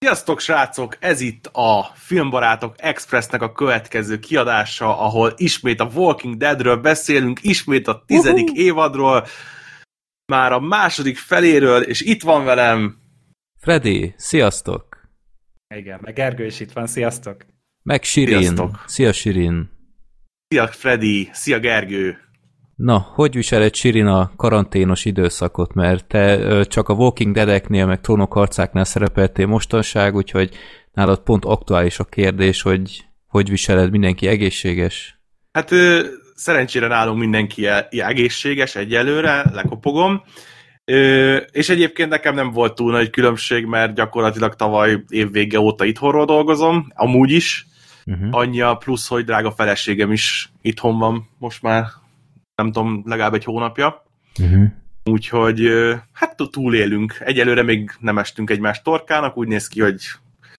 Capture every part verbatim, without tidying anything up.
Sziasztok, srácok! Ez itt a Filmbarátok Expressnek a következő kiadása, ahol ismét a Walking Deadről beszélünk, ismét a tizedik uh-huh. évadról, már a második feléről, és itt van velem... Freddy, sziasztok! Igen, meg Gergő is itt van, sziasztok! Meg Sirin. Sziasztok. Szia, Sirin! Szia, Freddy! Szia, Gergő! Na, hogy viseled, Sirin, a karanténos időszakot, mert te ö, csak a Walking Deadeknél, meg Trónok harcáknál szerepeltél mostanság, úgyhogy nálad pont aktuális a kérdés, hogy hogy viseled, mindenki egészséges? Hát ö, szerencsére nálunk mindenki egészséges egyelőre, lekopogom, ö, és egyébként nekem nem volt túl nagy különbség, mert gyakorlatilag tavaly évvége óta itthonról dolgozom, amúgy is, uh-huh. annyi a plusz, hogy drága feleségem is itthon van most már, nem tudom, legalább egy hónapja. Uh-huh. Úgyhogy hát túlélünk. Egyelőre még nem estünk egymás torkának, úgy néz ki, hogy,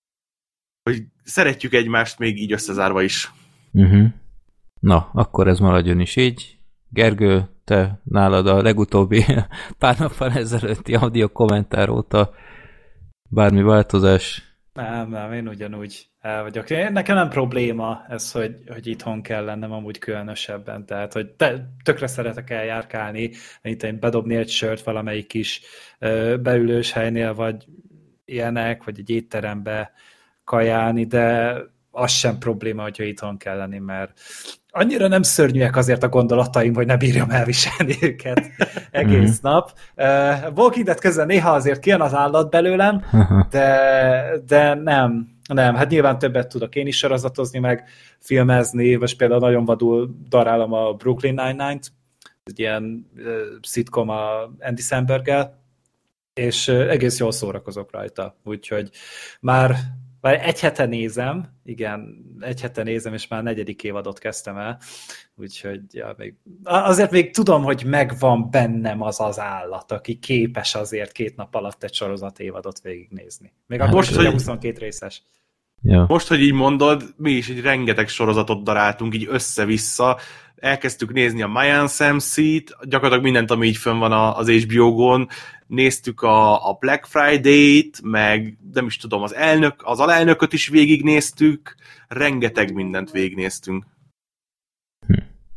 hogy szeretjük egymást még így összezárva is. Uh-huh. Na, akkor ez maradjon is így. Gergő, te nálad a legutóbbi pár nappal ezelőtti audio kommentár óta bármi változás? Nem, nem, én ugyanúgy el vagyok. Én, nekem nem probléma ez, hogy, hogy itthon kell lennem amúgy különösebben, tehát hogy te, tökre szeretek eljárkálni, mint én bedobni egy sört valamelyik kis ö, beülős helynél, vagy ilyenek, vagy egy étterembe kajálni, de az sem probléma, hogyha itthon kell lenni, mert annyira nem szörnyűek azért a gondolataim, hogy ne bírjam elviselni őket egész mm. nap. Uh, Walking Dead közben néha azért kijön az állat belőlem, de, de nem, nem. Hát nyilván többet tudok én is sorozatozni, meg filmezni, most például nagyon vadul darálom a Brooklyn Nine-Nine-t, egy ilyen uh, szitkom a Andy Samberg-gel, és uh, egész jól szórakozok rajta. Úgyhogy már Már egy hete nézem, igen, egy hete nézem, és már negyedik évadot kezdtem el, úgyhogy ja, még, azért még tudom, hogy megvan bennem az az állat, aki képes azért két nap alatt egy sorozat évadot végignézni. Még akkor most, hogy huszonkét részes. Ja. Most, hogy így mondod, mi is egy rengeteg sorozatot daráltunk így össze-vissza, elkezdtük nézni a Mayan Sam Seat, gyakorlatilag mindent, ami így fönn van az há bé ó-gon, néztük a, a Black Friday-t, meg nem is tudom, az elnök, az alelnököt is végignéztük, rengeteg mindent végignéztünk. Hm.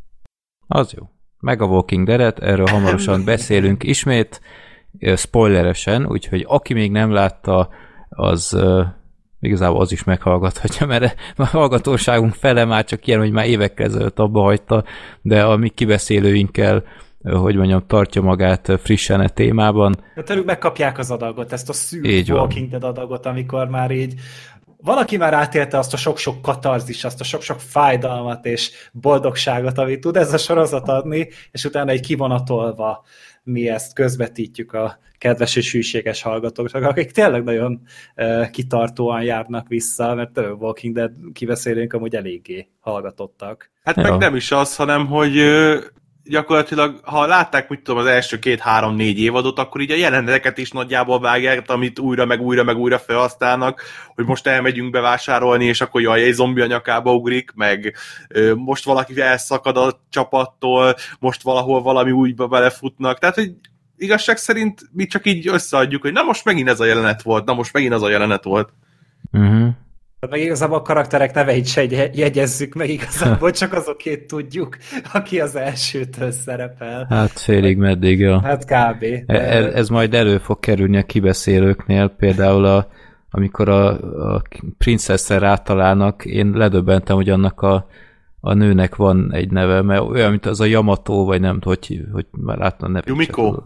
Az jó. Meg a Walking Dead-et, erről hamarosan beszélünk ismét, spoileresen, úgyhogy aki még nem látta, az igazából az is meghallgathatja, mert a hallgatóságunk fele már csak ilyen, hogy már évekkel ezelőtt abba hagyta, de a mi kibeszélőinkkel, hogy mondjam, tartja magát frissen a témában. De tőlük megkapják az adagot, ezt a szűk Walking Dead adagot, amikor már így valaki már átélte azt a sok-sok katarzis, azt a sok-sok fájdalmat és boldogságot, amit tud ez a sorozat adni, és utána egy kivonatolva mi ezt közvetítjük a kedves és hűséges hallgatóknak, akik tényleg nagyon uh, kitartóan járnak vissza, mert a Walking Dead kibeszélőnk amúgy eléggé hallgatottak. Hát ja. meg nem is az, hanem hogy uh, gyakorlatilag, ha látták, mit tudom, az első két-három-négy évadot, akkor így a jeleneteket is nagyjából vágják, amit újra, meg újra, meg újra felhasználnak, hogy most elmegyünk bevásárolni, és akkor jaj, egy zombi a nyakába ugrik, meg ö, most valaki elszakad a csapattól, most valahol valami újba belefutnak, tehát, hogy igazság szerint mi csak így összeadjuk, hogy na most megint ez a jelenet volt, na most megint az a jelenet volt. Uh-huh. Meg igazából a karakterek neveit se jegyezzük meg, igazából csak azokét tudjuk, aki az elsőtől szerepel. Hát félig meddig, ja. Hát kb. Ez, ez majd elő fog kerülni a kibeszélőknél, például a, amikor a, a princesszel rátalálnak, én ledöbbentem, hogy annak a, a nőnek van egy neve, mert olyan, mint az a Yamato, vagy nem tudom, hogy, hogy már láttam a nevét. Yumiko.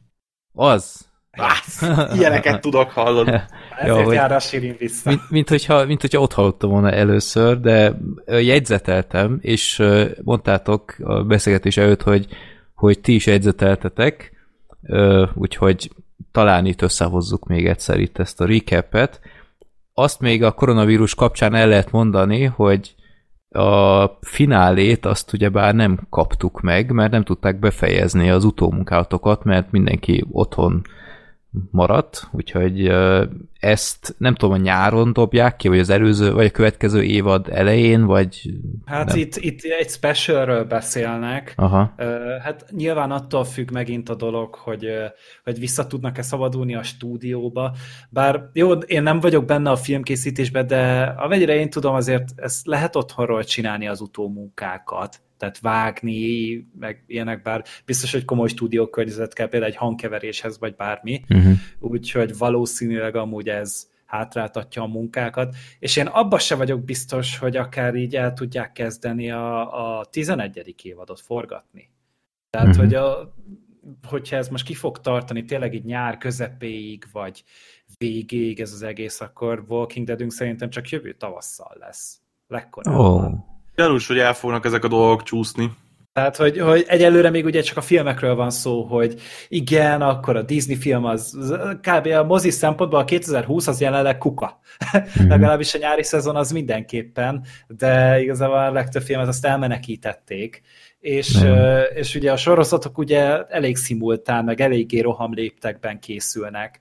Az. Ah, ilyeneket tudok hallani. Ezért ja, jár a Sirin vissza. Mint, mint, hogyha, mint hogyha ott hallottam volna először, de jegyzeteltem, és mondtátok a beszélgetés előtt, hogy, hogy ti is jegyzeteltetek, úgyhogy talán itt összehozzuk még egyszer itt ezt a recapet. Azt még a koronavírus kapcsán el lehet mondani, hogy a finálét azt ugyebár nem kaptuk meg, mert nem tudták befejezni az utómunkálatokat, mert mindenki otthon maradt, úgyhogy ezt nem tudom, a nyáron dobják ki, vagy az előző, vagy a következő évad elején, vagy... Hát itt, itt egy specialről beszélnek. Aha. Hát nyilván attól függ megint a dolog, hogy, hogy vissza tudnak-e szabadulni a stúdióba. Bár jó, én nem vagyok benne a filmkészítésben, de amennyire én tudom, azért ezt lehet otthonról csinálni az utómunkákat. Tehát vágni, meg ilyenek, bár biztos, hogy komoly stúdiókörnyezet kell, például egy hangkeveréshez, vagy bármi. Uh-huh. Úgyhogy valószínűleg amúgy ez hátráltatja a munkákat, és én abban se vagyok biztos, hogy akár így el tudják kezdeni a, a tizenegyedik évadot forgatni. Tehát, uh-huh. hogy a, hogyha ez most ki fog tartani tényleg így nyár közepéig, vagy végéig ez az egész, akkor Walking Deadünk szerintem csak jövő tavasszal lesz. Legkorábban. Oh. Gyanús, hogy el fognak ezek a dolgok csúszni. Tehát, hogy, hogy egyelőre még ugye csak a filmekről van szó, hogy igen, akkor a Disney film az kb. A mozi szempontból a kétezer-húsz az jelenleg kuka. Mm-hmm. Legalábbis a nyári szezon az mindenképpen, de igazából a legtöbb filmet azt elmenekítették. És, mm-hmm. és ugye a sorozatok ugye elég szimultán, meg eléggé rohamléptekben készülnek.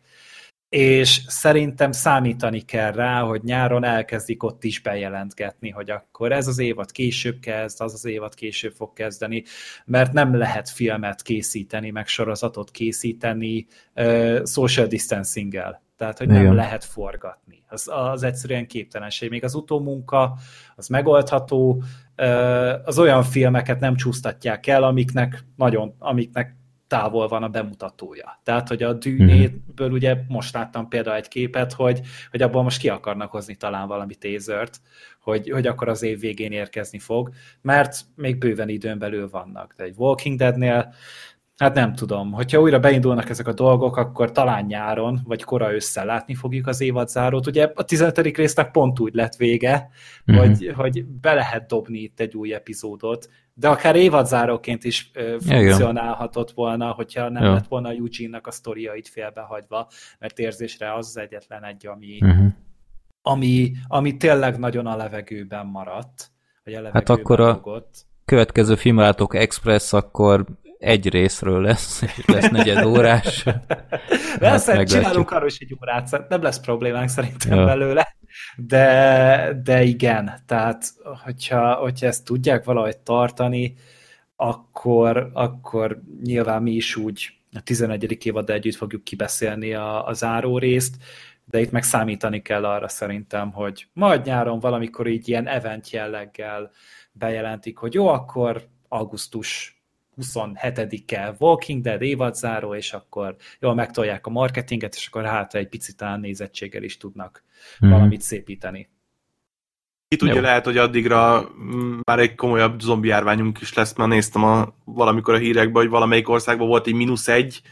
És szerintem számítani kell rá, hogy nyáron elkezdik ott is bejelentgetni, hogy akkor ez az évad később kezd, az az évad később fog kezdeni, mert nem lehet filmet készíteni, meg sorozatot készíteni uh, social distancing-el. Tehát, hogy nem Igen. lehet forgatni. Az, az egyszerűen képtelenség. Még az utómunka, az megoldható, uh, az olyan filmeket nem csúsztatják el, amiknek nagyon, amiknek távol van a bemutatója. Tehát, hogy a Dűnéből mm. ugye most láttam például egy képet, hogy, hogy abban most ki akarnak hozni talán valami tézert, hogy, hogy akkor az év végén érkezni fog, mert még bőven időn belül vannak. De egy Walking Deadnél, hát nem tudom, hogyha újra beindulnak ezek a dolgok, akkor talán nyáron, vagy kora ősszel látni fogjuk az évadzárót. Ugye a tizenötödik résznek pont úgy lett vége, mm. hogy, hogy be lehet dobni itt egy új epizódot, de akár évadzáróként is ö, funkcionálhatott volna, hogyha nem ja. lett volna a Eugene-nak a sztoriait félbehagyva, mert érzésre az az egyetlen egy, ami, uh-huh. ami, ami tényleg nagyon a levegőben maradt. Vagy a levegőben hát akkor fogott. A következő Filmlátók Express akkor egy részről lesz, lesz negyed órás. Hát csinálunk arról is egy órát, nem lesz problémánk szerintem ja. belőle. De, de igen, tehát hogyha, hogyha ezt tudják valahogy tartani, akkor, akkor nyilván mi is úgy a tizenegyedik évaddal együtt fogjuk kibeszélni a, a záró részt, de itt meg számítani kell arra szerintem, hogy majd nyáron valamikor így ilyen event jelleggel bejelentik, hogy jó, akkor augusztus huszonhetedike Walking Dead évadzáró, és akkor jól megtolják a marketinget, és akkor hát egy picit talán nézettséggel is tudnak mm. valamit szépíteni. Ki tudja, Jó. lehet, hogy addigra már egy komolyabb zombi járványunk is lesz, mert néztem a, valamikor a hírekben, hogy valamelyik országban volt egy mínusz egy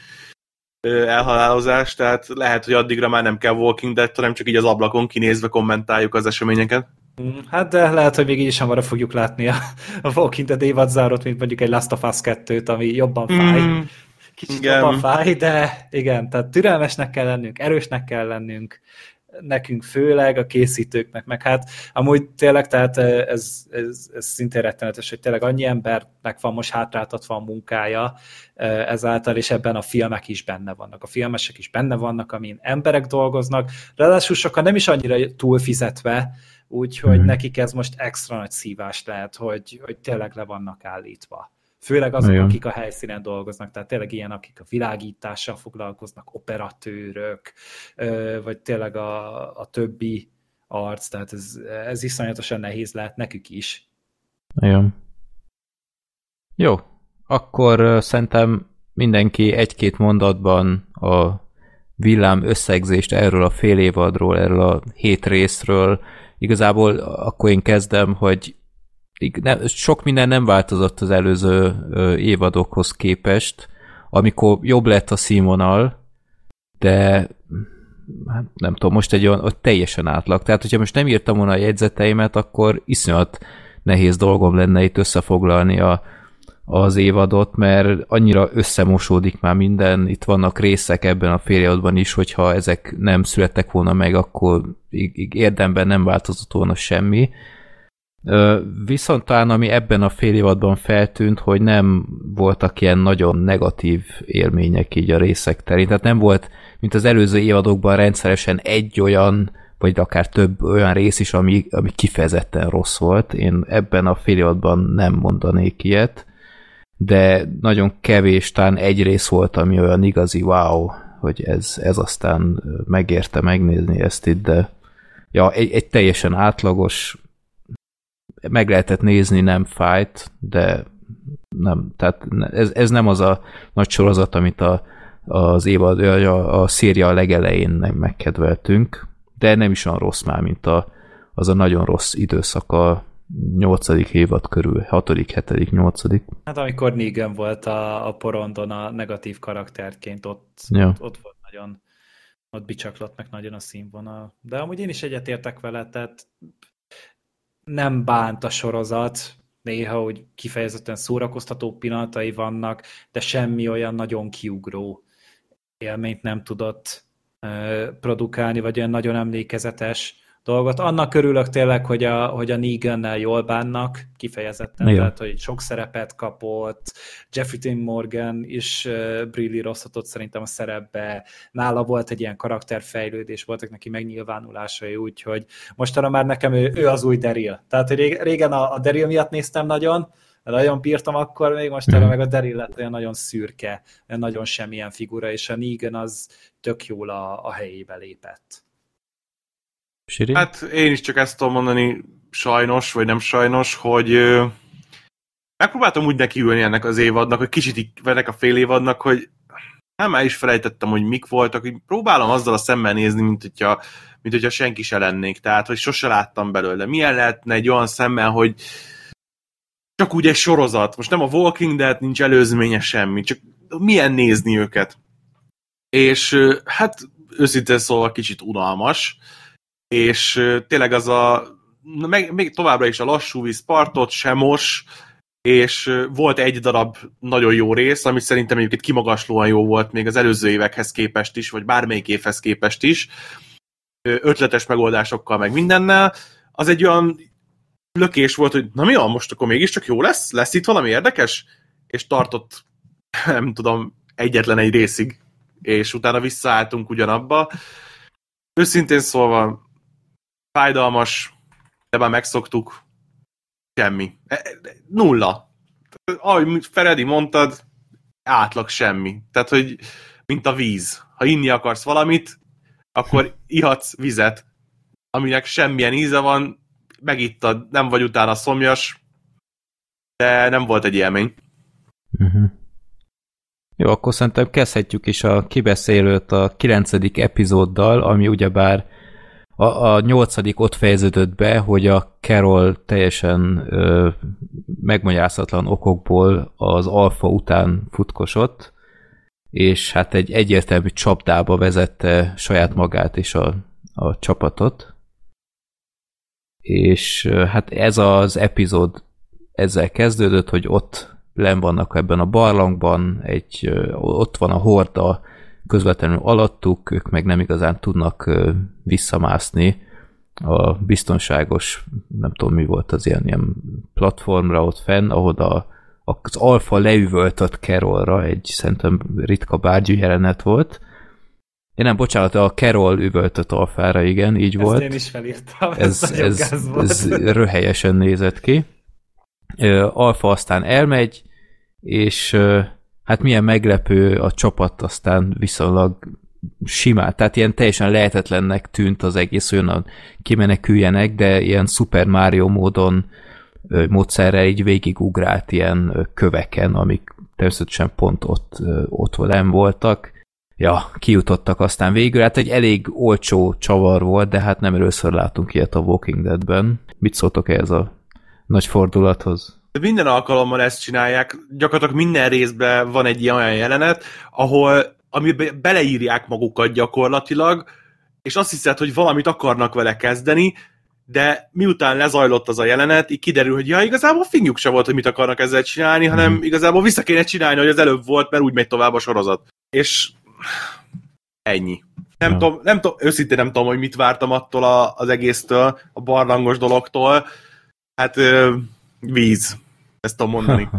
elhalálozás, tehát lehet, hogy addigra már nem kell Walking Dead, hanem csak így az ablakon kinézve kommentáljuk az eseményeket. Hát de lehet, hogy még így is hamarabb fogjuk látni a, a Walking Dead évadzárót, mint mondjuk egy Last of Us kettőt, ami jobban fáj. Mm, Kicsit igen. jobban fáj, de igen, tehát türelmesnek kell lennünk, erősnek kell lennünk, nekünk főleg, a készítőknek, meg hát amúgy tényleg, tehát ez, ez, ez szintén rettenetes, hogy tényleg annyi embernek van most hátráltatva a munkája ezáltal, és ebben a filmek is benne vannak. A filmesek is benne vannak, amin emberek dolgoznak, ráadásul sokan nem is annyira túlfizetve, úgyhogy mm. nekik ez most extra nagy szívás lehet, hogy, hogy tényleg le vannak állítva. Főleg azok, Igen. akik a helyszínen dolgoznak, tehát tényleg ilyen, akik a világítással foglalkoznak, operatőrök, vagy tényleg a, a többi arc, tehát ez, ez iszonyatosan nehéz lehet nekük is. Igen. Jó, akkor szerintem mindenki egy-két mondatban a villám összegzést erről a fél évadról, erről a hét részről. Igazából akkor én kezdem, hogy sok minden nem változott az előző évadokhoz képest, amikor jobb lett a színvonal, de nem tudom, most egy olyan teljesen átlag. Tehát, hogyha most nem írtam volna a jegyzeteimet, akkor iszonyat nehéz dolgom lenne itt összefoglalni a, az évadot, mert annyira összemosódik már minden, itt vannak részek ebben a fél évadban is, hogyha ezek nem születtek volna meg, akkor érdemben nem változott volna semmi. Viszont talán ami ebben a fél évadban feltűnt, hogy nem voltak ilyen nagyon negatív élmények így a részek terén. Tehát nem volt, mint az előző évadokban rendszeresen egy olyan, vagy akár több olyan rész is, ami, ami kifejezetten rossz volt. Én ebben a fél évadban nem mondanék ilyet, de nagyon kevés, talán egy rész volt, ami olyan igazi wow, hogy ez, ez aztán megérte megnézni ezt itt, de ja, egy, egy teljesen átlagos, meg lehetett nézni, nem fájt, de nem, tehát ez, ez nem az a nagy sorozat, amit a, az évad, a, a széria legelején nem megkedveltünk, de nem is olyan rossz már, mint a, az a nagyon rossz időszak a nyolcadik évad körül, hatodik, hetedik, nyolcadik. Hát amikor Negan volt a, a porondon a negatív karakterként, ott, ja. ott, ott volt nagyon, ott bicsaklott meg nagyon a színvonal. De amúgy én is egyetértek vele, tehát nem bánt a sorozat, néha úgy kifejezetten szórakoztató pillanatai vannak, de semmi olyan nagyon kiugró élményt nem tudott uh, produkálni, vagy olyan nagyon emlékezetes dolgot. Annak örülök tényleg, hogy a, hogy a Negannel jól bánnak, kifejezetten, igen. Tehát, hogy sok szerepet kapott, Jeffrey Dean Morgan is uh, Brilli rosszatott szerintem a szerepbe, nála volt egy ilyen karakterfejlődés, voltak neki megnyilvánulásai, úgyhogy mostanra már nekem ő, ő az új Daryl. Tehát régen a, a Daryl miatt néztem nagyon, nagyon bírtam akkor, még mostanra mm. meg a Daryl lett olyan nagyon szürke, olyan nagyon semmilyen figura, és a Negan az tök jól a, a helyébe lépett. Siri? Hát én is csak ezt tudom mondani, sajnos, vagy nem sajnos, hogy ö, megpróbáltam úgy nekiülni ennek az évadnak, hogy kicsit így ennek a fél évadnak, hogy nem, már is felejtettem, hogy mik voltak, hogy próbálom azzal a szemmel nézni, mint hogyha, mint hogyha senki se lennék, tehát, hogy sose láttam belőle. Milyen lehetne egy olyan szemmel, hogy csak úgy egy sorozat, most nem a Walking Dead, nincs előzménye semmi, csak milyen nézni őket. És hát őszintén szólva kicsit unalmas, és tényleg az a, meg, még továbbra is a lassú víz partot, semos, és volt egy darab nagyon jó rész, ami szerintem egyébként kimagaslóan jó volt még az előző évekhez képest is, vagy bármelyik évhez képest is, ötletes megoldásokkal, meg mindennel. Az egy olyan lökés volt, hogy na mi van, most akkor mégiscsak jó lesz? Lesz itt valami érdekes? És tartott, nem tudom, egyetlen egy részig, és utána visszaálltunk ugyanabba. Őszintén szólva fájdalmas, de már megszoktuk, semmi. Nulla. Ahogy Feredi mondtad, átlag semmi. Tehát, hogy mint a víz. Ha inni akarsz valamit, akkor ihatsz vizet, aminek semmilyen íze van, megittad, nem vagy utána szomjas, de nem volt egy élmény. Uh-huh. Jó, akkor szerintem kezdhetjük is a kibeszélőt a kilencedik epizóddal, ami ugyebár a, a nyolcadik ott fejeződött be, hogy a Carol teljesen ö, megmagyarázatlan okokból az alfa után futkosott, és hát egy egyértelmű csapdába vezette saját magát és a, a csapatot. És hát ez az epizód ezzel kezdődött, hogy ott lenn vannak ebben a barlangban, egy, ott van a horda közvetlenül alattuk, ők meg nem igazán tudnak visszamászni a biztonságos, nem tudom mi volt az ilyen, ilyen platformra ott fenn, ahol a, az alfa leüvöltött Carolra, egy szerintem ritka bárgyú jelenet volt. Én nem, bocsánat, a Carol üvöltött alfára, igen, így ezt volt. Ezt én is felírtam, ez, ez, ez, ez röhelyesen nézett ki. Alfa aztán elmegy, és hát milyen meglepő, a csapat aztán viszonylag simán, tehát ilyen teljesen lehetetlennek tűnt az egész, olyan kimeneküljenek, de ilyen Super Mario módon módszerrel így végigugrált ilyen köveken, amik természetesen pont ott, ott nem voltak. Ja, kijutottak aztán végül, hát egy elég olcsó csavar volt, de hát nem először látunk ilyet a Walking Deadben. Mit szóltok ehhez a nagy fordulathoz? Minden alkalommal ezt csinálják, gyakorlatilag minden részben van egy ilyen olyan jelenet, ahol amiben beleírják magukat gyakorlatilag, és azt hiszed, hogy valamit akarnak vele kezdeni, de miután lezajlott az a jelenet, így kiderül, hogy ja, igazából fingjuk se volt, hogy mit akarnak ezzel csinálni, mm. hanem igazából vissza kéne csinálni, hogy az előbb volt, mert úgy megy tovább a sorozat. És ennyi. Nem, ja. tudom, nem tudom, őszintén nem tudom, hogy mit vártam attól a, az egésztől, a barlangos dologtól. Hát ö, víz. Ezt tudom mondani.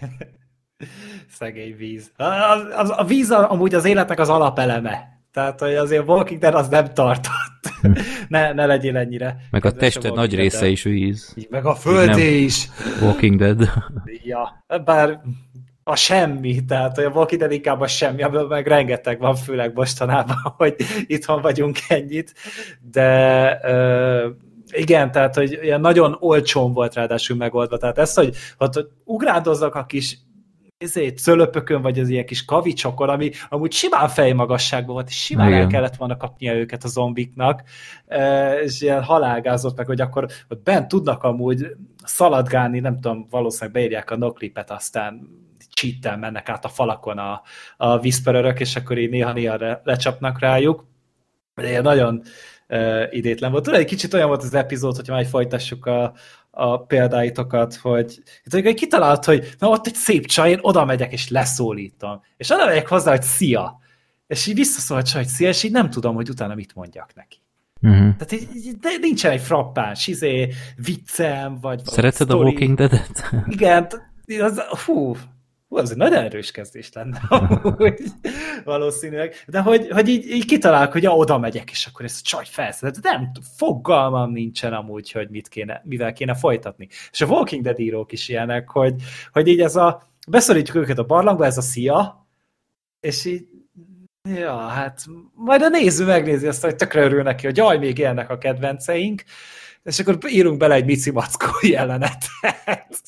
Szegény víz. Az, az, a víz amúgy az életnek az alapeleme. Tehát, hogy azért Walking Dead az nem tartott. ne, ne legyél ennyire. Meg a tested nagy része de... is víz. Meg a földé is. Walking Dead. Ja, bár a semmi, tehát a Walking Dead inkább a semmi, abban meg rengeteg van, főleg mostanában, hogy itthon vagyunk ennyit. De uh, igen, tehát, hogy ilyen nagyon olcsón volt ráadásul megoldva. Tehát ezt, hogy, hogy ugrándoznak a kis ezért cölöpökön, vagy az ilyen kis kavicsokon, ami amúgy simán fejmagasságban volt, és simán igen. El kellett volna kapnia őket a zombiknak, és ilyen halálgázott meg, hogy akkor ott bent tudnak amúgy szaladgálni, nem tudom, valószínűleg beírják a noclipet, aztán cheat-tel mennek át a falakon a, a whispererök, és akkor így néha-néha lecsapnak rájuk. De ilyen nagyon uh, idétlen volt. Tudod, egy kicsit olyan volt az epizód, hogyha már folytassuk a a példáitokat, hogy hogy kitalált, hogy na ott egy szép csaj, én oda megyek és leszólítom. És oda megyek hozzá, hogy szia. És így visszaszól a csaj, hogy szia, és így nem tudom, hogy utána mit mondjak neki. Uh-huh. Tehát így, így, nincsen egy frappáns izé, viccem, vagy szereted a Walking Dead-et? Igen, az, hú, hú, az egy nagyon erős kezdés lenne, valószínűleg. De hogy, hogy így, így kitalálok, hogy ja, oda megyek, és akkor ezt a csaj felszedett. Nem, fogalmam nincsen amúgy, hogy mit kéne, mivel kéne folytatni. És a Walking Dead írók is ilyenek, hogy, hogy így ez a, beszorítjuk őket a barlangba, ez a szia, és így, ja, hát majd a néző megnézi azt, hogy tökre örül neki, hogy jaj, még élnek a kedvenceink, és akkor írunk bele egy Mici Mackó jelenetet.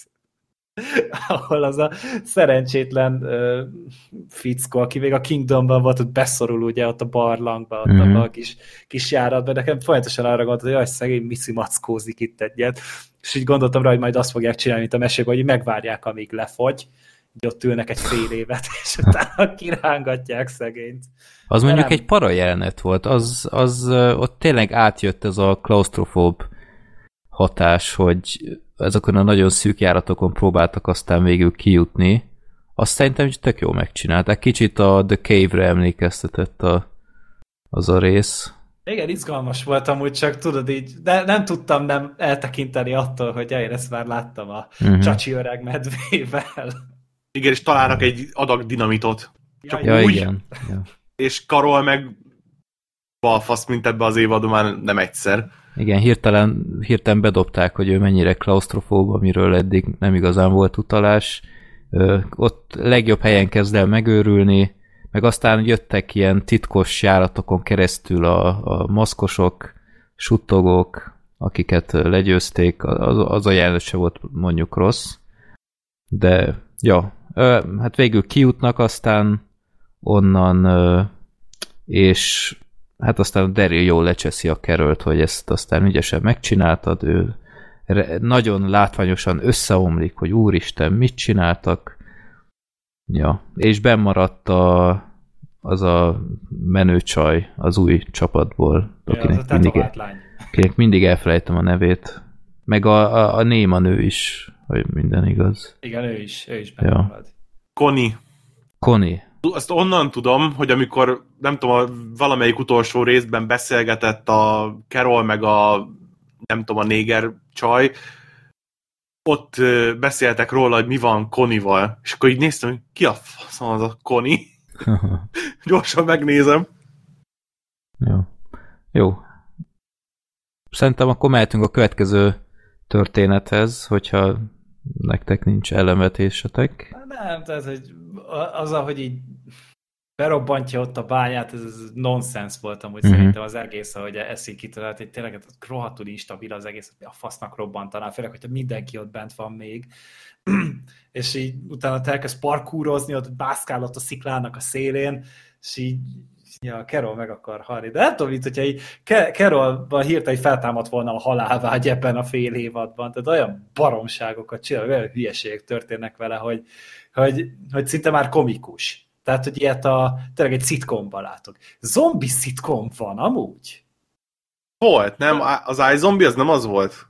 Ahol az a szerencsétlen uh, fickó, aki még a Kingdomban volt, ott beszorul ugye ott a barlangba, ott mm-hmm. a kis, kis járatban, nekem folyamatosan arra gondoltam, hogy jaj, szegény Mici mackózik itt egyet, és így gondoltam rá, hogy majd azt fogják csinálni, mint a mesében, hogy megvárják, amíg lefogy, így ott ülnek egy fél évet, és utána kirángatják szegényt. Az mondjuk nem... egy para jelenet volt, az, az ott tényleg átjött ez a klaustrofób hatás, hogy ezeken a nagyon szűk járatokon próbáltak aztán végül kijutni. Azt szerintem hogy tök jól megcsinálták. Kicsit a The Cave-re emlékeztetett a, az a rész. Igen, izgalmas volt amúgy, csak tudod így, de nem tudtam nem eltekinteni attól, hogy én ezt már láttam a uh-huh. csacsi öreg medvével. Igen, és találnak egy adag dinamitot. Csak ja, úgy, igen. Ja. És Karol meg balfasz, mint ebbe az évadban már nem egyszer. Igen, hirtelen, hirtelen bedobták, hogy ő mennyire klaustrofób, amiről eddig nem igazán volt utalás. Ö, ott legjobb helyen kezd el megőrülni, meg aztán jöttek ilyen titkos járatokon keresztül a, a maszkosok, suttogók, akiket legyőzték, az, az a jelenet se volt mondjuk rossz. De, ja, ö, hát végül kijutnak aztán onnan, ö, és hát aztán a Daryl jól lecseszi a Carolt, hogy ezt aztán ügyesen megcsináltad, ő nagyon látványosan összeomlik, hogy úristen, mit csináltak. Ja, és bennmaradt a, az a menő csaj az új csapatból, ja, akinek, mindig, akinek mindig elfelejtem a nevét. Meg a, a, a néma nő is, hogy minden igaz. Igen, ő is, ő is benne ja. Connie. Connie. Azt onnan tudom, hogy amikor, nem tudom, a valamelyik utolsó részben beszélgetett a Carol meg a, nem tudom, a néger csaj, ott beszéltek róla, hogy mi van Connie-val, és akkor így néztem, hogy ki a faszom az a Connie? Gyorsan megnézem. Jó. Jó. Szerintem akkor mehetünk a következő történethez, hogyha nektek nincs ellenvetésetek. Nem, tehát, hogy az, ahogy így berobbantja ott a bányát, ez, ez nonsens volt amúgy mm-hmm. szerintem az egész, ahogy eszik kitalált, hogy tényleg rohadtul instabil az egész, a fasznak robbantaná, főleg, hogyha mindenki ott bent van még, és így utána te elkezd parkúrozni, ott bászkál ott a sziklának a szélén, és így ja, Carol meg akar halni. De nem tudom, mint hogyha így Carolban hirtelen feltámadt volna a halálvágy ebben a fél évadban, tehát olyan baromságokat csinál, olyan hülyeségek történnek vele, hogy, hogy, hogy szinte már komikus. Tehát, hogy ilyet a, tényleg egy szitkomban látok. Zombi szitkom van amúgy? Volt, nem? Az iZombie az nem az volt?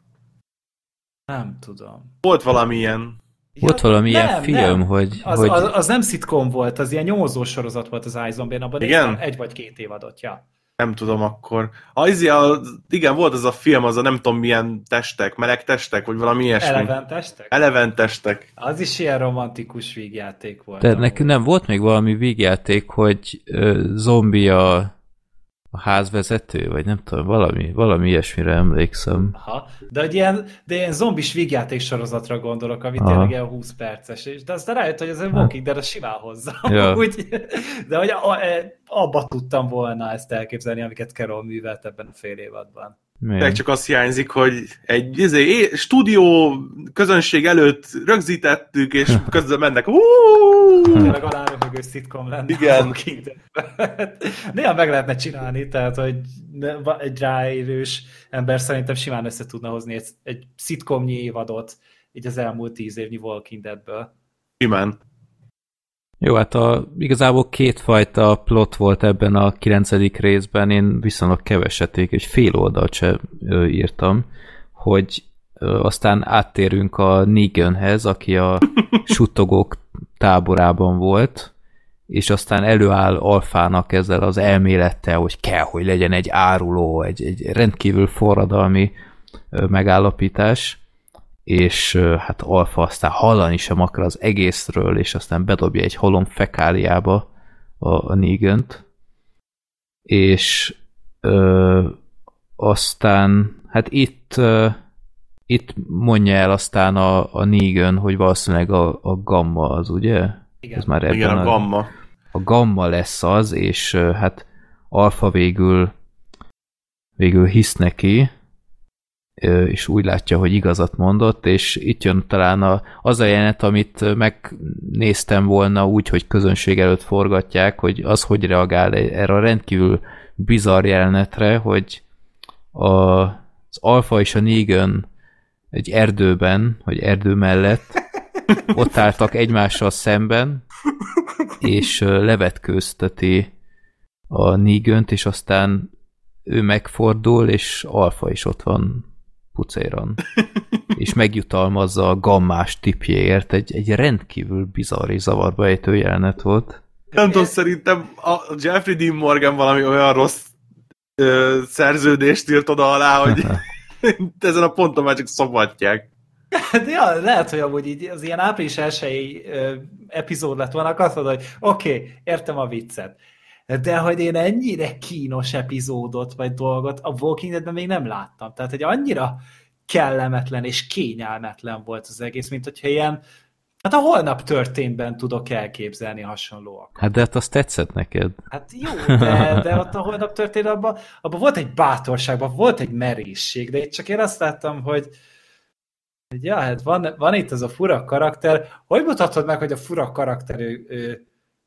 Nem tudom. Volt valami ilyen. Volt ja, valami nem, ilyen film, nem. hogy... Az, hogy... Az, az nem szitkom volt, az ilyen nyomozós sorozat volt az iZombie-n, abban igen? egy vagy két évadot, ja. Nem tudom akkor. Az, a, igen, volt az a film, az a nem tudom milyen testek, meleg testek, vagy valami ilyesmi. Eleven testek? Eleven testek. Az is ilyen romantikus vígjáték volt. De nekünk nem volt még valami vígjáték, hogy ö, zombi a, a házvezető, vagy nem tudom, valami, valami ilyesmire emlékszem. Aha. De, hogy ilyen, de ilyen zombis vígjáték sorozatra gondolok, ami Aha. tényleg ilyen húsz perces, és de aztán rájött, hogy ez egy Walking Dead, simán hozzá. Ja. Úgy, de hogy a, a, abba tudtam volna ezt elképzelni, amiket Carol művelt ebben a fél évadban. Meg csak azt hiányzik, hogy egy izé, stúdió közönség előtt rögzítettük, és közben mennek. Tényleg aláröhögő szitkom lenne. Igen. Néha meg lehetne csinálni, tehát, hogy egy ráérős ember szerintem simán össze tudna hozni egy, egy szitkomnyi évadot így az elmúlt tíz évnyi Walking Deadből. Simán. Jó, hát a, igazából kétfajta plot volt ebben a kilencedik részben, én viszonylag keveset, egy fél oldalt sem ö, írtam, hogy ö, aztán áttérünk a Neganhez, aki a suttogók táborában volt, és aztán előáll Alfának ezzel az elmélettel, hogy kell, hogy legyen egy áruló, egy, egy rendkívül forradalmi ö, megállapítás, és hát Alfa aztán hallani sem akar az egészről, és aztán bedobja egy halom fekáliába a, a Negant, és ö, aztán hát itt ö, itt mondja el aztán a, a Negan, hogy valószínűleg a, a Gamma az, ugye? Igen, Ez már ebben Igen a, a Gamma. A Gamma lesz az, és ö, hát Alfa végül végül hisz neki, és úgy látja, hogy igazat mondott, és itt jön talán a, az a jelenet, amit megnéztem volna úgy, hogy közönség előtt forgatják, hogy az hogy reagál erre a rendkívül bizarr jelenetre, hogy a, az Alfa és a Negan egy erdőben, vagy erdő mellett ott álltak egymással szemben, és levetkőzteti a Negant, és aztán ő megfordul, és Alfa is ott van pucéran. És megjutalmazza a gammás tipjéért. Egy, egy rendkívül bizarr és zavarba ejtő jelenet volt. Nem tudom, szerintem a Jeffrey Dean Morgan valami olyan rossz ö, szerződést írt oda alá, hogy ezen a ponton már csak szobatják. De ja, lehet, hogy amúgy így az ilyen április elsői epizód lett volna, azt mondod, hogy oké, okay, értem a viccet. De hogy én ennyire kínos epizódot vagy dolgot a Walking Deadben még nem láttam. Tehát, hogy annyira kellemetlen és kényelmetlen volt az egész, mint hogyha ilyen, hát a holnap történtben tudok elképzelni hasonlóak. Hát de hát azt tetszett neked. Hát jó, de, de ott a holnap történt, abban, abban volt egy bátorság, abban volt egy merészség, de itt csak én azt láttam, hogy hogy ja, hát van, van itt ez a fura karakter. Hogy mutatod meg, hogy a fura karakter ő, ő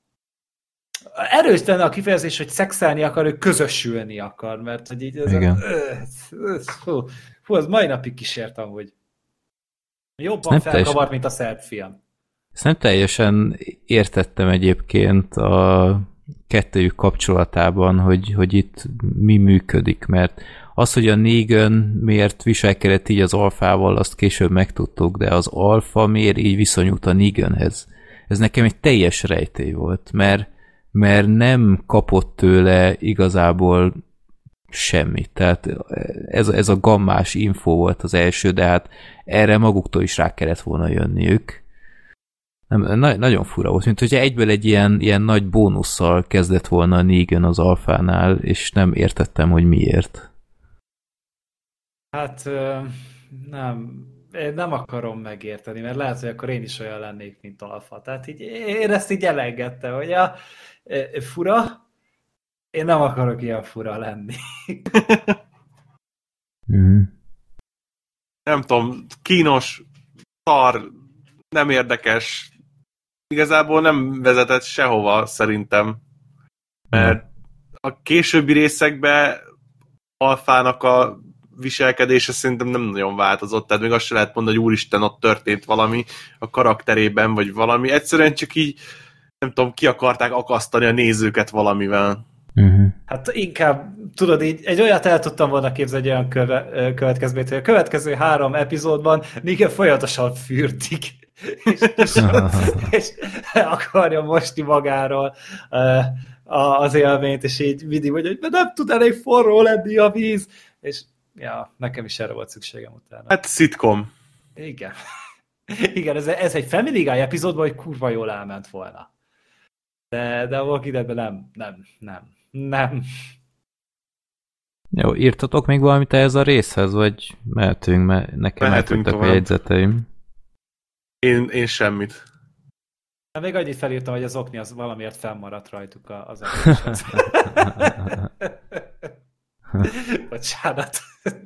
erős lenne a kifejezés, hogy szexelni akar, ő közösülni akar, mert hogy így ez Igen. A, fú, fú, az mai napig kísért amúgy. Jobban felkavart, mint a szerb film. Ezt nem teljesen értettem egyébként a kettőjük kapcsolatában, hogy, hogy itt mi működik, mert az, hogy a Negan miért viselkedett így az Alfával, azt később megtudtuk, de az Alfa miért így viszonyult a Neganhez. Ez nekem egy teljes rejtély volt, mert mert nem kapott tőle igazából semmit. Tehát ez, ez a gammás info volt az első, de hát erre maguktól is rá kellett volna jönniük. Nem, na, nagyon fura volt, mint hogyha egyből egy ilyen, ilyen nagy bónusszal kezdett volna a Negan az Alfánál, és nem értettem, hogy miért. Hát nem, én nem akarom megérteni, mert lehet, hogy akkor én is olyan lennék, mint Alfa. Tehát így, én ezt így elengedtem, hogy a fura, én nem akarok ilyen fura lenni. Mm. Nem tudom, kínos, szar, nem érdekes, igazából nem vezetett sehova szerintem. Mert a későbbi részekben Alfának a viselkedése szerintem nem nagyon változott, tehát még azt se lehet mondani, hogy úristen, ott történt valami a karakterében, vagy valami. Egyszerűen csak így, nem tudom, ki akarták akasztani a nézőket valamivel. Uh-huh. Hát inkább, tudod, így egy olyat el tudtam volna képzelni, egy olyan köve, következményt, hogy a következő három epizódban Negan folyamatosan fürdik, és, és, és akarja mosni magáról az élményt, és így mindig vagy, hogy nem tud elég forró lenni a víz, és ja, nekem is erre volt szükségem utána. Hát szitkom. Igen. Igen, ez, ez egy Family Guy epizódban, hogy kurva jól elment volna. De, de a Walking Deadben nem, nem, nem, nem. Jó, írtatok még valamit ehhez a részhez, vagy mehetünk, mert nekem eltűntek a jegyzeteim. Én, én semmit. Na, még annyit felírtam, hogy az okni az valamiért fennmaradt rajtuk az egészet. Bocsánat.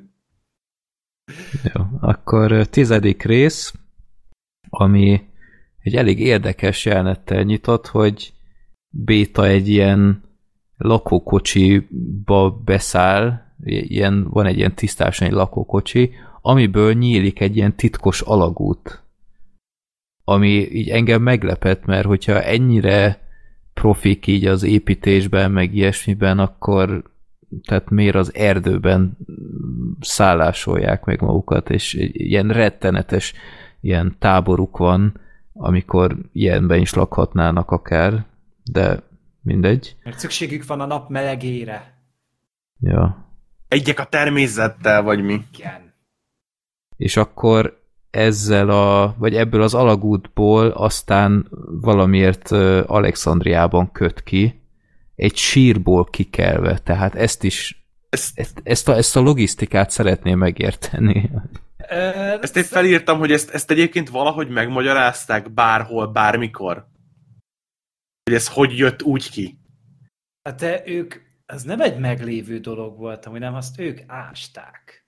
Jó, akkor tizedik rész, ami egy elég érdekes jelenettel nyitott, hogy Béta egy ilyen lakókocsiba beszáll, ilyen, van egy ilyen tisztásan egy lakókocsi, amiből nyílik egy ilyen titkos alagút. Ami így engem meglepett, mert hogyha ennyire profik így az építésben, meg ilyesmiben, akkor tehát miért az erdőben szállásolják meg magukat, és ilyen rettenetes ilyen táboruk van, amikor ilyenben is lakhatnának akár, de mindegy. Mert szükségük van a nap melegére. Ja. Egyek a természettel, vagy mi? Igen. És akkor ezzel a, vagy ebből az alagútból aztán valamiért Alexandriában köt ki, egy sírból kikelve, tehát ezt is ezt, ezt, ezt, a, ezt a logisztikát szeretném megérteni. Ezt én felírtam, hogy ezt, ezt egyébként valahogy megmagyarázták bárhol, bármikor. Hogy ez hogy jött úgy ki. Hát de ők, ez nem egy meglévő dolog volt, hanem azt ők ásták.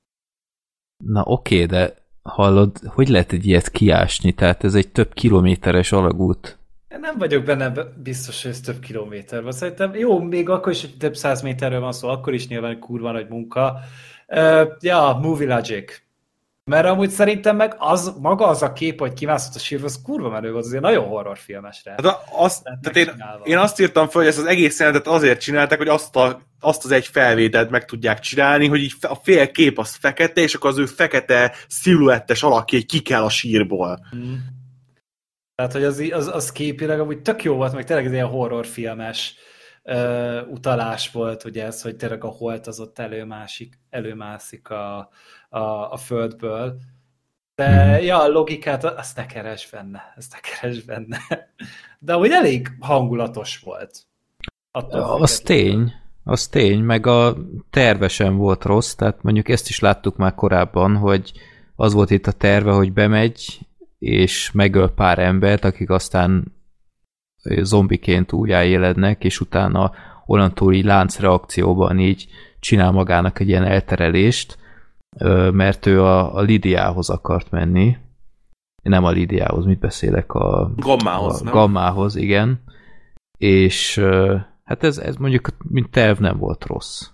Na oké, de hallod, hogy lehet egy ilyet kiásni? Tehát ez egy több kilométeres alagút. Én nem vagyok benne biztos, hogy ez több kilométer van. Szerintem jó, még akkor is, hogy több száz méterről van szó, akkor is nyilván kurva nagy munka. Uh, ja, movie logic. Mert amúgy szerintem meg az, maga az a kép, hogy kimászott a sírba, az kurva menő volt, azért nagyon horrorfilmesre. Hát azt, tehát én, én azt írtam fel, hogy ezt az egész jelenetet azért csinálták, hogy azt, a, azt az egy felvételt meg tudják csinálni, hogy így a fél kép az fekete, és akkor az ő fekete, sziluettes alakja kikel a sírból. Hmm. Tehát, hogy az, az, az képileg amúgy tök jó volt, meg tényleg ez ilyen horrorfilmes uh, utalás volt, ugye ez, hogy tényleg a holt az ott előmásik, előmászik a, a, a földből. De ja, a logikát, azt ne keresd benne, azt ne keresd benne. De amúgy elég hangulatos volt. Attól az tény, az tény, meg a terve sem volt rossz, tehát mondjuk ezt is láttuk már korábban, hogy az volt itt a terve, hogy bemegy, és megöl pár embert, akik aztán zombiként újjáélednek, és utána onnantól így láncreakcióban így csinál magának egy ilyen elterelést, mert ő a, a Lidiához akart menni. Nem a Lidiához, mit beszélek? A Gammához, a nem? Gammához, igen. És hát ez, ez mondjuk mint terv nem volt rossz.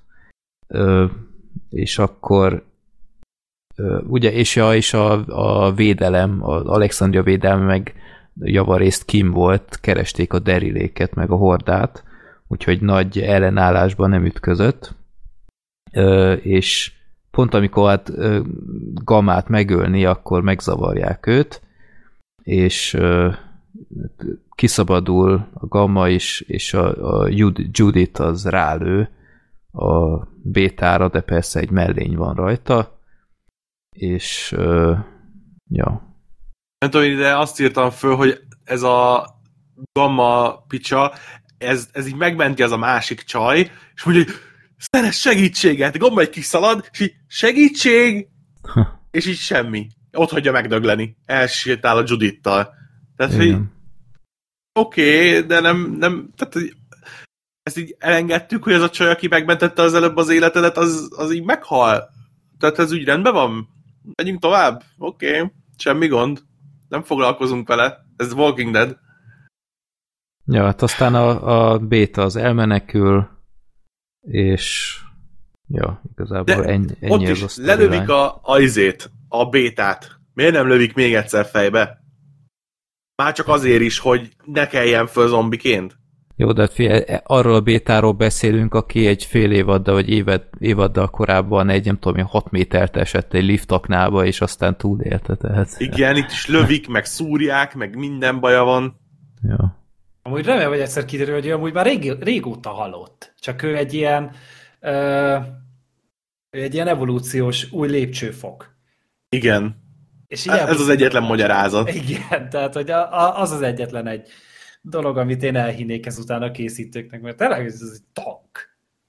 És akkor ugye, és, ja, és a, a védelem, az Alexandria védelme meg javarészt kim volt, keresték a deriléket, meg a hordát, úgyhogy nagy ellenállásban nem ütközött, és pont amikor hát Gammát megölni, akkor megzavarják őt, és kiszabadul a Gamma is, és a, a Judith az rálő a Bétára, de persze egy mellény van rajta, és uh, ja. Nem tudom, de azt írtam föl, hogy ez a Gamma picsa, ez, ez így megmenti az a másik csaj, és mondja, hogy szeres segítséget, Gamma egy kiszalad, és így segítség, és így semmi. Ott hagyja megdögleni. Elsétál a Judittal. Tehát, hogy oké, okay, de nem, nem tehát, ezt így elengedtük, hogy ez a csaj, aki megmentette az előbb az életedet, az, az így meghal. Tehát ez úgy rendben van? Menjünk tovább? Oké, okay. Semmi gond. Nem foglalkozunk vele. Ez Walking Dead. Ja, hát aztán a, a Béta az elmenekül, és ja, igazából ennyi, ennyi ott is lelövik a ajzét, a Bétát. Miért nem lövik még egyszer fejbe? Már csak azért is, hogy ne keljen föl zombiként. Jó, de figyelj, arról a Bétáról beszélünk, aki egy fél évaddal, vagy évad, évaddal korábban egy, nem tudom, hat métert esett egy liftaknába, és aztán túlélte, tehát. Igen, itt is lövik, meg szúrják, meg minden baja van. Ja. Amúgy remélem, hogy egyszer kiderül, hogy ő amúgy már rég, régóta halott. Csak ő egy ilyen ö, ő egy ilyen evolúciós új lépcsőfok. Igen. És így Ez az egyetlen magyarázat. Igen, tehát hogy a, a, az az egyetlen egy dolog, amit én elhinnék ezután a készítőknek, mert tényleg ez egy tank.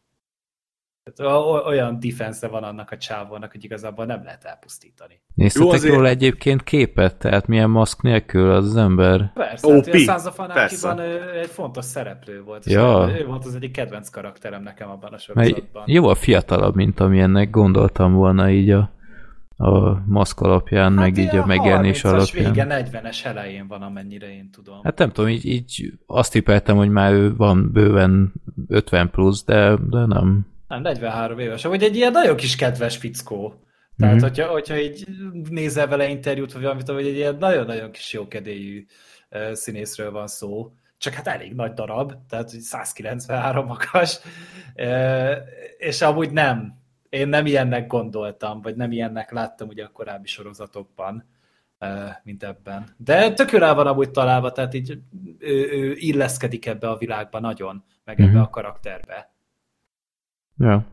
Olyan defense van annak a csávónak, hogy igazából nem lehet elpusztítani. Néztetek azért... róla egyébként képet? Tehát milyen maszk nélkül az, az ember? Persze, hát a Sons of Anarchy-ban egy fontos szereplő volt. Ja. Ő volt az egyik kedvenc karakterem nekem abban a sorozatban. Jóval fiatalabb, mint amilyennek gondoltam volna így a, a maszk alapján, hát meg így a megjelenés alapján. Vége negyvenes elején van, amennyire én tudom. Hát nem tudom, így, így azt tippeltem, hogy már ő van bőven ötven plusz, de, de nem. Nem, negyvenhárom éves. Vagy egy ilyen nagyon kis kedves fickó. Tehát, mm-hmm. hogyha, hogyha így nézel vele interjút, vagy valamit, vagy egy ilyen nagyon-nagyon kis jókedélyű uh, színészről van szó. Csak hát elég nagy darab, tehát száz kilencvenhárom magas. Uh, és amúgy nem. Én nem ilyennek gondoltam, vagy nem ilyennek láttam ugye a korábbi sorozatokban, uh, mint ebben. De tök rá van amúgy találva, tehát így ő, ő illeszkedik ebbe a világba nagyon, meg ebbe mm-hmm. a karakterbe. Ja.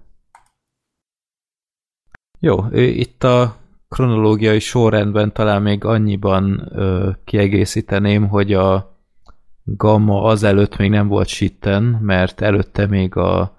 Jó, itt a kronológiai sorrendben talán még annyiban ö, kiegészíteném, hogy a Gamma azelőtt még nem volt sitten, mert előtte még a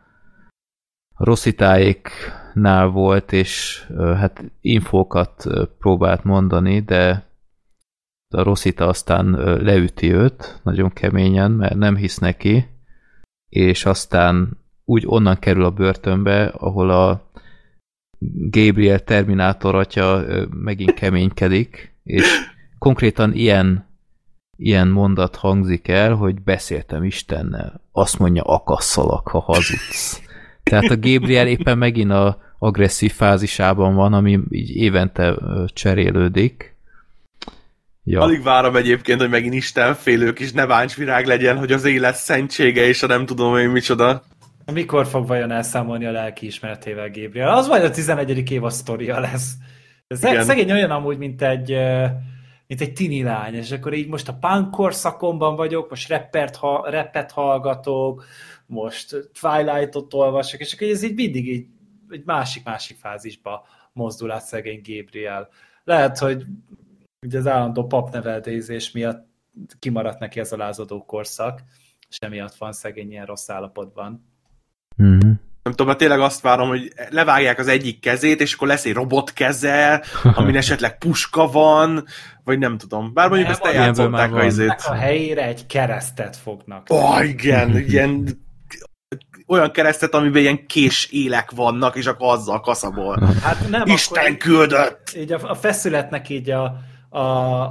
Rositáéknál volt, és ö, hát infókat ö, próbált mondani, de a Rosita aztán ö, leüti őt nagyon keményen, mert nem hisz neki, és aztán úgy onnan kerül a börtönbe, ahol a Gabriel Terminátor atya megint keménykedik, és konkrétan ilyen, ilyen mondat hangzik el, hogy beszéltem Istennel, azt mondja, akasszalak, ha hazudsz. Tehát a Gabriel éppen megint a agresszív fázisában van, ami így évente cserélődik. Ja. Alig várom egyébként, hogy megint istenfélő kis neváncsvirág legyen, hogy az élet szentsége, és a nem tudom én micsoda. Mikor fog vajon elszámolni a lelkiismeretével Gabriel? Az majd a tizenegyedik év a sztoria lesz. Ez szegény olyan amúgy, mint egy, mint egy tini lány, és akkor így most a punk korszakomban vagyok, most rappert, ha, rappet hallgatok, most Twilight-ot olvasok, és akkor ez így mindig így, egy másik-másik fázisba mozdul át szegény Gabriel. Lehet, hogy ugye az állandó papneveldézés miatt kimaradt neki ez a lázadó korszak, és emiatt van szegény ilyen rossz állapotban. Mm-hmm. Nem tudom, mert tényleg azt várom, hogy levágják az egyik kezét, és akkor lesz egy robotkeze, amin esetleg puska van, vagy nem tudom. Bár mondjuk ezt eljátszották a izét. A helyére egy keresztet fognak. Ó, oh, igen, ilyen olyan keresztet, amiben ilyen kés élek vannak, és akkor azzal kaszabol. Hát nem, Isten küldött! Így a, a feszületnek így a, a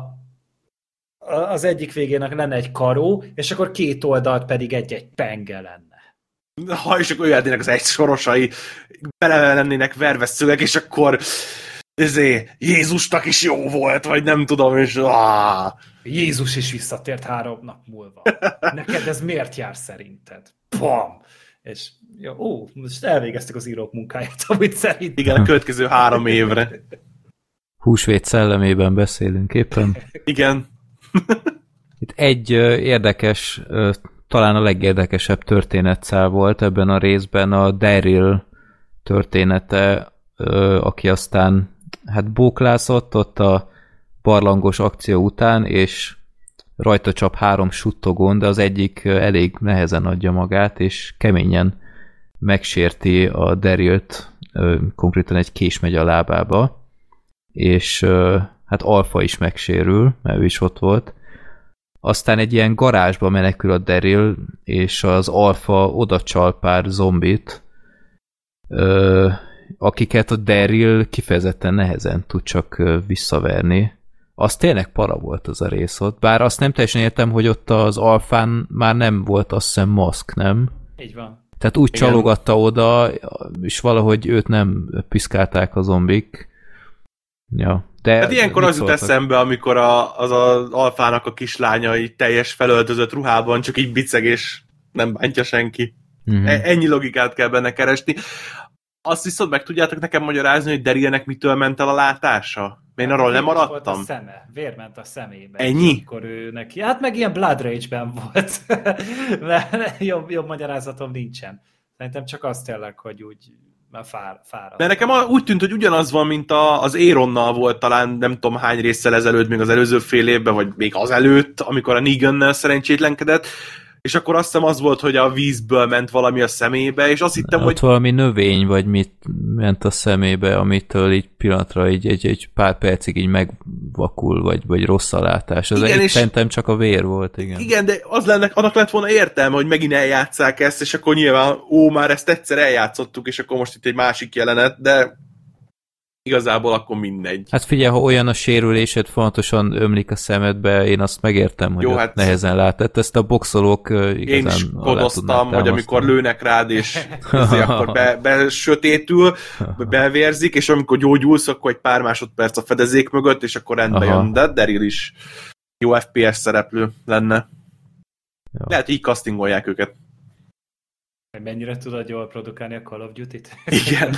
az egyik végének lenne egy karó, és akkor két oldalt pedig egy-egy penge lenne. Ha, és akkor jöhetnének az egy sorosai, bele lennének verve szögek, és akkor ezért Jézusnak is jó volt, vagy nem tudom, és áh. Jézus is visszatért három nap múlva. Neked ez miért jár szerinted? Pam! És jó, ó, most elvégeztek az írók munkáját, amit szerint. Igen, a következő három évre. Húsvét szellemében beszélünk éppen. Igen. Itt egy érdekes, talán a legérdekesebb történetszál volt ebben a részben a Daryl története, aki aztán hát bóklászott ott a barlangos akció után, és rajta csap három suttogón, de az egyik elég nehezen adja magát, és keményen megsérti a Darylt, konkrétan egy kés megy a lábába, és hát Alpha is megsérül, mert ő is ott volt. Aztán egy ilyen garázsba menekül a Daryl, és az Alpha oda csal pár zombit, ö, akiket a Daryl kifejezetten nehezen tud csak visszaverni. Az tényleg para volt az a rész ott, bár azt nem teljesen értem, hogy ott az Alphán már nem volt, azt hiszem, maszk, nem? Így van. Tehát úgy igen. Csalogatta oda, és valahogy őt nem piszkálták a zombik. Ja. De hát ilyenkor az jut eszembe, amikor a, az az Alfának a kislánya így teljes felöltözött ruhában csak így biceg, és nem bántja senki. Mm-hmm. Ennyi logikát kell benne keresni. Azt viszont meg tudjátok nekem magyarázni, hogy Darylnek mitől ment el a látása? Én arról nem Vérmes maradtam. volt a szeme, vér ment a szemébe. Ennyi? Akkor ő neki, hát meg ilyen Blood Rage-ben volt. Mert jobb, jobb magyarázatom nincsen. Szerintem csak az tényleg, hogy úgy már fár, fáradt. De nekem úgy tűnt, hogy ugyanaz van, mint a, az Aeronnal volt talán nem tudom hány résszel ezelőtt, még az előző fél évben, vagy még azelőtt, amikor a Negannel szerencsétlenkedett, és akkor azt hiszem az volt, hogy a vízből ment valami a szemébe, és azt hittem, ott hogy... valami növény, vagy mit ment a szemébe, amitől így pillanatra így egy, egy pár percig így megvakul, vagy, vagy rossz a látás. Az Igen, egy és... szerintem csak a vér volt, igen. Igen, de az lenne, annak lett volna értelme, hogy megint eljátsszák ezt, és akkor nyilván, ó, már ezt egyszer eljátszottuk, és akkor most itt egy másik jelenet, de igazából akkor mindegy. Hát figyelj, ha olyan a sérülésed, fontosan ömlik a szemedbe, én azt megértem, hogy jó, hát nehezen látett. Ezt a boxolók igazán én is kodoztam, hogy amikor lőnek rád, és ezért akkor be, be sötétül, bevérzik, és amikor gyógyulsz, akkor egy pár másodperc a fedezék mögött, és akkor rendbe Aha. jön. De Daryl is jó ef pé es szereplő lenne. Jó. Lehet, így castingolják őket. Mennyire tudod jól produkálni a Call of Duty-t? Igen.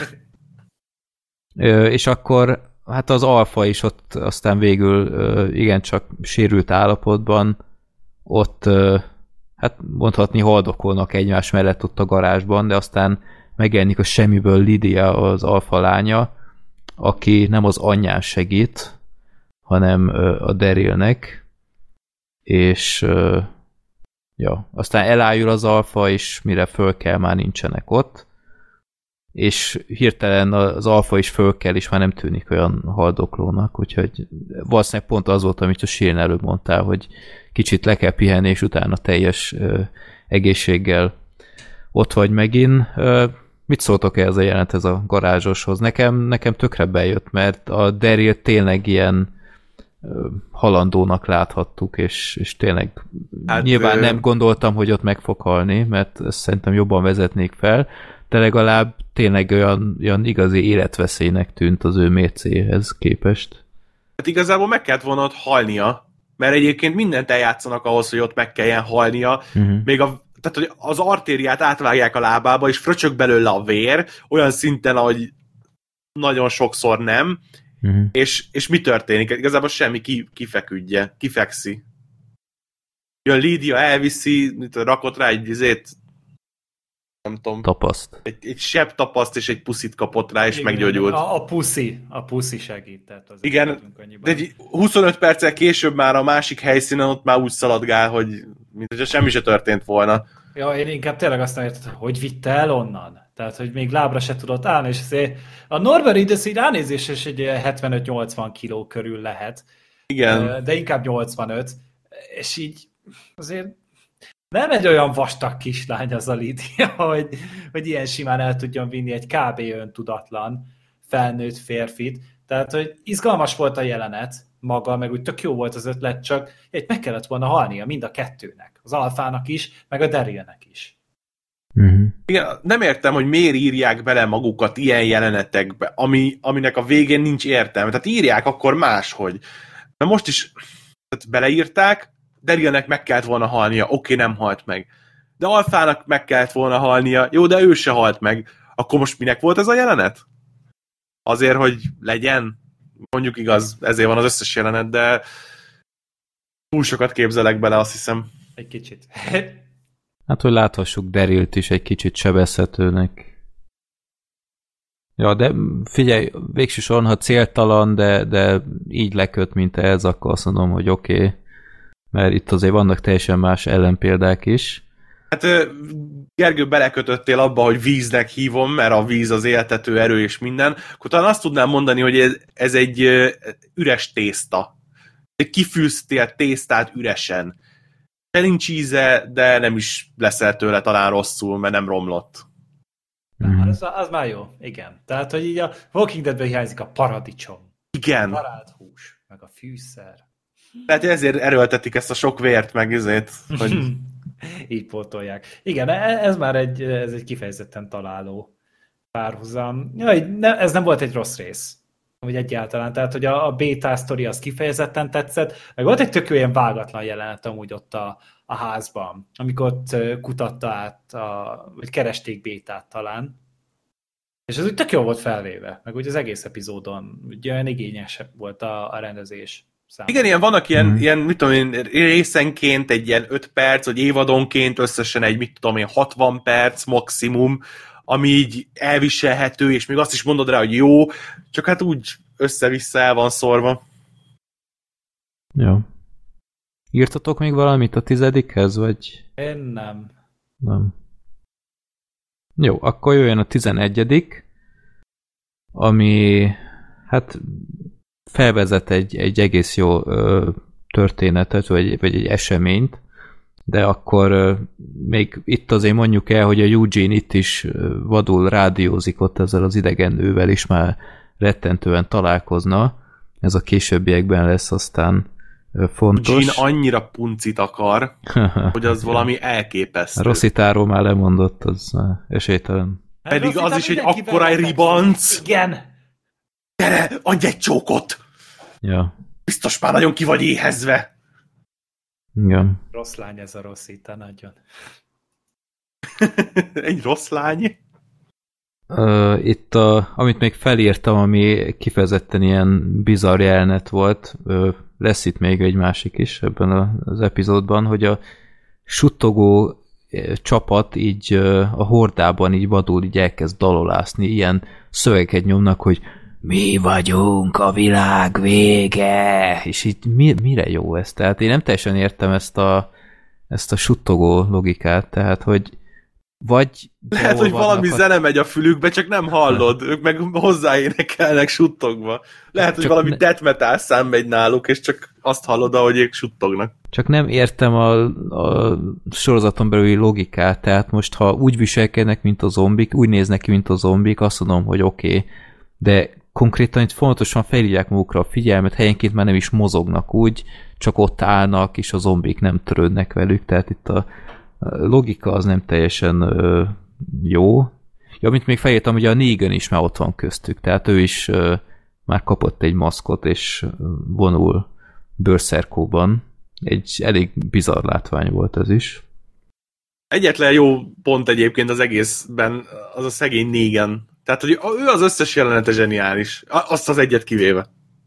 Ö, és akkor hát az alfa is ott aztán végül ö, igencsak sérült állapotban ott ö, hát mondhatni haldokolnak egymás mellett ott a garázsban, de aztán megjelenik a semmiből Lydia, az alfa lánya, aki nem az anyján segít, hanem ö, a Darylnek, és ö, ja, aztán elájul az alfa, és mire föl kell, már nincsenek ott, és hirtelen az alfa is föl kell, és már nem tűnik olyan haldoklónak, úgyhogy valószínűleg pont az volt, amit a Shirin előbb mondtál, hogy kicsit le kell pihenni, és utána teljes ö, egészséggel ott vagy megint. Ö, mit szóltok ehhez a jelenthez a garázsoshoz? Nekem, nekem tökre bejött, mert a Daryl tényleg ilyen ö, halandónak láthattuk, és, és tényleg hát, nyilván ö... nem gondoltam, hogy ott meg fog halni, mert ezt szerintem jobban vezetnék fel, de legalább tényleg olyan, olyan igazi életveszélynek tűnt az ő mércéhez képest. Hát igazából meg kellett volna ott halnia, mert egyébként mindent eljátszanak ahhoz, hogy ott meg kelljen halnia. Uh-huh. Még a, tehát, hogy az artériát átvágják a lábába, és fröcsög belőle a vér, olyan szinten, ahogy nagyon sokszor nem, uh-huh. és, és mi történik? Igazából semmi, ki, kifeküdje, kifekszi. Jön Lydia, elviszi, rakott rá egy izét, nem tudom. Tapaszt. Egy, egy sebb tapaszt és egy puszit kapott rá, és igen, meggyógyult. A, a puszi, a puszi segített. Az igen, de egy huszonöt perccel később már a másik helyszínen ott már úgy szaladgál, hogy mint hogyha semmi se történt volna. Ja, én inkább tényleg azt nem értettem, hogy vitte el onnan. Tehát, hogy még lábra se tudott állni, és azért a Norbert Reedus így ránézés is egy hetvenöt-nyolcvan kiló körül lehet. Igen. De inkább nyolcvanöt. És így azért nem egy olyan vastag kislány az a Lydia, hogy, hogy ilyen simán el tudjon vinni egy kb. Öntudatlan felnőtt férfit. Tehát, hogy izgalmas volt a jelenet maga, meg úgy tök jó volt az ötlet, csak egy meg kellett volna halnia mind a kettőnek. Az alfának is, meg a Darylnek is. Uh-huh. Igen, nem értem, hogy miért írják bele magukat ilyen jelenetekbe, ami, aminek a végén nincs értelme. Tehát írják akkor máshogy. De most is tehát beleírták, Darylnek meg kellett volna halnia, oké, nem halt meg. De Alfának meg kellett volna halnia, jó, de ő se halt meg. Akkor most minek volt ez a jelenet? Azért, hogy legyen? Mondjuk igaz, ezért van az összes jelenet, de túl sokat képzelek bele, azt hiszem. Egy kicsit. Hát, hogy láthassuk Darylt is egy kicsit sebezhetőnek. Ja, de figyelj, végső soron, ha céltalan, de, de így leköt, mint ez, akkor azt mondom, hogy oké. Okay. Mert itt azért vannak teljesen más ellenpéldák is. Hát Gergő, belekötöttél abba, hogy víznek hívom, mert a víz az éltető erő és minden, akkor talán azt tudnám mondani, hogy ez, ez egy üres tészta. Kifűztél tésztát üresen. De nincs íze, de nem is leszel tőle talán rosszul, mert nem romlott. Mm. Az, az már jó, igen. Tehát, hogy így a Walking Deadből hiányzik a paradicsom. Igen. A darált hús, meg a fűszer. Tehát ezért erőltetik ezt a sok vért, meg ezért, hogy... így pótolják. Igen, ez már egy, ez egy kifejezetten találó párhuzam. Ja, ne, ez nem volt egy rossz rész. Úgy egyáltalán. Tehát, hogy a, a beta sztori az kifejezetten tetszett. Meg volt egy tök olyan vágatlan jelenet amúgy ott a, a házban, amikor ott kutatta át, a, vagy keresték bétát talán. És ez úgy tök jó volt felvéve, meg úgy az egész epizódon úgy olyan igényesebb volt a, a rendezés számomra. Igen, ilyen vannak ilyen, mm. ilyen, mit tudom én, részenként egy ilyen öt perc, vagy évadonként összesen egy, mit tudom én, hatvan perc maximum, ami így elviselhető, és még azt is mondod rá, hogy jó, csak hát úgy össze-vissza el van szórva. Jó. Írtatok még valamit a tizedikhez, vagy? Én nem. Nem. Jó, akkor jöjjön a tizenegyedik, ami hát felvezet egy, egy egész jó ö, történetet, vagy, vagy egy eseményt, de akkor ö, még itt azért mondjuk el, hogy a Eugene itt is ö, vadul rádiózik ott ezzel az idegen nővel, és már rettentően találkozna. Ez a későbbiekben lesz aztán ö, fontos. Gene annyira puncit akar, hogy az valami elképesztő. A Rossitáról már lemondott, az esélytelen. Pedig az is egy akkora ribanc. Igen. Gyere, adj egy csókot! Ja. Biztos már nagyon ki vagy éhezve. Igen. Rossz lány ez a Rossita, nagyon. Egy rossz lány? Uh, itt, a, amit még felírtam, ami kifejezetten ilyen bizarr jelenet volt, uh, lesz itt még egy másik is ebben az epizódban, hogy a suttogó csapat így uh, a hordában így vadul így elkezd dalolászni, ilyen szövegeket nyomnak, hogy mi vagyunk a világ vége, és így mi, mire jó ez? Tehát én nem teljesen értem ezt a, ezt a suttogó logikát, tehát hogy vagy... Lehet, hogy valami a... zene megy a fülükbe, csak nem hallod, ők meg hozzáénekelnek suttogva. Lehet, hogy valami ne... death metal szám megy náluk, és csak azt hallod, ahogy ők suttognak. Csak nem értem a, a sorozaton belüli logikát, tehát most ha úgy viselkednek, mint a zombik, úgy néznek ki, mint a zombik, azt mondom, hogy oké, okay, de konkrétan itt fontosan felhívják magukra a figyelmet, helyenként már nem is mozognak úgy, csak ott állnak, és a zombik nem törődnek velük, tehát itt a logika az nem teljesen ö, jó. Ja, amit még felírtam, hogy a Negan is már ott van köztük, tehát ő is ö, már kapott egy maszkot, és vonul bőrszerkóban. Egy elég bizarr látvány volt ez is. Egyetlen jó pont egyébként az egészben az a szegény Negan. Tehát, hogy ő az összes jelenete zseniális. Azt az egyet kivéve.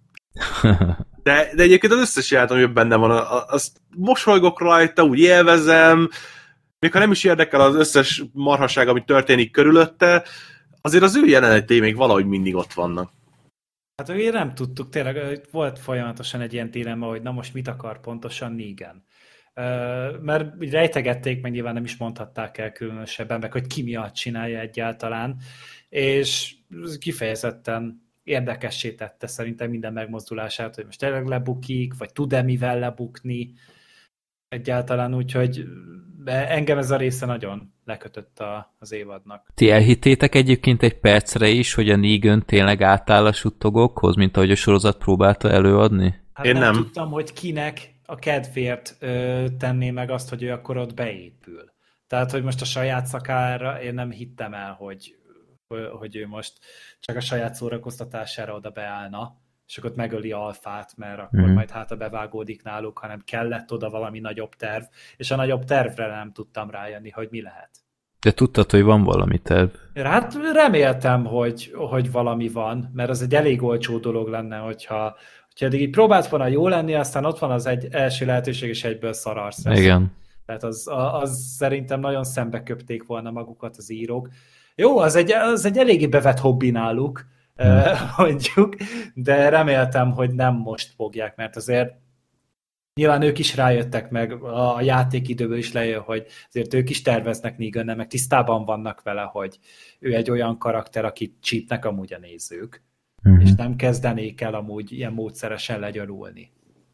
De, de egyébként az összes jelenet, ami benne van, azt mosolygok rajta, úgy élvezem, még ha nem is érdekel az összes marhaság, ami történik körülötte, azért az ő jelenetei még valahogy mindig ott vannak. Hát ugye nem tudtuk, tényleg volt folyamatosan egy ilyen dilemma, hogy na most mit akar pontosan Negan. Mert rejtegették, meg nyilván nem is mondhatták el különösebben, meg hogy ki miatt csinálja egyáltalán, és kifejezetten érdekessé tette szerintem minden megmozdulását, hogy most tényleg lebukik, vagy tud-e mivel lebukni egyáltalán, úgyhogy engem ez a része nagyon lekötött a, az évadnak. Ti elhittétek egyébként egy percre is, hogy a Negan tényleg átáll a suttogókhoz, mint ahogy a sorozat próbálta előadni? Hát Én nem, nem tudtam, hogy kinek a kedvéért ö, tenné meg azt, hogy ő akkor ott beépül. Tehát, hogy most a saját szakára én nem hittem el, hogy, hogy ő most csak a saját szórakoztatására oda beállna, és akkor ott megöli Alfát, mert akkor mm. majd hát a bevágódik náluk, hanem kellett oda valami nagyobb terv, és a nagyobb tervre nem tudtam rájönni, hogy mi lehet. De tudtad, hogy van valami terv? Hát reméltem, hogy, hogy valami van, mert az egy elég olcsó dolog lenne, hogyha, hogyha eddig így próbált volna jó lenni, aztán ott van az egy első lehetőség, és egyből szararsz. Igen. Tehát az, az szerintem nagyon szembe köpték volna magukat az írók. Jó, az egy, az egy eléggé bevett hobbi náluk, hmm. mondjuk, de reméltem, hogy nem most fogják, mert azért nyilván ők is rájöttek, meg a játékidőből is lejön, hogy azért ők is terveznek Negan-nel, meg tisztában vannak vele, hogy ő egy olyan karakter, akit csípnek amúgy a nézők, hmm. és nem kezdenék el amúgy ilyen módszeresen legyarulni.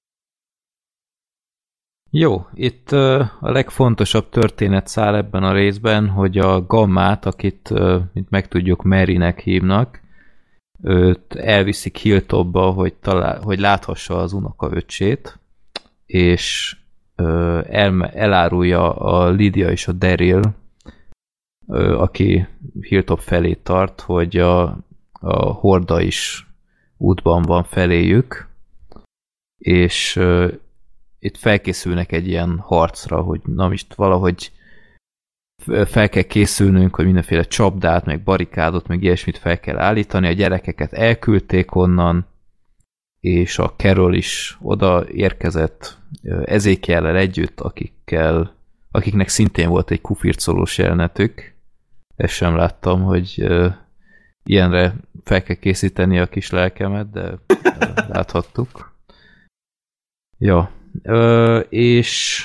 Jó, itt uh, a legfontosabb történet száll ebben a részben, hogy a Gammát, akit uh, itt megtudjuk Marynek hívnak, őt elviszik Hilltopba, hogy, talál, hogy láthassa az unokaöccsét, és uh, el, elárulja a Lydia és a Daryl, uh, aki Hilltop felé tart, hogy a, a Horda is útban van feléjük, és uh, itt felkészülnek egy ilyen harcra, hogy na most valahogy fel kell készülnünk, hogy mindenféle csapdát, meg barikádot, meg ilyesmit fel kell állítani, a gyerekeket elküldték onnan, és a Carol is oda érkezett Ezekiellel együtt, akikkel, akiknek szintén volt egy kufircolós jelenetük. Ezt sem láttam, hogy uh, ilyenre fel kell készíteni a kis lelkemet, de uh, láthattuk. Ja, uh, és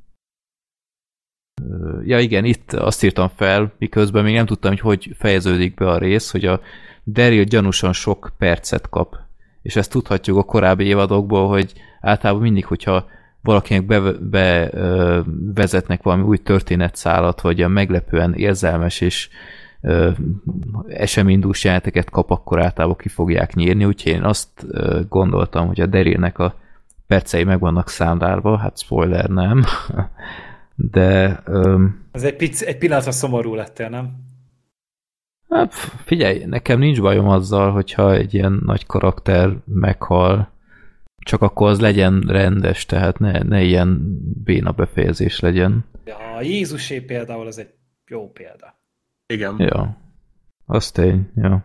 uh, ja igen, itt azt írtam fel, miközben még nem tudtam, hogy hogy fejeződik be a rész, hogy a Daryl gyanúsan sok percet kap. És ezt tudhatjuk a korábbi évadokból, hogy általában mindig, hogyha valakinek bevezetnek be, valami új történetszálat, vagy olyan meglepően érzelmes és ö, eseménydús jeleneteket kap, akkor általában ki fogják nyírni, úgyhogy én azt ö, gondoltam, hogy a Darylnek a percei meg vannak számlálva, hát spoiler nem, de... Ö, Ez egy, pic, egy pillanatra szomorú lettél, nem? Hát figyelj, nekem nincs bajom azzal, hogyha egy ilyen nagy karakter meghal, csak akkor az legyen rendes, tehát ne, ne ilyen béna befejezés legyen. Ja, a Jézusé például az egy jó példa. Igen. Ja, az tény, ja.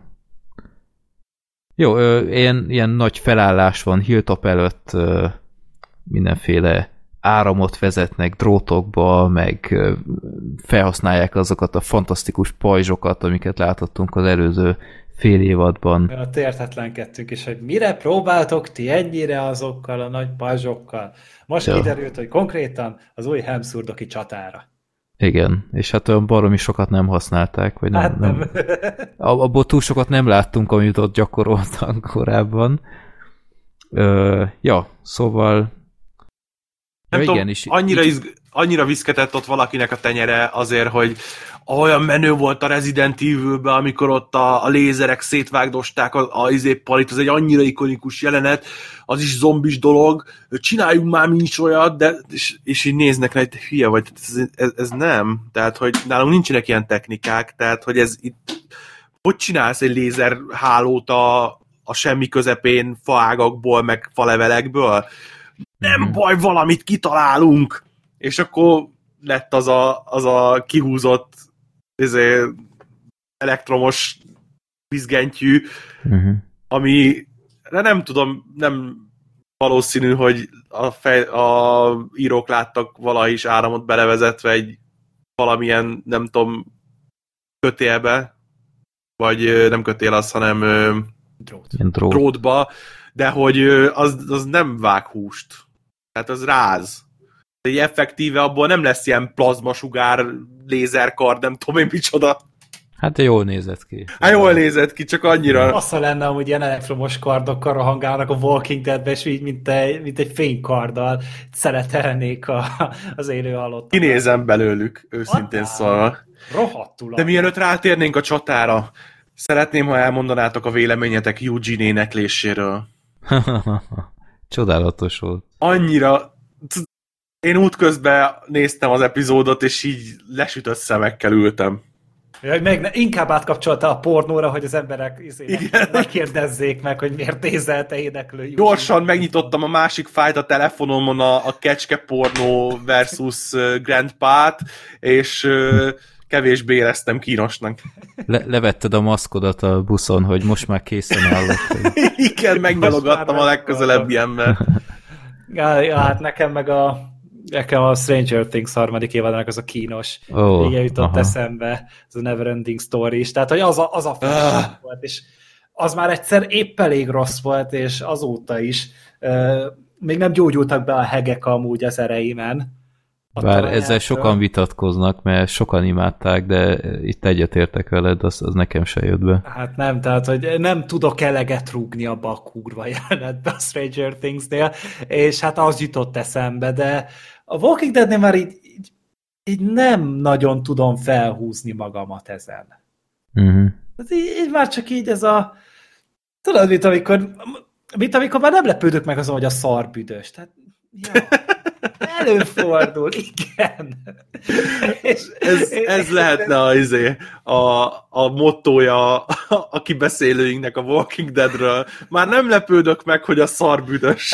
Jó, ö, ilyen, ilyen nagy felállás van Hilltop előtt, ö, mindenféle áramot vezetnek drótokba, meg ö, felhasználják azokat a fantasztikus pajzsokat, amiket láthattunk az előző fél évadban. A értetlenkedtünk is, hogy mire próbáltok ti ennyire azokkal a nagy pajzsokkal. Most ja. kiderült, hogy konkrétan az új Hemszurdoki csatára. Igen, és hát olyan baromi sokat nem használták, vagy nem, hát nem. nem. Abból túl sokat nem láttunk, amit ott gyakoroltak korábban. Ö, ja, szóval nem ja, tudom, igen, és annyira, így... izg, annyira viszketett ott valakinek a tenyere azért, hogy olyan menő volt a Resident Evil-ben, amikor ott a, a lézerek szétvágdosták a, a izépalit, az egy annyira ikonikus jelenet, az is zombis dolog, csináljunk már mi is olyat, de, és, és így néznek rá, hogy hülye vagy, ez, ez, ez nem, tehát, hogy nálunk nincsenek ilyen technikák, tehát, hogy ez itt, hogy csinálsz egy lézerhálót a, a semmi közepén faágakból, meg falevelekből? Nem mm. baj, valamit kitalálunk! És akkor lett az a, az a kihúzott ezért, elektromos vízgentyű, uh-huh. ami de nem tudom, nem valószínű, hogy a, fej, a írók láttak valahogy is áramot belevezetve egy valamilyen, nem tudom, kötélbe, vagy nem kötél az, hanem Drót. Drót. drótba, de hogy az, az nem vág húst. Tehát az ráz. Egy effektíve abból nem lesz ilyen plazmasugár, lézerkard, nem tudom én micsoda. Hát jól nézett ki. Hát jól nézett ki, csak annyira... Assza lenne, hogy ilyen elektromos kardokkal rohangálnak a Walking Deadbe, és így, mint egy, mint egy fénykarddal szeretelnék a, az élő halottat. Kinézem belőlük, őszintén Adán. Szólva. Rohadtul. De mielőtt rátérnénk a csatára, szeretném, ha elmondanátok a véleményetek Eugene énekléséről. Csodálatos volt. Annyira... Én útközben néztem az epizódot, és így lesütött szemekkel ültem. Ja, meg inkább átkapcsolta a pornóra, hogy az emberek megkérdezzék meg, hogy miért nézelte éneklő. Gyorsan megnyitottam a másik fájt a telefonomon, a, a kecske pornó versus Grandpa-t, és kevésbé éreztem kínosnak. Le- levetted a maszkodat a buszon, hogy most már készen állok. Igen, megnyalogattam a legközelebbi ember. Ja, ja, hát nekem meg a nekem a Stranger Things harmadik évadának az a kínos. Oh, igen, jutott aha. eszembe, ez a Neverending Story is. Tehát, hogy az a, az a uh. volt, és az már egyszer épp elég rossz volt, és azóta is uh, még nem gyógyultak be a hegek amúgy az ereimen. Bár ezzel sokan vitatkoznak, mert sokan imádták, de itt egyetértek veled, az, az nekem se jött be. Hát nem, tehát, hogy nem tudok eleget rúgni abba a kurva jelenetbe a Stranger Things-nél, és hát az jutott eszembe, de a Walking Deadnél már így, így, így nem nagyon tudom felhúzni magamat ezen. Uh-huh. Így, így már csak így ez a... Tudod, mint amikor, mint amikor már nem lepődök meg azon, hogy a szar büdös. Tehát, ja, előfordul, igen. És, ez, ez lehetne a, izé, a, a mottója a kibeszélőinknek a Walking Deadről. Már nem lepődök meg, hogy a szar büdös.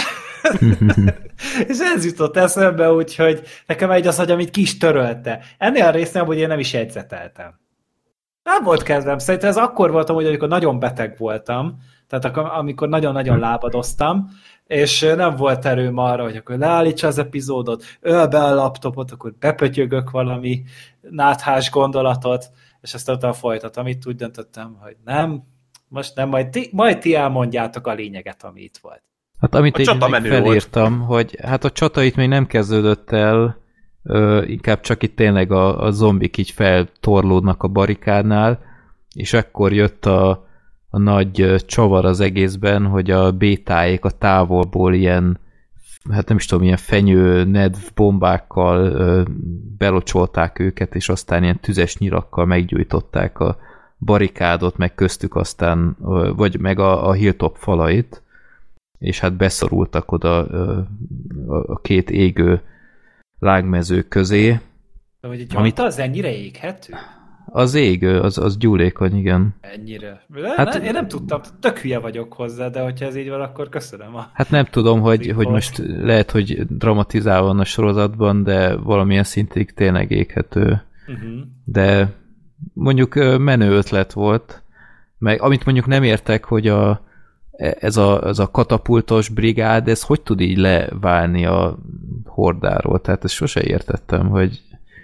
És ez jutott eszembe, úgyhogy nekem egy az, hogy amit ki is törölte. Ennél a résznél, hogy én nem is jegyzeteltem. Nem volt kedvem. Szerintem ez akkor voltam, hogy amikor nagyon beteg voltam, tehát amikor nagyon-nagyon lábadoztam, és nem volt erőm arra, hogy akkor leállítsa az epizódot, öl be a laptopot, akkor bepötyögök valami náthás gondolatot, és ezt utána folytatom. Itt úgy döntöttem, hogy nem, most nem, majd ti, majd ti elmondjátok a lényeget, ami itt volt. Hát amit én felírtam, volt. Hogy hát a csata itt még nem kezdődött el, ö, inkább csak itt tényleg a, a zombik így feltorlódnak a barikádnál, és ekkor jött a, a nagy csavar az egészben, hogy a bétáék a távolból ilyen, hát nem is tudom, ilyen fenyő, nedv bombákkal ö, belocsolták őket, és aztán ilyen tüzes nyirakkal meggyújtották a barikádot, meg köztük aztán, ö, vagy meg a, a hilltop falait, és hát beszorultak oda ö, a két égő lágmező közé. De hogy egy amit... az ennyire éghető? Az égő, az, az gyúlékony, igen. Ennyire? Hát, ne, én nem tudtam, tök hülye vagyok hozzá, de hogyha ez így van, akkor köszönöm. A... Hát nem tudom, hogy, hogy most lehet, hogy dramatizálva van a sorozatban, de valamilyen szintig tényleg éghető. Uh-huh. De mondjuk menő ötlet volt, meg amit mondjuk nem értek, hogy a Ez a, ez a katapultos brigád, ez hogy tud így leválni a hordáról? Tehát ezt sose értettem, hogy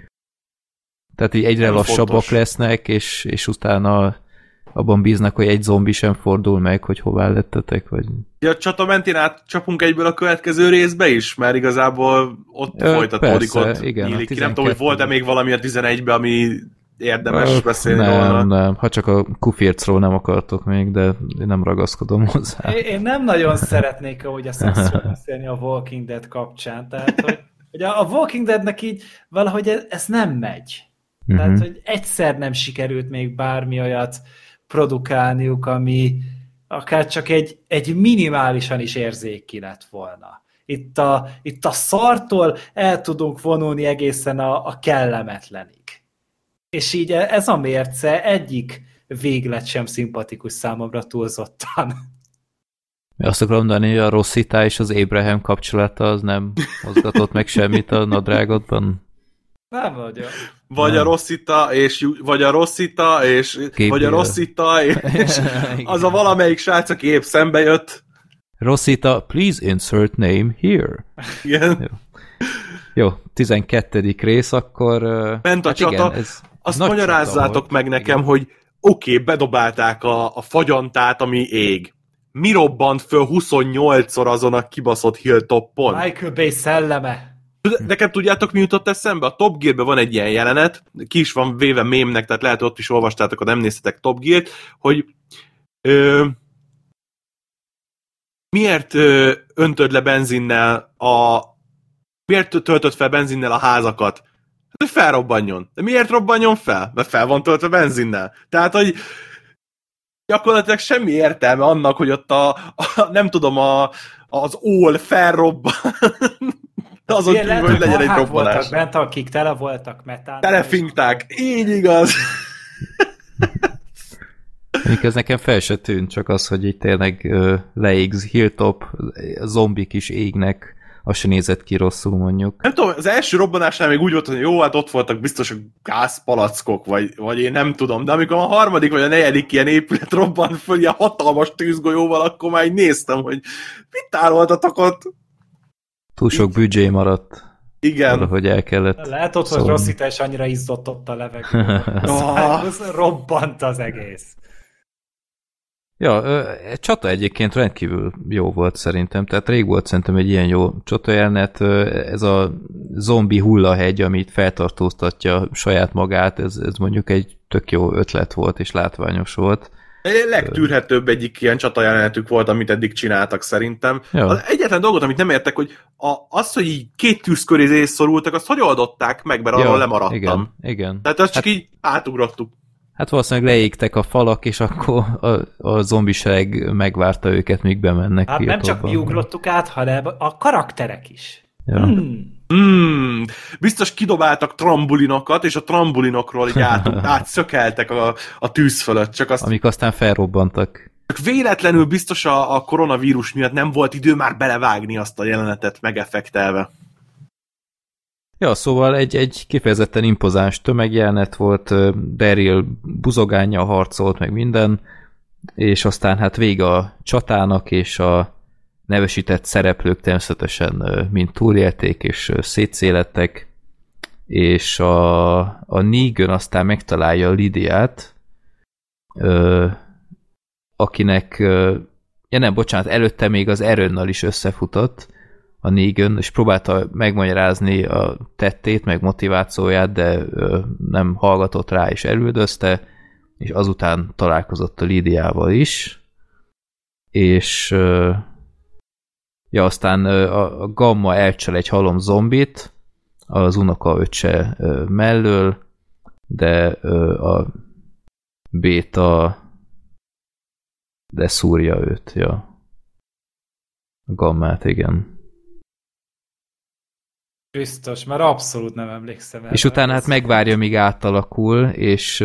tehát így egyre nem lassabbak fontos. Lesznek, és, és utána abban bíznak, hogy egy zombi sem fordul meg, hogy hová lettetek, vagy... Ja, a csata mentén átcsapunk egyből a következő részbe is, mert igazából ott Ö, folytatódik, persze, ott igen, nyílik ki. Nem tudom, hogy volt-e még valami a tizenegyben, ami érdemes Ö, beszélni nem, volna. Nem, ha csak a kufircról nem akartok még, de én nem ragaszkodom hozzá. Én, én nem nagyon szeretnék ahogy a szexről beszélni a Walking Dead kapcsán, tehát hogy, hogy a Walking Deadnek így valahogy ez, ez nem megy. Tehát, uh-huh. hogy egyszer nem sikerült még bármi olyat produkálniuk, ami akár csak egy, egy minimálisan is érzéki lett volna. Itt a, itt a szartól el tudunk vonulni egészen a, a kellemetlenig. És így ez a mérce egyik véglet sem szimpatikus számomra túlzottan. Azt akarom mondani, hogy a Rossita és az Abraham kapcsolata az nem mozgatott meg semmit a nadrágodban? Nem vagyok. Vagy nem. a Rossita, és vagy a Rossita, és Képből. vagy a Rossita, és az a valamelyik srác, aki épp szembe jött. Rossita, please insert name here. Igen. Jó, Jó tizenkettedik rész, akkor... Ment a hát csata. Igen, ez azt magyarázzátok meg nekem, igen. hogy oké, okay, bedobálták a, a fagyantát, ami ég. Mi robbant föl huszonnyolcszor azon a kibaszott hilltoppon? Michael Bay szelleme. Nekem tudjátok, mi jutott eszembe? A Top Gear-ben van egy ilyen jelenet, ki is van véve mémnek, tehát lehet, hogy ott is olvastátok, ha nem néztetek Top Gear-t, hogy ö, miért ö, öntöd le benzinnel a miért töltöd fel benzinnel a házakat? Hát, hogy felrobbanjon. De miért robbanjon fel? Mert fel van töltve benzinnel. Tehát, hogy gyakorlatilag semmi értelme annak, hogy ott a, a nem tudom, a, az ól felrobban. Azon kívül, hogy legyen egy robbanás. Voltak bent, akik tele voltak metán. Telefinkták. Így igaz. Mondjuk ez nekem fel se tűnt, csak az, hogy itt tényleg uh, leégz Hilltop, zombik is égnek, az se nézett ki rosszul, mondjuk. Nem tudom, az első robbanásnál még úgy volt, hogy jó, hát ott voltak biztos a gázpalackok, vagy, vagy én nem tudom, de amikor a harmadik vagy a negyedik ilyen épület robban föl, ilyen hatalmas tűzgolyóval, akkor már így néztem, hogy mit tároltatok ott? Túl sok büdzsé maradt. Igen. Hogy el kellett. Lehet ott, hogy Rossita is annyira izzott ott a levegőben. Robbant az egész. Ja, a csata egyébként rendkívül jó volt szerintem, tehát rég volt szerintem egy ilyen jó csatajelnet, ez a zombi hullahegy, amit feltartóztatja saját magát, ez, ez mondjuk egy tök jó ötlet volt, és látványos volt. Egy legtűrhetőbb egyik ilyen csatajelenetük volt, amit eddig csináltak szerintem. Ja. Az egyetlen dolgot, amit nem értek, hogy a, az, hogy így két tűz köré szorultak, azt hogy oldották meg, mert ja, arról lemaradtam. Igen, igen. Tehát azt csak hát, így átugrottuk. Hát valószínűleg leégtek a falak, és akkor a, a zombiság megvárta őket, míg bemennek. Hát nem csak mi ugrottuk át, hanem a karakterek is. Ja. Hmm. Hmm. Biztos kidobáltak trambulinokat, és a trambulinokról így át, átszökeltek a, a tűz fölött. Csak azt... Amik aztán felrobbantak. Csak véletlenül biztos a, a koronavírus miatt nem volt idő már belevágni azt a jelenetet megeffektelve. Ja, szóval egy, egy kifejezetten impozáns tömegjelenet volt, Daryl buzogánnyal harcolt, meg minden, és aztán hát vége a csatának, és a nevesített szereplők természetesen mind túlélték, és szétszélettek, és a, a Negan aztán megtalálja a Lidiát, ö, akinek, ö, ja nem, bocsánat, előtte még az Erönnal is összefutott a Negan, és próbálta megmagyarázni a tettét, meg motivációját, de ö, nem hallgatott rá, és elüldözte, és azután találkozott a Lidiával is, és ö, ja, aztán ö, a Gamma elcsel egy halom zombit az unokaöccse mellől, de ö, a Béta de szúrja őt, ja. A Gammát, igen. Biztos, mert abszolút nem emlékszem el. És utána hát megvárja, míg átalakul, és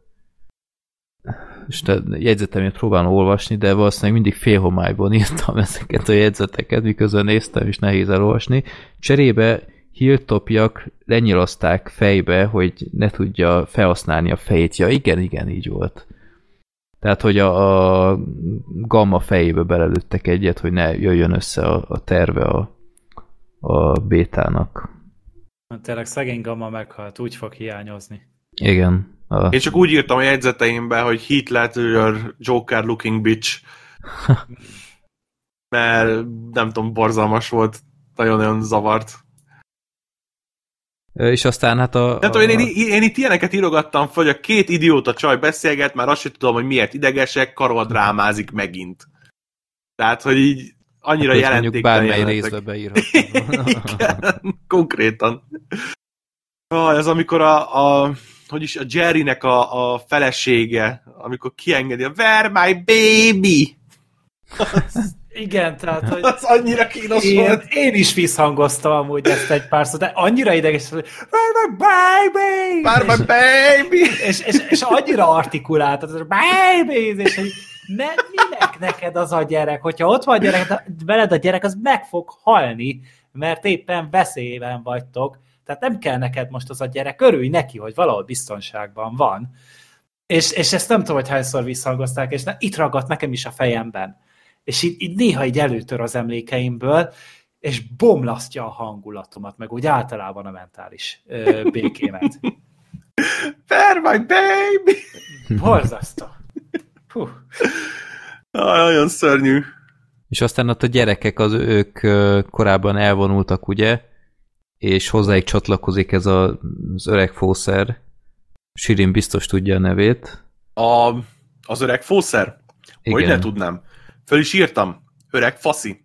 és jegyzetemét próbálom olvasni, de valószínűleg mindig félhomályban írtam ezeket a jegyzeteket, miközben néztem, és nehéz elolvasni. Cserébe Hilltopjak lenyilazták fejbe, hogy ne tudja felhasználni a fejét. Ja, igen, igen, így volt. Tehát, hogy a, a Gamma fejébe belelőttek egyet, hogy ne jöjjön össze a, a terve a, a Bétának. Tényleg szegény Gamma meghalt, úgy fog hiányozni. Igen. A... Én csak úgy írtam a jegyzeteimbe, hogy Heath Ledger Joker looking bitch. Mert nem tudom, borzalmas volt. Nagyon-nagyon zavart. És aztán hát a... Nem tudom, én, én, én itt ilyeneket írogattam fel, hogy a két idióta csaj beszélget, már azt sem tudom, hogy miért idegesek, Karol drámázik megint. Tehát, hogy így annyira hát jelentéktelen bármely jelentek. részbe beírhatom. Igen, konkrétan. Ah, ez amikor a, a hogy is a Jerrynek a, a felesége, amikor kiengedi a Where my baby? Az, igen, tehát, hogy az annyira kínos én, volt. Én is visszhangoztam amúgy ezt egy párszor, de annyira ideges, hogy Where my baby? Where my baby? És, és, és annyira artikulált, az baby, és hogy ne, minek neked az a gyerek? Hogyha ott van a gyerek, veled a gyerek, az meg fog halni, mert éppen veszélyben vagytok. Tehát nem kell neked most az a gyerek, örülj neki, hogy valahol biztonságban van. És, és ezt nem tudom, hogy hányszor visszhangozták, és ne, itt ragadt nekem is a fejemben. És így, így néha így előtör az emlékeimből, és bomlasztja a hangulatomat, meg úgy általában a mentális ö, békémet. Where my baby? Borzasztó. Hú. Ah, nagyon szörnyű. És aztán ott a gyerekek, az ők korábban elvonultak, ugye, és hozzáig csatlakozik ez a, az öreg fószer. Sirin biztos tudja a nevét. A, az öreg fószer? Igen. Hogy ne tudnám. Föl is írtam. Öreg faszi.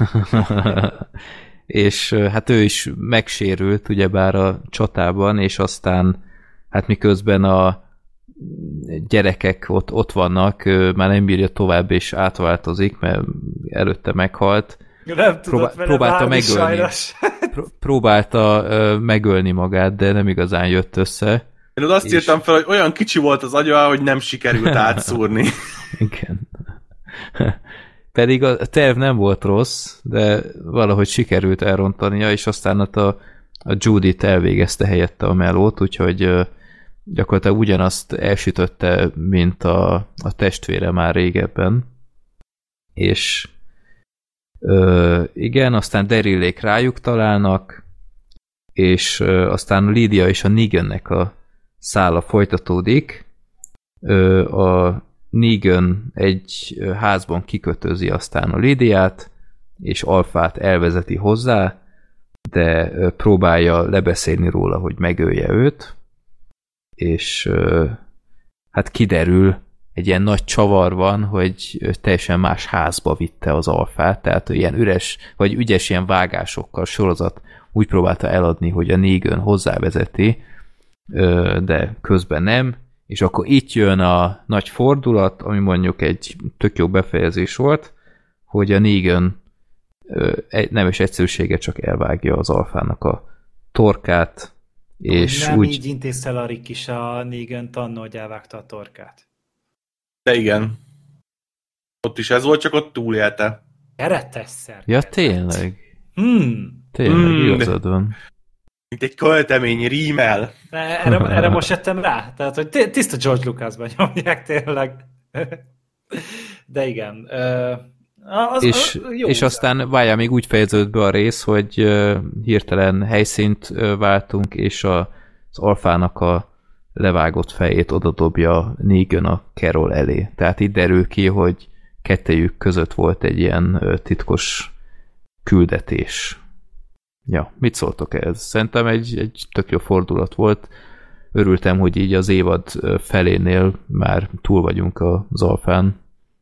És hát ő is megsérült, ugyebár a csatában, és aztán hát miközben a gyerekek ott, ott vannak, már nem bírja tovább, és átváltozik, mert előtte meghalt. Nem Próbál, próbálta megölni. Pró- próbálta uh, megölni magát, de nem igazán jött össze. Én oda azt és... írtam fel, hogy olyan kicsi volt az agya, hogy nem sikerült átszúrni. Igen. Pedig a terv nem volt rossz, de valahogy sikerült elrontania, és aztán a, a Judith elvégezte helyette a melót, úgyhogy uh, gyakorlatilag ugyanazt elsütötte, mint a, a testvére már régebben. És Ö, igen, aztán Darylék rájuk találnak, és ö, aztán a Lydia és a Negannek a szála folytatódik. Ö, a Negan egy házban kikötözi aztán a Lydiát, és Alfát elvezeti hozzá, de ö, próbálja lebeszélni róla, hogy megölje őt, és ö, hát kiderül, egy ilyen nagy csavar van, hogy teljesen más házba vitte az Alfát, tehát ilyen üres, vagy ügyes ilyen vágásokkal sorozat úgy próbálta eladni, hogy a Negan hozzávezeti, de közben nem, és akkor itt jön a nagy fordulat, ami mondjuk egy tök jó befejezés volt, hogy a Negan nem is egyszerűsége, csak elvágja az Alfának a torkát, és nem úgy... így intézte a Rick is a Negan-t annó, hogy elvágta a torkát. De igen. Ott is ez volt, csak ott túlélte. Keretes szerkezet. Ja, tényleg. Hmm. Tényleg, Hmm. igazad van. Mint egy költemény, rímel. Erre, erre most jöttem rá. Tehát, hogy tiszta George Lucasban nyomják tényleg. De igen. Az, és, az jó és aztán várjál, még úgy fejeződött be a rész, hogy uh, hirtelen helyszínt uh, váltunk, és a, az alfának a levágott fejét odadobja Negan a Carol elé. Tehát itt derül ki, hogy kettejük között volt egy ilyen uh, titkos küldetés. Ja, mit szóltok ehhez? Szerintem egy, egy tök jó fordulat volt. Örültem, hogy így az évad felénél már túl vagyunk az alfán.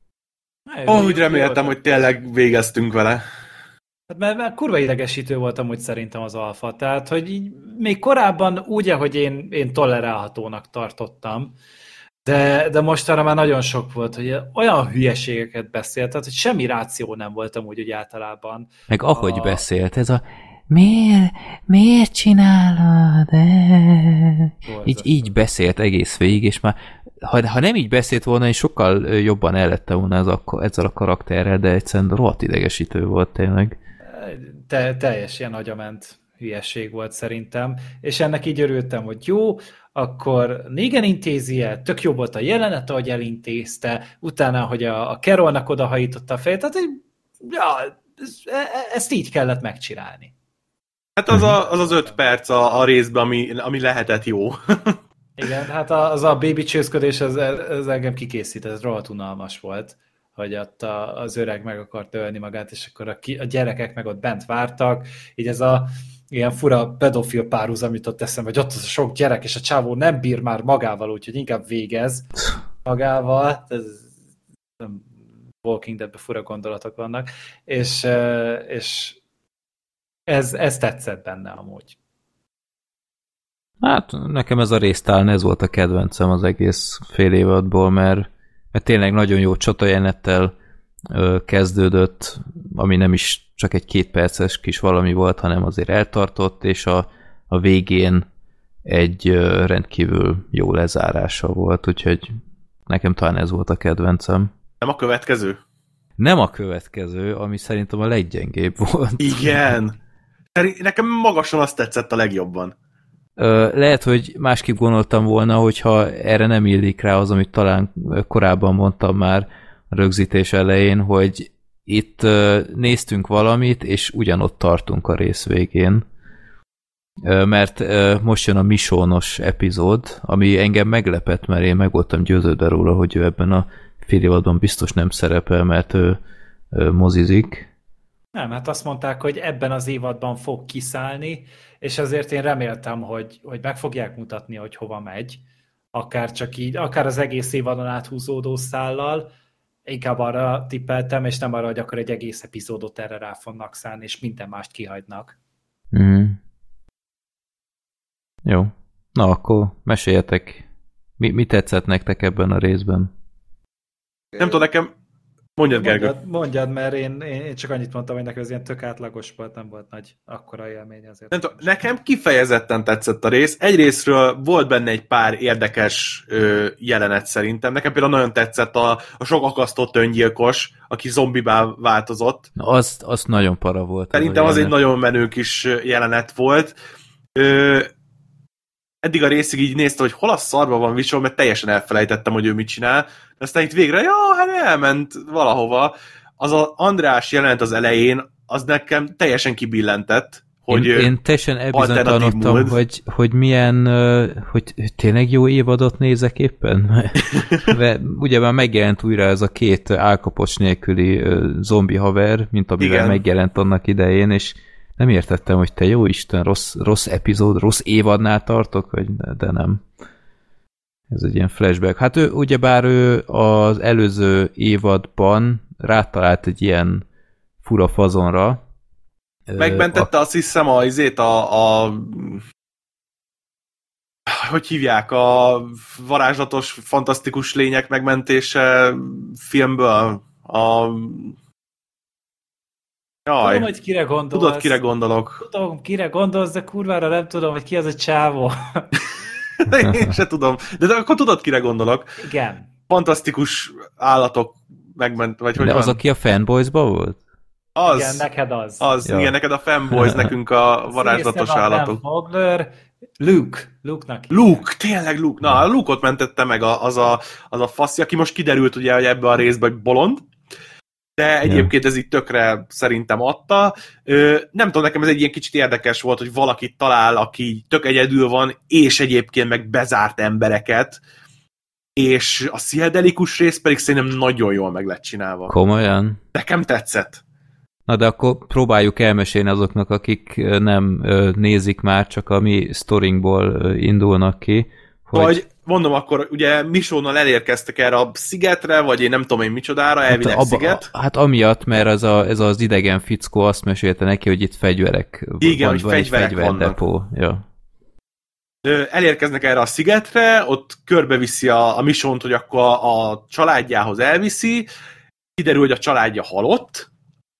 Ó, úgy reméltem, hogy tényleg végeztünk vele. Hát mert, mert kurva idegesítő volt amúgy szerintem az alfa. Tehát, hogy így még korábban úgy, ahogy én, én tolerálhatónak tartottam, de, de mostanra már nagyon sok volt, hogy olyan hülyeségeket beszélt, tehát, hogy semmi ráció nem volt amúgy úgy általában. Meg ahogy a... beszélt, ez a miért, miért csinálod? Így, így beszélt egész végig, és már ha, ha nem így beszélt volna, én sokkal jobban ellette volna ez a, ezzel a karakterrel, de egyszerűen rohadt idegesítő volt tényleg. Te, teljes ilyen agyament hülyeség volt szerintem, és ennek így örültem, hogy jó, akkor Negan intézi el, tök jó volt a jelenet, ahogy elintézte, utána, hogy a, a Carolnak odahajította a fejét, tehát ja, ezt így kellett megcsinálni. Hát az a, az, az öt perc a, a részben, ami, ami lehetett jó. Igen, hát az a baby csőzködés, ez, ez engem kikészített, ez rohadt unalmas volt, hogy ott a, az öreg meg akart ölni magát, és akkor a, ki, a gyerekek meg ott bent vártak, így ez a ilyen fura pedofil párhuzam jutott eszembe, hogy ott az a sok gyerek, és a csávó nem bír már magával, úgyhogy inkább végez magával. Ez nem Walking Deadben fura gondolatok vannak, és, és ez, ez tetszett benne amúgy. Hát nekem ez a rész talán ez volt a kedvencem az egész fél évadból, mert, mert tényleg nagyon jó csatajelenettel kezdődött, ami nem is csak egy két perces kis valami volt, hanem azért eltartott, és a, a végén egy ö, rendkívül jó lezárása volt, úgyhogy nekem talán ez volt a kedvencem. Nem a következő? Nem a következő, ami szerintem a leggyengébb volt. Igen. Nekem magasan azt tetszett a legjobban. Ö, lehet, hogy másképp gondoltam volna, hogyha erre nem illik rá az, amit talán korábban mondtam már a rögzítés elején, hogy itt ö, néztünk valamit, és ugyanott tartunk a rész végén. Ö, mert ö, most jön a Michonne-os epizód, ami engem meglepett, mert én meg voltam győződve róla, hogy ő ebben a fél évadban biztos nem szerepel, mert ő, ő mozizik. Nem, hát azt mondták, hogy ebben az évadban fog kiszállni, és azért én reméltem, hogy, hogy meg fogják mutatni, hogy hova megy, akár csak így, akár az egész évadon áthúzódó szállal, inkább arra tippeltem, és nem arra, hogy akkor egy egész epizódot erre rá fognak szállni, és minden mást kihagynak. Mm. Jó. Na, akkor meséljetek. Mi, mi tetszett nektek ebben a részben? Nem tudom, nekem... Mondjad, Gergő. Mondjad, mondjad, mert én, én csak annyit mondtam, hogy nekem ez ilyen tök átlagos volt, nem volt nagy akkora élmény azért. Nem tudom, nekem kifejezetten tetszett a rész. Egyrészről volt benne egy pár érdekes ö, jelenet szerintem. Nekem például nagyon tetszett a, a sok akasztott öngyilkos, aki zombibá változott. Na, az, az nagyon para volt. Szerintem az egy nagyon menő kis jelenet volt. Ö, eddig a részig így nézte, hogy hol a szarba van Visual, mert teljesen elfelejtettem, hogy ő mit csinál. De aztán itt végre, ja, hát elment valahova. Az az András jelent az elején, az nekem teljesen kibillentett. Hogy én, én teljesen elbizonytalanodtam, hogy, hogy milyen, hogy tényleg jó évadot nézek éppen. Mert ugye már megjelent újra ez a két álkapocs nélküli zombi haver, mint amivel igen. megjelent annak idején, és nem értettem, hogy te jó Isten, rossz, rossz epizód, rossz évadnál tartok, vagy de nem. Ez egy ilyen flashback. Hát ő, ugyebár ő az előző évadban rátalált egy ilyen fura fazonra. Megmentette a... azt hiszem a, azért a, a hogy hívják, a varázslatos, fantasztikus lények megmentése filmből. A Jaj. Tudom, hogy kire gondolsz. Tudod, kire gondolok. Tudom, kire gondolsz, de kurvára nem tudom, hogy ki az a csávó. Én se tudom. De, de akkor tudod, kire gondolok. Igen. Fantasztikus állatok megment, vagy hogy De van? az, aki a Fanboys-ban volt? Az, igen, neked az. Az, ja. igen, neked a Fanboys, nekünk a varázslatos állatok. Fogler, Luke, Luke-nak. Luke, tényleg Luke. Na, a Luke-ot mentette meg az a, az a faszi, aki most kiderült ugye, hogy ebbe a részben bolond, de egyébként ez így tökre szerintem adta. Ö, nem tudom, nekem ez egy ilyen kicsit érdekes volt, hogy valakit talál, aki tök egyedül van, és egyébként meg bezárt embereket, és a pszichedelikus rész pedig szerintem nagyon jól meg lett csinálva. Komolyan? Nekem tetszett. Na de akkor próbáljuk elmesélni azoknak, akik nem nézik már, csak a mi sztorinkból indulnak ki. Hogy... Vagy mondom, akkor ugye Michonnnal elérkeztek erre a szigetre, vagy én nem tudom én micsodára, elvileg hát, sziget. Hát amiatt, mert ez, a, ez az idegen fickó azt mesélte neki, hogy itt fegyverek igen, van, hogy fegyverek fegyverdepó. Ja. Elérkeznek erre a szigetre, ott körbeviszi a, a Michonnt, hogy akkor a, a családjához elviszi, kiderül, hogy a családja halott,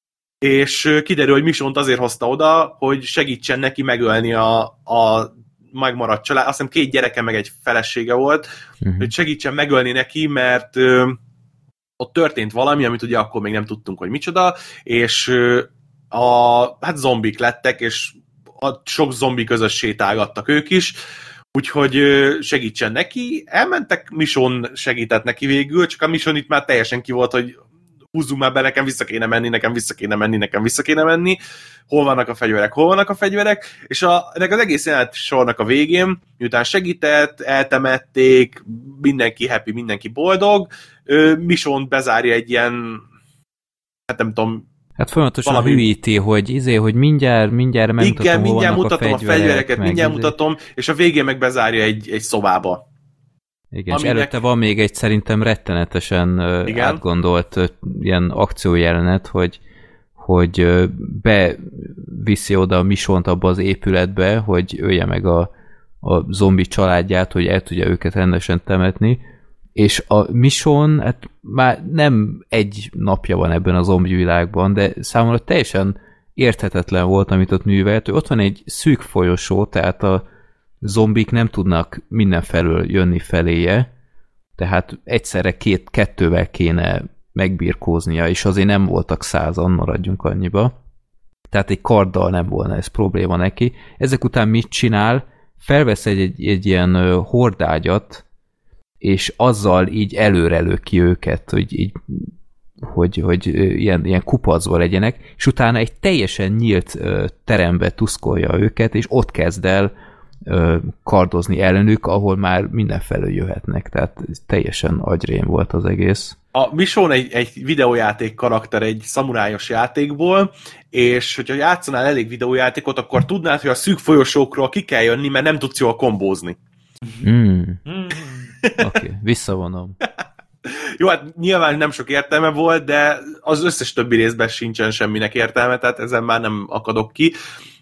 és kiderül, hogy Michonnt azért hozta oda, hogy segítsen neki megölni a, a megmaradt család, azt hiszem két gyereke meg egy felesége volt, uh-huh. hogy segítsen megölni neki, mert ö, ott történt valami, amit ugye akkor még nem tudtunk, hogy micsoda, és ö, a, hát zombik lettek, és a sok zombi közös sétálgattak ők is, úgyhogy ö, segítsen neki. Elmentek, Michonne segített neki végül, csak a Michonne itt már teljesen ki volt, hogy húzzunk már be, nekem vissza kéne menni, nekem vissza kéne menni, nekem vissza kéne menni, hol vannak a fegyverek, hol vannak a fegyverek, és a, ennek az egész jelenet sornak a végén, miután segített, eltemették, mindenki happy, mindenki boldog, Michonne bezárja egy ilyen, hát nem tudom, hát folyamatosan valami... hülyíti, hogy izé, hogy mindjárt, mindjárt megmutatom, igen, mindjárt hol mutatom a fegyverek, a fegyvereket, mindjárt izé. mutatom, és a végén meg bezárja egy, egy szobába. Igen, Aminek... és előtte van még egy szerintem rettenetesen igen? átgondolt ilyen akciójelenet, hogy, hogy beviszi oda a Michonnt abba az épületbe, hogy ölje meg a, a zombi családját, hogy el tudja őket rendesen temetni, és a Michonne, hát már nem egy napja van ebben a zombi világban, de számomra teljesen érthetetlen volt, amit ott művelt, hogy ott van egy szűk folyosó, tehát a zombik nem tudnak mindenfelől jönni feléje, tehát egyszerre két, kettővel kéne megbirkóznia, és azért nem voltak százan, maradjunk annyiba. Tehát egy karddal nem volna ez probléma neki. Ezek után mit csinál? Felvesz egy, egy, egy ilyen hordágyat, és azzal így előre ki őket, hogy így hogy, hogy ilyen, ilyen kupacba legyenek, és utána egy teljesen nyílt terembe tuszkolja őket, és ott kezd el kardozni ellenük, ahol már mindenfelől jöhetnek, tehát teljesen agyrém volt az egész. A Michonne egy, egy videójáték karakter egy szamurájos játékból, és hogyha játszanál elég videójátékot, akkor tudnád, hogy a szűk folyosókról ki kell jönni, mert nem tudsz jól kombózni. Mm. Oké, okay, visszavonom. Jó, hát nyilván nem sok értelme volt, de az összes többi részben sincsen semminek értelme, tehát ezen már nem akadok ki.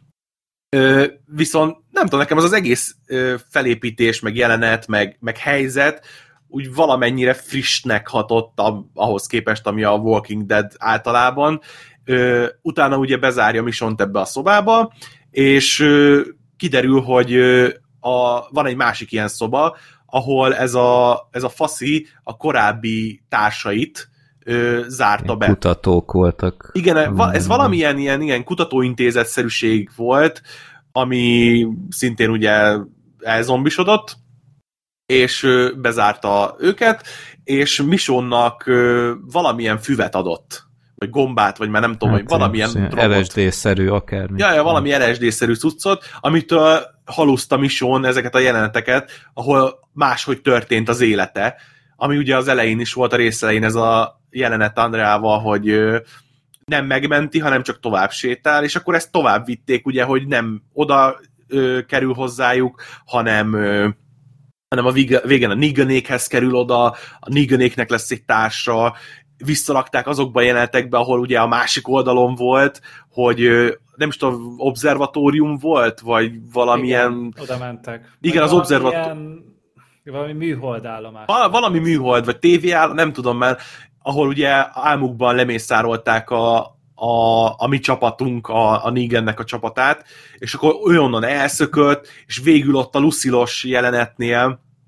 Ö, viszont nem tudom, nekem az az egész ö, felépítés, meg jelenet, meg, meg helyzet úgy valamennyire frissnek hatott a, ahhoz képest, ami a Walking Dead általában. Ö, utána ugye bezárja Michonne-t ebbe a szobába, és ö, kiderül, hogy ö, a, van egy másik ilyen szoba, ahol ez a, ez a faszi a korábbi társait ö, zárta be. Kutatók voltak. Igen, ez valamilyen ilyen, ilyen kutatóintézetszerűség volt, ami szintén ugye elzombisodott, és ö, bezárta őket, és Michonne-nak ö, valamilyen füvet adott, vagy gombát, vagy már nem tudom, hát, hogy valamilyen el es dé-szerű akármi. Ja, ja, valami el es dé-szerű cuccot, amitől haluszta Michonne ezeket a jeleneteket, ahol máshogy történt az élete, ami ugye az elején is volt, a rész elején ez a jelenet Andreával, hogy ö, nem megmenti, hanem csak tovább sétál, és akkor ezt tovább vitték, ugye, hogy nem oda ö, kerül hozzájuk, hanem ö, hanem a végén a Neganékhez kerül oda, a Neganéknek lesz egy társa, visszarakták azokba a jelenetekbe, ahol ugye a másik oldalon volt, hogy nem is tudom, obszervatórium volt, vagy valamilyen... Igen, oda mentek. Igen, az obszervatórium... Valami műholdállomás. Val- valami műhold, vagy tévéállomás, nem tudom már, ahol ugye álmukban lemészárolták a, a, a mi csapatunk, a, a Negannek a csapatát, és akkor ő onnan elszökött, és végül ott a Lucille-os jelenetnél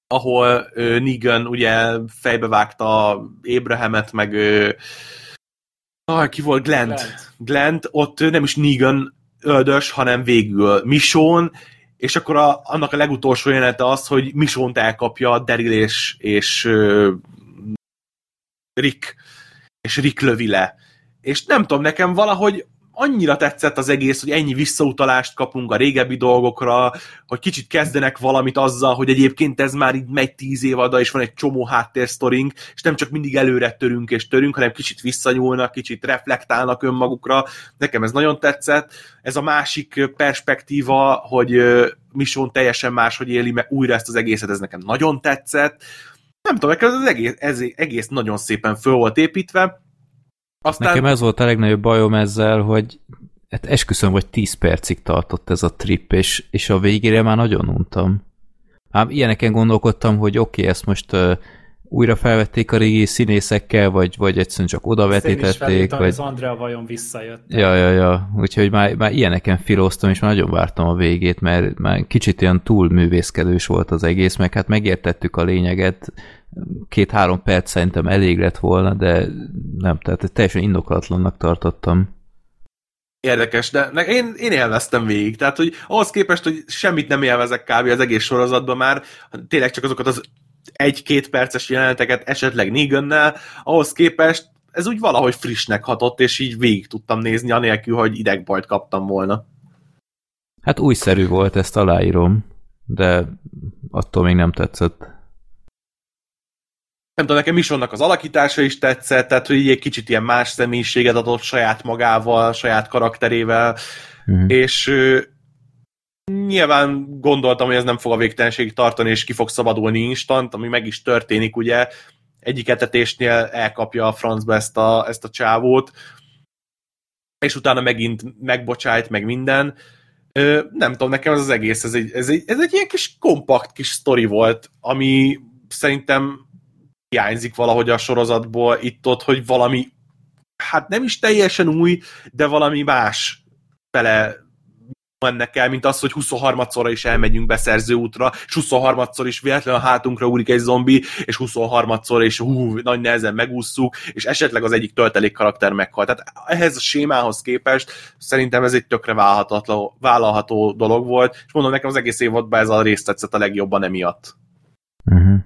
ahol ö, Negan ugye fejbevágta Abrahamet, meg ö, ah, ki volt? Glent. Glent. Glent, ott nem is Negan öldös, hanem végül Michonne, és akkor a, annak a legutolsó jelenete az, hogy Michonne-t elkapja Daryl és, és ö, Rick, és Rick lövi le. És nem tudom, nekem valahogy annyira tetszett az egész, hogy ennyi visszautalást kapunk a régebbi dolgokra, hogy kicsit kezdenek valamit azzal, hogy egyébként ez már így megy tíz évada, és van egy csomó háttérsztorink, és nem csak mindig előre törünk és törünk, hanem kicsit visszanyúlnak, kicsit reflektálnak önmagukra. Nekem ez nagyon tetszett. Ez a másik perspektíva, hogy Michonne teljesen máshogy éli meg újra ezt az egészet, ez nekem nagyon tetszett. Nem tudom, nekem ez az egész, ez egész nagyon szépen föl volt építve. Aztán... Nekem ez volt a legnagyobb bajom ezzel, hogy hát esküszöm, hogy tíz percig tartott ez a trip, és, és a végére már nagyon untam. Ám ilyeneken gondolkodtam, hogy oké, okay, ezt most uh, újra felvették a régi színészekkel, vagy, vagy egyszerűen csak odavetítették. Vagy... az Andrea vajon visszajött. Ja, ja, ja. Úgyhogy már, már ilyeneken filóztam, és már nagyon vártam a végét, mert már kicsit ilyen túl művészkedős volt az egész, meg hát megértettük a lényeget, két-három perc szerintem elég lett volna, de nem, tehát teljesen indokolatlannak tartottam. Érdekes, de én, én élveztem végig, tehát hogy ahhoz képest, hogy semmit nem élvezek kb. Az egész sorozatban már, tényleg csak azokat az egy-két perces jeleneteket esetleg Negannel, ahhoz képest ez úgy valahogy frissnek hatott, és így végig tudtam nézni, anélkül, hogy idegbajt kaptam volna. Hát újszerű volt, ezt aláírom, de attól még nem tetszett. Nem tudom, nekem Michonne-nak az alakítása is tetszett, tehát hogy egy kicsit ilyen más személyiséget adott saját magával, saját karakterével, mm. és uh, nyilván gondoltam, hogy ez nem fog a végtelenségig tartani, és ki fog szabadulni instant, ami meg is történik, ugye, egyik etetésnél elkapja a francba ezt a, ezt a csávót, és utána megint megbocsájt, meg minden. Uh, nem tudom, nekem ez az egész, ez egy, ez egy, ez egy ilyen kis kompakt kis sztori volt, ami szerintem hiányzik valahogy a sorozatból itt-ott, hogy valami, hát nem is teljesen új, de valami más fele mennek el, mint az, hogy huszonharmadszorra is elmegyünk beszerző útra, és huszonharmadszor is véletlenül a hátunkra úrik egy zombi, és huszonharmadszor és hú, nagy nehezen megússzuk, és esetleg az egyik töltelék karakter meghal. Tehát ehhez a sémához képest szerintem ez egy tökre vállalható dolog volt, és mondom, nekem az egész évadban ez a rész tetszett a legjobban emiatt. Uh-huh.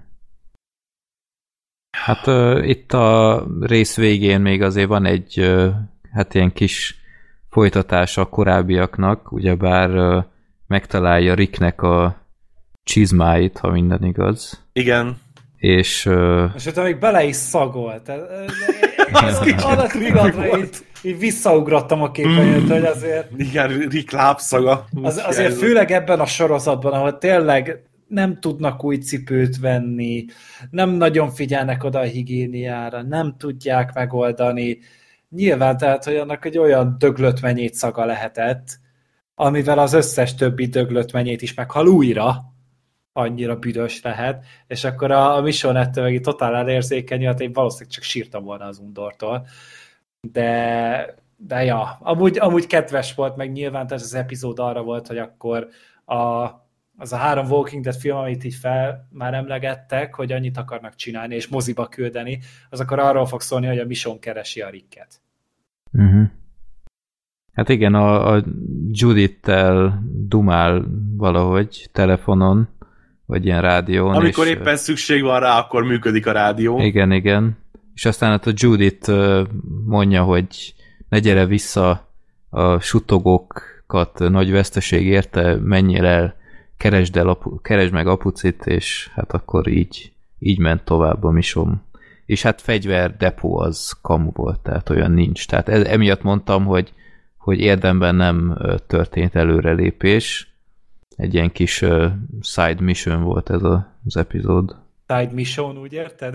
Hát uh, itt a rész végén még azért van egy uh, hát ilyen kis folytatása a korábbiaknak, ugyebár uh, megtalálja Ricknek a csizmáit, ha minden igaz. Igen. És... Uh... És utána még bele is szagolt. Annak pillanatra így, így visszaugrottam a képernyőt, hogy azért... Igen, Rick lábszaga. Az, azért főleg ebben a sorozatban, ahol tényleg nem tudnak új cipőt venni, nem nagyon figyelnek oda a higiéniára, nem tudják megoldani. Nyilván tehát, hogy annak egy olyan döglött menyét szaga lehetett, amivel az összes többi döglött menyét is meghal újra, annyira büdös lehet, és akkor a, a Michonne ettől meg így totál elérzékeny, hát én valószínűleg csak sírtam volna az undortól. De, de ja, amúgy, amúgy kedves volt, meg nyilván tehát az epizód arra volt, hogy akkor a az a három Walking Dead film, amit így fel már emlegettek, hogy annyit akarnak csinálni, és moziba küldeni, az akkor arról fog szólni, hogy a Michonne keresi a Ricket. Uh-huh. Hát igen, a, a Judith-tel dumál valahogy telefonon, vagy ilyen rádión. Amikor és, éppen szükség van rá, akkor működik a rádió. Igen, igen. És aztán hát a Judith mondja, hogy ne gyere vissza, a suttogókat nagy veszteség érte, menjél el, keresd, el apu, keresd meg apucit, és hát akkor így, így ment tovább a Michonne. És hát fegyverdepó az kamu volt, tehát olyan nincs. Tehát ez, emiatt mondtam, hogy, hogy érdemben nem történt előrelépés. Egy ilyen kis uh, side mission volt ez a, az epizód. Side mission, úgy érted?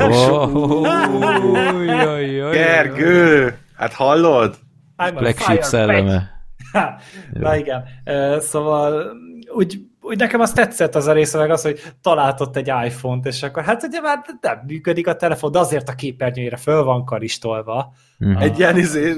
Gergő! Hát hallod? Black Sheep szelleme. Na igen. Uh, szóval úgy, úgy nekem azt tetszett az a része, meg az, hogy találtott egy iPhone-t, és akkor hát ugye már nem működik a telefon, de azért a képernyőjére föl van karistolva. Uh-huh. Egy ilyen izé...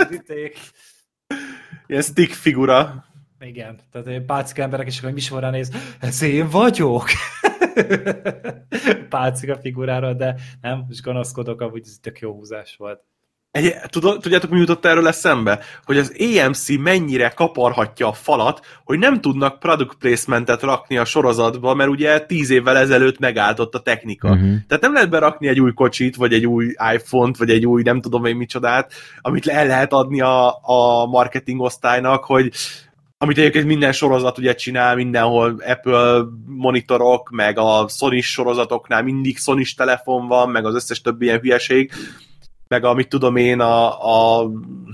ilyen stick figura. Igen, tehát pálcika emberek is, hogy Michonne néz, ez én vagyok? pálcika figuráról, de nem, most gonoszkodok, amúgy ez tök jó húzás volt. Egy, tudjátok, mi jutott erről eszembe? Hogy az á em cé mennyire kaparhatja a falat, hogy nem tudnak product placementet rakni a sorozatba, mert ugye tíz évvel ezelőtt megállt ott a technika. Uh-huh. Tehát nem lehet berakni egy új kocsit, vagy egy új iPhone-t, vagy egy új nem tudom én micsodát, amit el lehet adni a, a marketing osztálynak, hogy amit egyébként minden sorozat ugye csinál, mindenhol Apple monitorok, meg a Sony sorozatoknál mindig Sony telefon van, meg az összes többi ilyen hülyeség, meg amit tudom én, a, a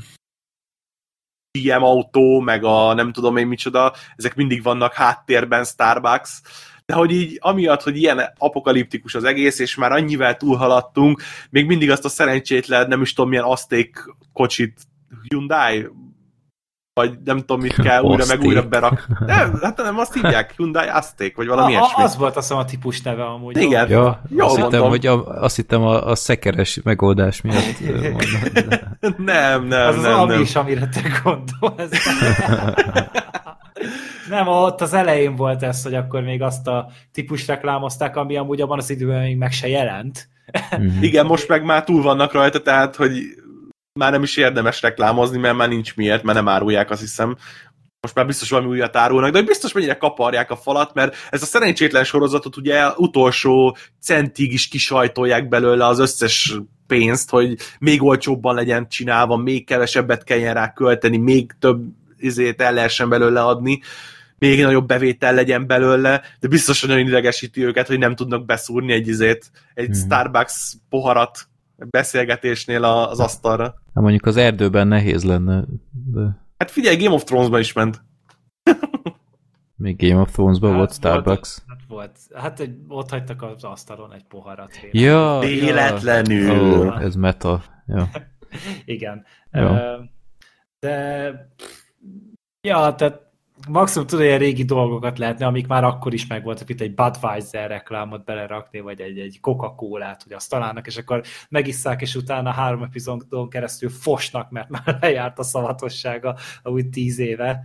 gé em autó, meg a nem tudom én micsoda, ezek mindig vannak háttérben, Starbucks, de hogy így amiatt, hogy ilyen apokaliptikus az egész, és már annyivel túlhaladtunk, még mindig azt a szerencsétlen, nem is tudom milyen Azték kocsit, Hyundai, vagy nem tudom mit kell újra meg újra berak. Nem, hát nem, azt hívják, Hyundai Azték, vagy valami ilyesmi. Az volt azt hiszem a típus neve amúgy. Igen, ja, azt, hittem, hogy a, azt hittem a, a szekeres megoldás miatt mondom. Nem, nem, az nem. Az nem. is, amire te gondolsz. Nem, ott az elején volt ez, hogy akkor még azt a típust reklámozták, ami amúgy abban az időben még meg se jelent. Mm-hmm. Igen, most meg már túl vannak rajta, tehát, hogy már nem is érdemes reklámozni, mert már nincs miért, mert nem árulják, azt hiszem. Most már biztos valami újat árulnak, de biztos mennyire kaparják a falat, mert ez a szerencsétlen sorozatot ugye utolsó centig is kisajtolják belőle az összes pénzt, hogy még olcsóbban legyen csinálva, még kevesebbet kelljen rá költeni, még több izét el lehessen belőle adni, még nagyobb bevétel legyen belőle, de biztos, hogy nagyon idegesíti őket, hogy nem tudnak beszúrni egy izét, egy hmm. Starbucks poharat beszélgetésnél az asztalra. Hát mondjuk az erdőben nehéz lenne. De... Hát figyelj, Game of Thrones-ban is ment. Még Game of Thrones-ban hát volt Starbucks. Volt, hát volt. Hát egy, ott hagytak az asztalon egy poharat. Ja, véletlenül. Ja. Oh, ez meta. Ja. Igen. Ja. De ja, tehát maximum tudod, ilyen régi dolgokat lehetne, amik már akkor is megvoltak, itt egy Budweiser reklámot belerakni, vagy egy, egy Coca-Colát, hogy azt találnak, és akkor megisszák, és utána három epizódon keresztül fosnak, mert már lejárt a szavatossága, úgy tíz éve.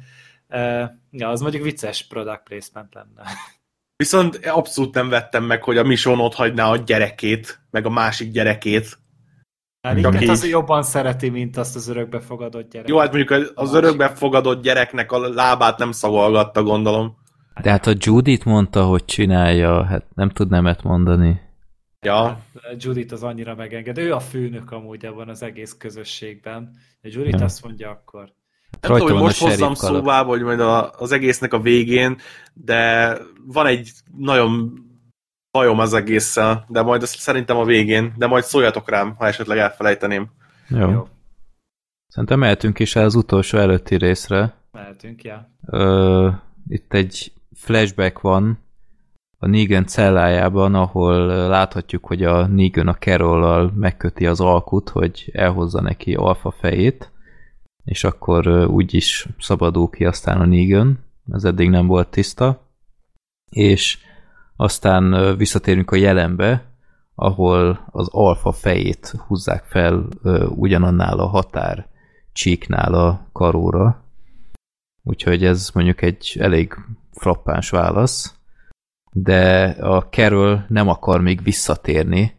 Ja, az mondjuk vicces product placement lenne. Viszont abszolút nem vettem meg, hogy a Mission ott hagyná a gyerekét, meg a másik gyerekét. Hát igen, az jobban szereti, mint azt az örökbefogadott gyerek. Jó, hát mondjuk az örökbefogadott gyereknek a lábát nem szagolgatta, gondolom. De hát a Judith mondta, hogy csinálja, hát nem tud nemet mondani. Ja. Hát Judith az annyira megenged. Ő a főnök amúgy abban az egész közösségben. De Judith ja. azt mondja akkor. Nem tudom, hogy most hozzam szóvá, vagy majd az egésznek a végén, de van egy nagyon bajom az egésszel, de majd azt szerintem a végén, de majd szóljatok rám, ha esetleg elfelejteném. Jó. Jó. Szerintem mehetünk is el az utolsó előtti részre. Mehetünk, ja. Ö, itt egy flashback van a Negan cellájában, ahol láthatjuk, hogy a Negan a Carol-lal megköti az alkut, hogy elhozza neki alfa fejét, és akkor úgy is szabadul ki aztán a Negan, ez eddig nem volt tiszta, és aztán visszatérünk a jelenbe, ahol az alfa fejét húzzák fel ugyanannál a határ csíknál a karóra. Úgyhogy ez mondjuk egy elég frappáns válasz, de a Carol nem akar még visszatérni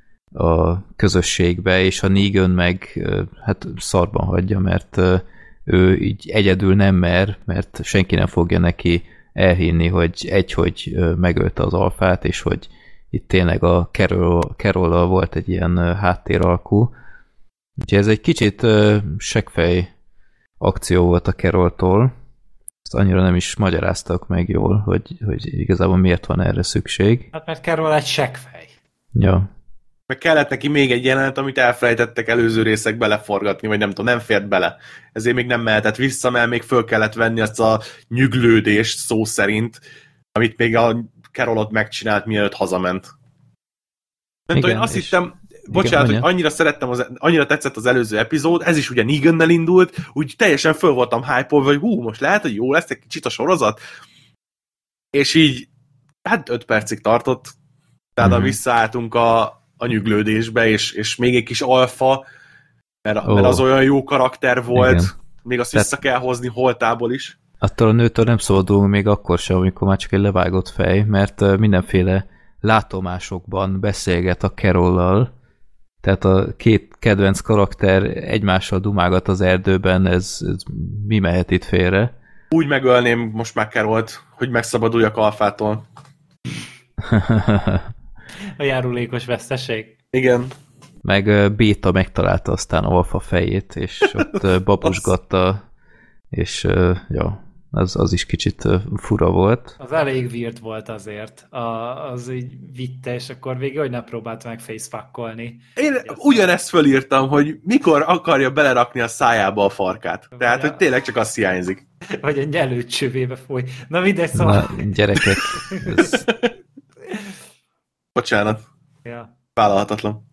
a közösségbe, és a Negan meg hát szarban hagyja, mert ő így egyedül nem mer, mert senki nem fogja neki elhinni, hogy egy, hogy megölte az alfát, és hogy itt tényleg a Carol, Carol-al volt egy ilyen háttéralkú. Úgyhogy ez egy kicsit uh, seggfej akció volt a Carol-tól. Ezt annyira nem is magyaráztak meg jól, hogy, hogy igazából miért van erre szükség. Hát mert Carol egy seggfej. Ja. Meg kellett neki még egy jelenet, amit elfelejtettek előző részek beleforgatni, vagy nem tudom, nem fért bele. Ezért még nem mehetett vissza, mert még föl kellett venni azt a nyüglődést szó szerint, amit még a Carolot megcsinált, mielőtt hazament. Nem tudom, én azt hittem, bocsánat, igen, hogy annyira szerettem, az, annyira tetszett az előző epizód, ez is ugye Negannel indult, úgy teljesen föl voltam hype-olva, hogy hú, most lehet, hogy jó lesz egy kicsit a sorozat. És így, hát öt percig tartott, tehát mm-hmm. visszaálltunk a, a nyüglődésbe, és, és még egy kis alfa, mert, oh. mert az olyan jó karakter volt, igen. Még azt vissza kell hozni holtából is. Attól a nőtől nem szabadulunk még akkor sem, amikor már csak egy levágott fej, mert mindenféle látomásokban beszélget a Carol-lal, tehát a két kedvenc karakter egymással dumálgat az erdőben, ez, ez mi mehet itt félre? Úgy megölném most már Carolt, hogy megszabaduljak Alfától. A járulékos veszteség. Igen. Meg Béta megtalálta aztán Alfa fejét, és ott babusgatta, és ja, az, az is kicsit fura volt. Az elég weird volt azért. A, az így vitte, és akkor végig hogy nem próbált meg facefuckolni. Én ugyanezt fölírtam, hogy mikor akarja belerakni a szájába a farkát. Tehát, hogy tényleg csak azt hiányzik. Vagy a nyelőcsövébe foly. Na mindegy, szóval... Na, gyerekek. Ez... Bocsánat. Ja. Vállalhatatlan.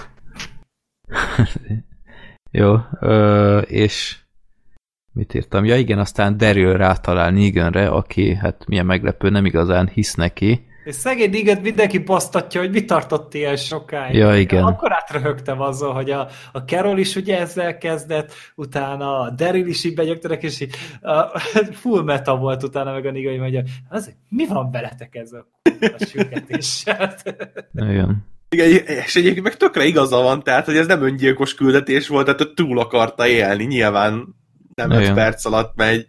Jó, ö, és mit írtam? Ja igen, aztán Daryl rátalál Neganre, aki, hát milyen meglepő, nem igazán hisz neki. És szegény Negan mindenki basztatja, hogy mi tartott ilyen sokáig. Ja, igen. Akkor átröhögtem azzal, hogy a, a Carol is ugye ezzel kezdett, utána a Daryl is így begyögtenek, és így a, full meta volt utána meg a Negan, hogy mondja, azért mi van veletek ezzel a sürgetéssel? Igen. Igen, és egyébként meg tökre igaza van, tehát, hogy ez nem öngyilkos küldetés volt, tehát hogy túl akarta élni, nyilván nem öt perc alatt megy.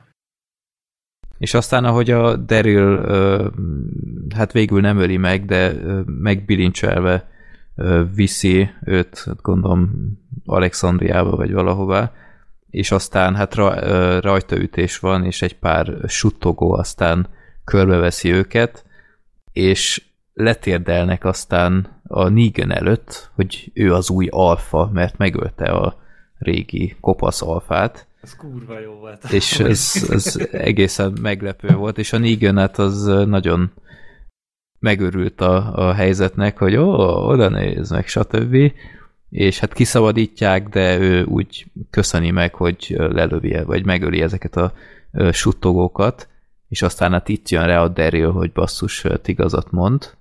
És aztán, ahogy a Daryl ö, hát végül nem öli meg, de ö, megbilincselve ö, viszi őt, hát gondolom Alexandriába vagy valahová, és aztán hát ra, ö, rajtaütés van, és egy pár suttogó aztán körbeveszi őket, és letérdelnek aztán a Negan előtt, hogy ő az új alfa, mert megölte a régi kopasz alfát. Ez kurva jó volt. És ez, ez egészen meglepő volt, és a Negan hát az nagyon megörült a, a helyzetnek, hogy ó, oda néz meg, stb. És hát kiszabadítják, de ő úgy köszöni meg, hogy lelövi, vagy megöli ezeket a suttogókat, és aztán hát itt jön rá a Daryl, hogy basszus, igazat mond,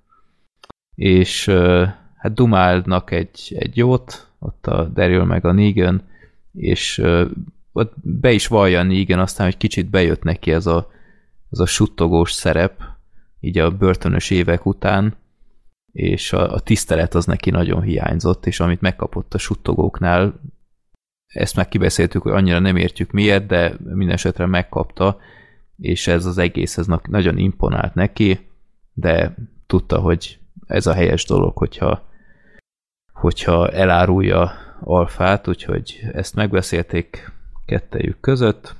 és hát dumálnak egy, egy jót, ott a Daryl meg a Negan, és ott be is vallja Negan aztán, hogy kicsit bejött neki ez a, ez a suttogós szerep, így a börtönös évek után, és a, a tisztelet az neki nagyon hiányzott, és amit megkapott a suttogóknál, ezt már kibeszéltük, hogy annyira nem értjük miért, de minden esetre megkapta, és ez az egész ez nagyon imponált neki, de tudta, hogy ez a helyes dolog, hogyha, hogyha elárulja Alfát, úgyhogy ezt megbeszélték kettejük között,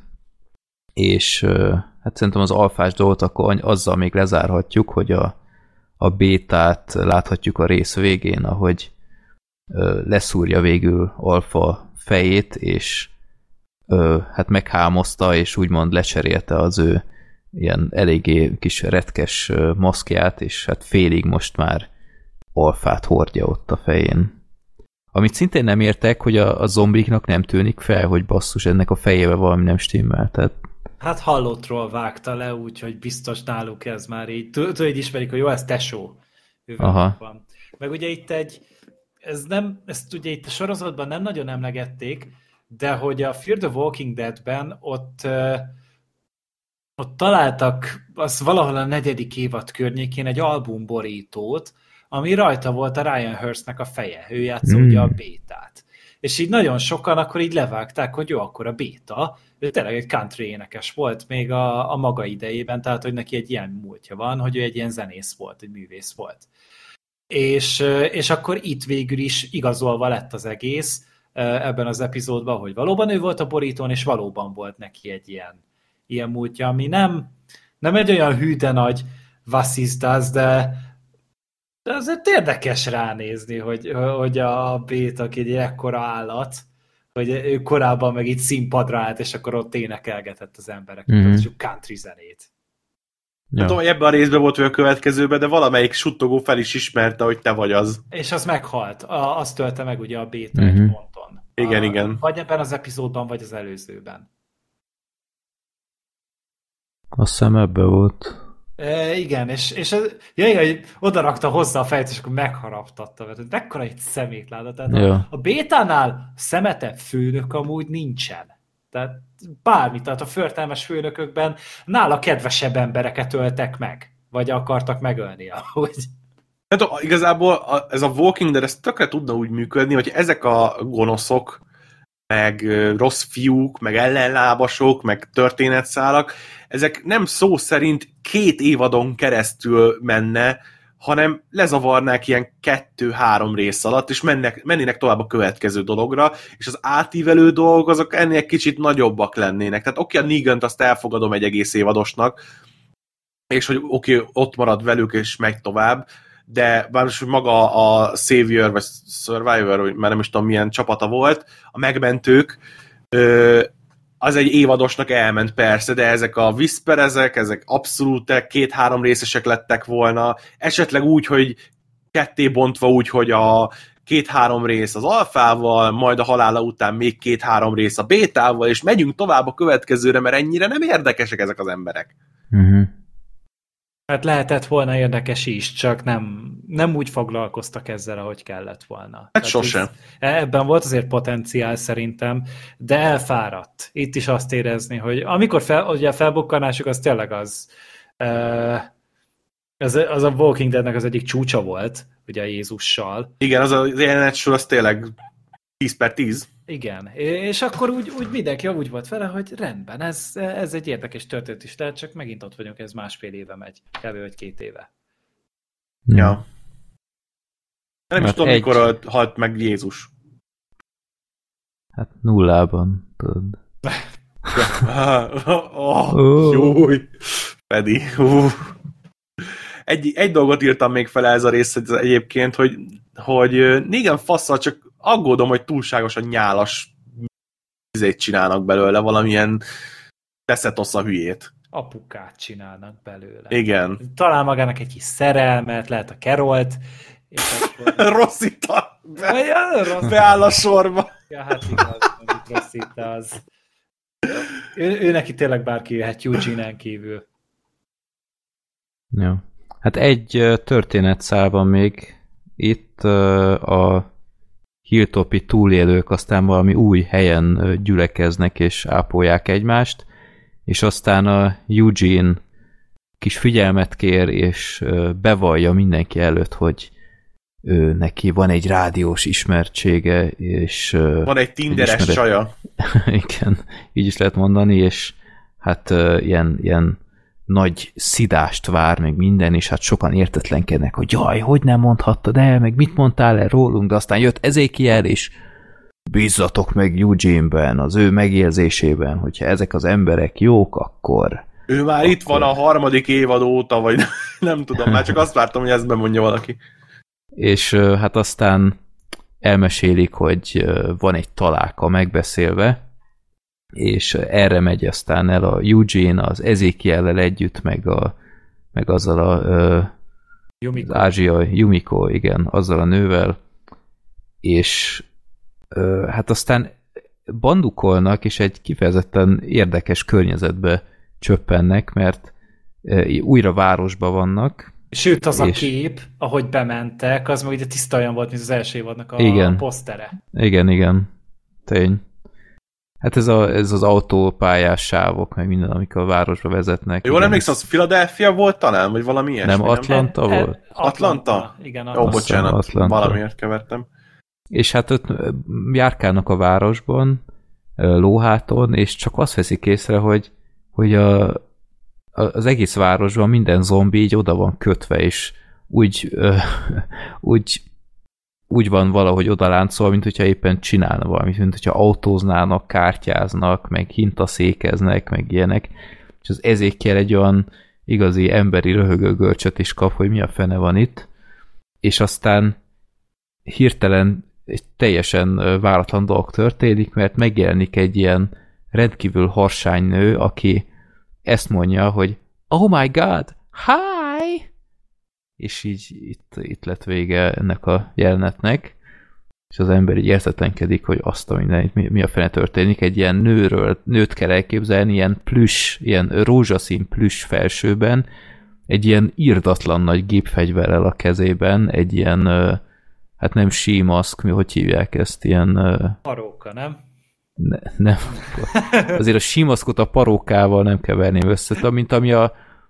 és hát szerintem az alfás dolgot akkor azzal még lezárhatjuk, hogy a, a bétát láthatjuk a rész végén, ahogy leszúrja végül Alfa fejét, és hát meghámozta, és úgymond lecserélte az ő ilyen eléggé kis retkes maszkját, és hát félig most már Alfát hordja ott a fején. Amit szintén nem értek, hogy a, a zombiknak nem tűnik fel, hogy basszus, ennek a fejével valami nem stimmel. Tehát... Hát hallottról vágta le, úgyhogy biztos náluk ez már így. Tudod, hogy ismerik, hogy jó, ez tesó. Aha. Van. Meg ugye itt egy, ez nem, ezt ugye itt a sorozatban nem nagyon emlegették, de hogy a Fear the Walking Dead-ben ott, ott találtak, az valahol a negyedik évad környékén egy albumborítót, ami rajta volt a Ryan Hurstnek a feje. Ő játszó mm. ugye a bétát. És így nagyon sokan akkor így levágták, hogy jó, akkor a béta, ő tényleg egy country énekes volt még a, a maga idejében, tehát hogy neki egy ilyen múltja van, hogy ő egy ilyen zenész volt, egy művész volt. És, és akkor itt végül is igazolva lett az egész ebben az epizódban, hogy valóban ő volt a borítón, és valóban volt neki egy ilyen, ilyen múltja, ami nem, nem egy olyan hű de nagy vasszizdász, de De azért érdekes ránézni, hogy, hogy a Bét, aki egy ekkora állat, hogy ő korábban meg itt színpadra állt, és akkor ott énekelgetett az emberek, mm-hmm. az country zenét. Ja. Tudom, hogy ebben a részben volt, vagy a következőben, de valamelyik suttogó fel is ismerte, hogy te vagy az. És az meghalt. A, azt tölte meg ugye a Béta mm-hmm. egy ponton. Igen, a, igen. Vagy ebben az epizódban, vagy az előzőben. Azt hiszem ebben volt. E, igen, és, és ez, ja, igen, hogy oda rakta hozzá a fejt, és akkor megharaptatta, mert hogy mekkora egy szemétláda. Tehát ja. a, a bétánál szemete főnök amúgy nincsen. Tehát bármi, tehát a förtelmes főnökökben nála kedvesebb embereket öltek meg, vagy akartak megölni, ahogy. Tehát igazából a, ez a Walking Dead, ez tökre tudna úgy működni, hogy ezek a gonoszok, meg rossz fiúk, meg ellenlábasok, meg történetszálak, ezek nem szó szerint két évadon keresztül menne, hanem lezavarnák ilyen kettő-három rész alatt, és mennek, mennének tovább a következő dologra, és az átívelő dolgok azok ennél kicsit nagyobbak lennének. Tehát oké, okay, a Negant azt elfogadom egy egész évadosnak, és hogy oké, okay, ott marad velük, és megy tovább, de bár most maga a Savior, vagy Survivor, vagy már nem is tudom milyen csapata volt, a megmentők, az egy évadosnak elment persze, de ezek a Whisperezek, ezek abszolút két-három részesek lettek volna, esetleg úgy, hogy ketté bontva úgy, hogy a két-három rész az alfával, majd a halála után még két-három rész a bétával, és megyünk tovább a következőre, mert ennyire nem érdekesek ezek az emberek. Uh-huh. Hát lehetett volna érdekes is, csak nem, nem úgy foglalkoztak ezzel, ahogy kellett volna. Hát sosem. Ebben volt azért potenciál szerintem, de elfáradt. Itt is azt érezni, hogy amikor fel, ugye a felbukkanásuk az tényleg az, az, az a Walking Deadnek az egyik csúcsa volt, ugye a Jézussal. Igen, az a jelenetsor az tényleg tíz per tíz. Igen, és akkor úgy, úgy mindenki úgy volt vele, hogy rendben, ez, ez egy érdekes történet is lehet, csak megint ott vagyunk, ez másfél éve megy, kb. Vagy két éve. Ja. Nem is tudom, egy... mikor halt meg Jézus. Hát nullában, tudod. oh, oh. Júj! Fedi. Uh. Egy, egy dolgot írtam még fel ez a rész egyébként, hogy, hogy négen fasszal, csak aggódom, hogy túlságosan nyálas izét csinálnak belőle, valamilyen teszetosz a hülyét. Apukát csinálnak belőle. Igen. Talál magának egy kis szerelmet, lehet a Kerolt, és akkor... Rosszita! Be, ja, rossz... beáll a sorba. Ja, hát igaz, mondjuk Rosszita az. Ő, ő neki tényleg bárki jöhet Eugene-en kívül. Ja. Hát egy történetszálban még itt a hilltopi túlélők aztán valami új helyen gyülekeznek és ápolják egymást, és aztán a Eugene kis figyelmet kér, és bevallja mindenki előtt, hogy ő, neki van egy rádiós ismertsége, és... Van egy tinderes egy ismeret... csaja. Igen, így is lehet mondani, és hát ilyen, ilyen nagy szidást vár, meg minden, és hát sokan értetlenkednek, hogy jaj, hogy nem mondhattad el, meg mit mondtál el rólunk, de aztán jött Ezekiel, és bízzatok meg Eugene-ben, az ő megérzésében, hogyha ezek az emberek jók, akkor... Ő már akkor... itt van a harmadik évad óta, vagy nem tudom, már csak azt vártam, hogy ezt bemondja valaki. És hát aztán elmesélik, hogy van egy találka megbeszélve, és erre megy aztán el a Eugene az Ezekiellel együtt, meg, a, meg azzal a Yumiko. Az Ázsia, Yumiko, igen, azzal a nővel, és ö, hát aztán bandukolnak, és egy kifejezetten érdekes környezetbe csöppennek, mert ö, újra városba vannak. Sőt, az és... a kép, ahogy bementek, az meg ugye tiszta olyan volt, mint az első évadnak a igen. posztere. Igen, igen. Tény. Hát ez, a, ez az autópályás sávok, meg minden, amikor a városba vezetnek. Jól emlékszem, az Philadelphia volt talán, vagy valami ilyesmi? Nem, Atlanta nem? volt? Atlanta? Atlanta? Igen, Atlanta. Jó, bocsánat, Atlanta. Valamiért kevertem. És hát ott járkálnak a városban, lóháton, és csak azt veszik észre, hogy, hogy a, az egész városban minden zombi így oda van kötve, és úgy, úgy úgy van valahogy odaláncolva, mint hogyha éppen csinálna valamit, mint hogyha autóznának, kártyáznak, meg hintaszékeznek, meg ilyenek. És az Ezekiel egy olyan igazi emberi röhögő görcsöt is kap, hogy mi a fene van itt. És aztán hirtelen egy teljesen váratlan dolog történik, mert megjelenik egy ilyen rendkívül harsány nő, aki ezt mondja, hogy oh my god, hi! És így itt, itt lett vége ennek a jelenetnek, és az ember így értetlenkedik, hogy azt a mindenit, mi, mi a fene történik. Egy ilyen nőről, nőt kell elképzelni, ilyen plüss, ilyen rózsaszín plüss felsőben, egy ilyen irdatlan nagy gépfegyverrel a kezében, egy ilyen, hát nem símaszk, mi hogy hívják ezt, ilyen... Paróka, nem? Ne, nem. Azért a símaszkot a parókával nem keverném össze, mint ami a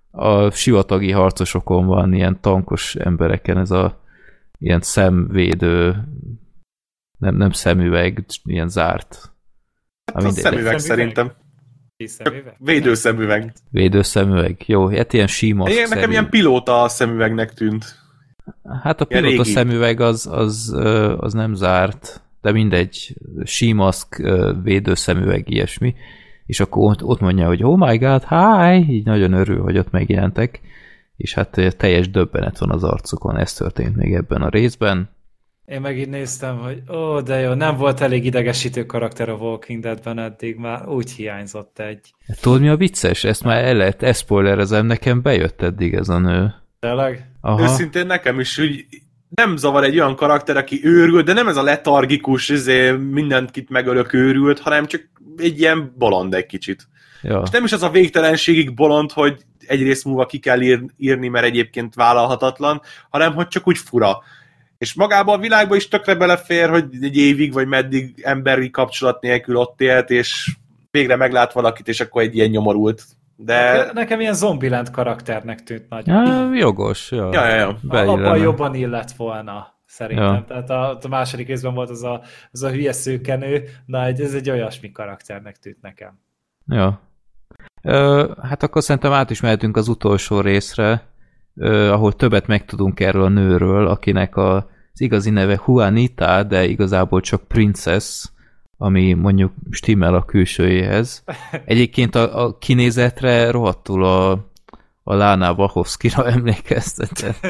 a sivatagi harcosokon van, ilyen tankos embereken ez a ilyen szemvédő, nem, nem szemüveg, ilyen zárt. Hát a szemüveg szerintem. Szemüveg? Védőszemüveg. Védőszemüveg. Jó, hát ilyen símaszk. Nekem szerű. Ilyen pilóta szemüvegnek tűnt. Hát a pilóta szemüveg az, az, az nem zárt, de mindegy, símaszk, védőszemüveg, ilyesmi. És akkor ott, ott mondja, hogy oh my god, hi! Így nagyon örül, hogy ott megjelentek. És hát teljes döbbenet van az arcukon, ez történt még ebben a részben. Én meg így néztem, hogy ó, de jó, nem volt elég idegesítő karakter a Walking Deadben eddig, már úgy hiányzott egy. Tudod, mi a vicces? Ezt már el lehet, ezt spoilerezem, nekem bejött eddig ez a nő. Tényleg? Aha. Őszintén nekem is, hogy nem zavar egy olyan karakter, aki őrült, de nem ez a letargikus, izé, mindenkit megölök őrült, hanem csak egy ilyen bolond egy kicsit. Ja. És nem is az a végtelenségig bolond, hogy egy rész múlva ki kell ír, írni, mert egyébként vállalhatatlan, hanem hogy csak úgy fura. És magában a világban is tökre belefér, hogy egy évig vagy meddig emberi kapcsolat nélkül ott élt, és végre meglát valakit, és akkor egy ilyen nyomorult. De... Nekem ilyen Zombieland karakternek tűnt nagyon. Ja, jogos, ja. Ja, ja, ja. Abban jobban illett volna, szerintem. Ja. Tehát a, a második részben volt az a, az a hülye szőkenő, na ez egy olyasmi karakternek tűnt nekem. Ja. Ö, hát akkor szerintem át is mehetünk az utolsó részre, ö, ahol többet megtudunk erről a nőről, akinek a, az igazi neve Juanita, de igazából csak Princess, ami mondjuk stimmel a külsőjéhez. Egyébként a, a kinézetre rohadtul a, a Lana Wachowskira emlékeztetett.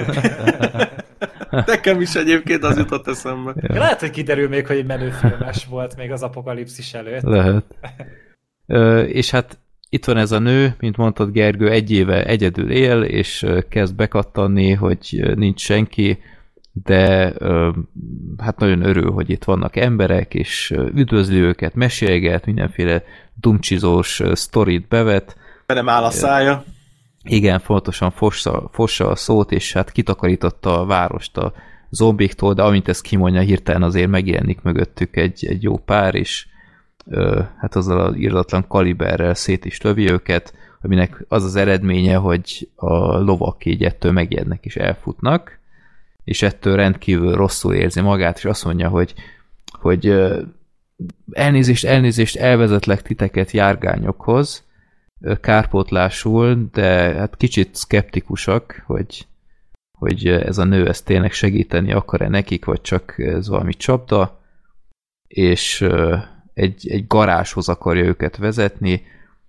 Nekem is egyébként az jutott eszembe. Ja. Lehet, hogy kiderül még, hogy egy menőfilmes volt még az apokalipszis előtt. Lehet. Ö, és hát itt van ez a nő, mint mondtad Gergő, egy éve egyedül él, és kezd bekattanni, hogy nincs senki, de hát nagyon örül, hogy itt vannak emberek, és üdvözli őket, mesélget, mindenféle dumcsizós sztorit bevet. De nem áll a szája. Igen, fontosan fossa, fossa a szót, és hát kitakarította a várost a zombiktól, de amint ezt kimondja, hirtelen azért megjelenik mögöttük egy, egy jó pár, és hát azzal az irdatlan kaliberrel szét is lövi őket, aminek az az eredménye, hogy a lovak így ettől megijednek és elfutnak, és ettől rendkívül rosszul érzi magát, és azt mondja, hogy, hogy elnézést, elnézést, elvezetlek titeket járgányokhoz, kárpótlásul, de hát kicsit szkeptikusak, hogy, hogy ez a nő ezt tényleg segíteni akar-e nekik, vagy csak ez valami csapda, és egy, egy garázshoz akarja őket vezetni,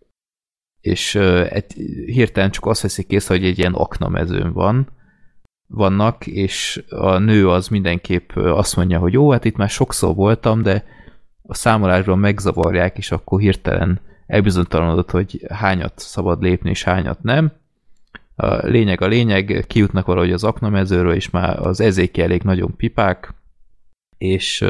és egy, hirtelen csak azt veszik észre, hogy egy ilyen aknamezőn van, vannak, és a nő az mindenképp azt mondja, hogy jó, hát itt már sokszor voltam, de a számolásban megzavarják, és akkor hirtelen elbizonytalanodott, hogy hányat szabad lépni, és hányat nem. A lényeg a lényeg, kijutnak valahogy az aknamezőről, és már az ezéki elég nagyon pipák, és,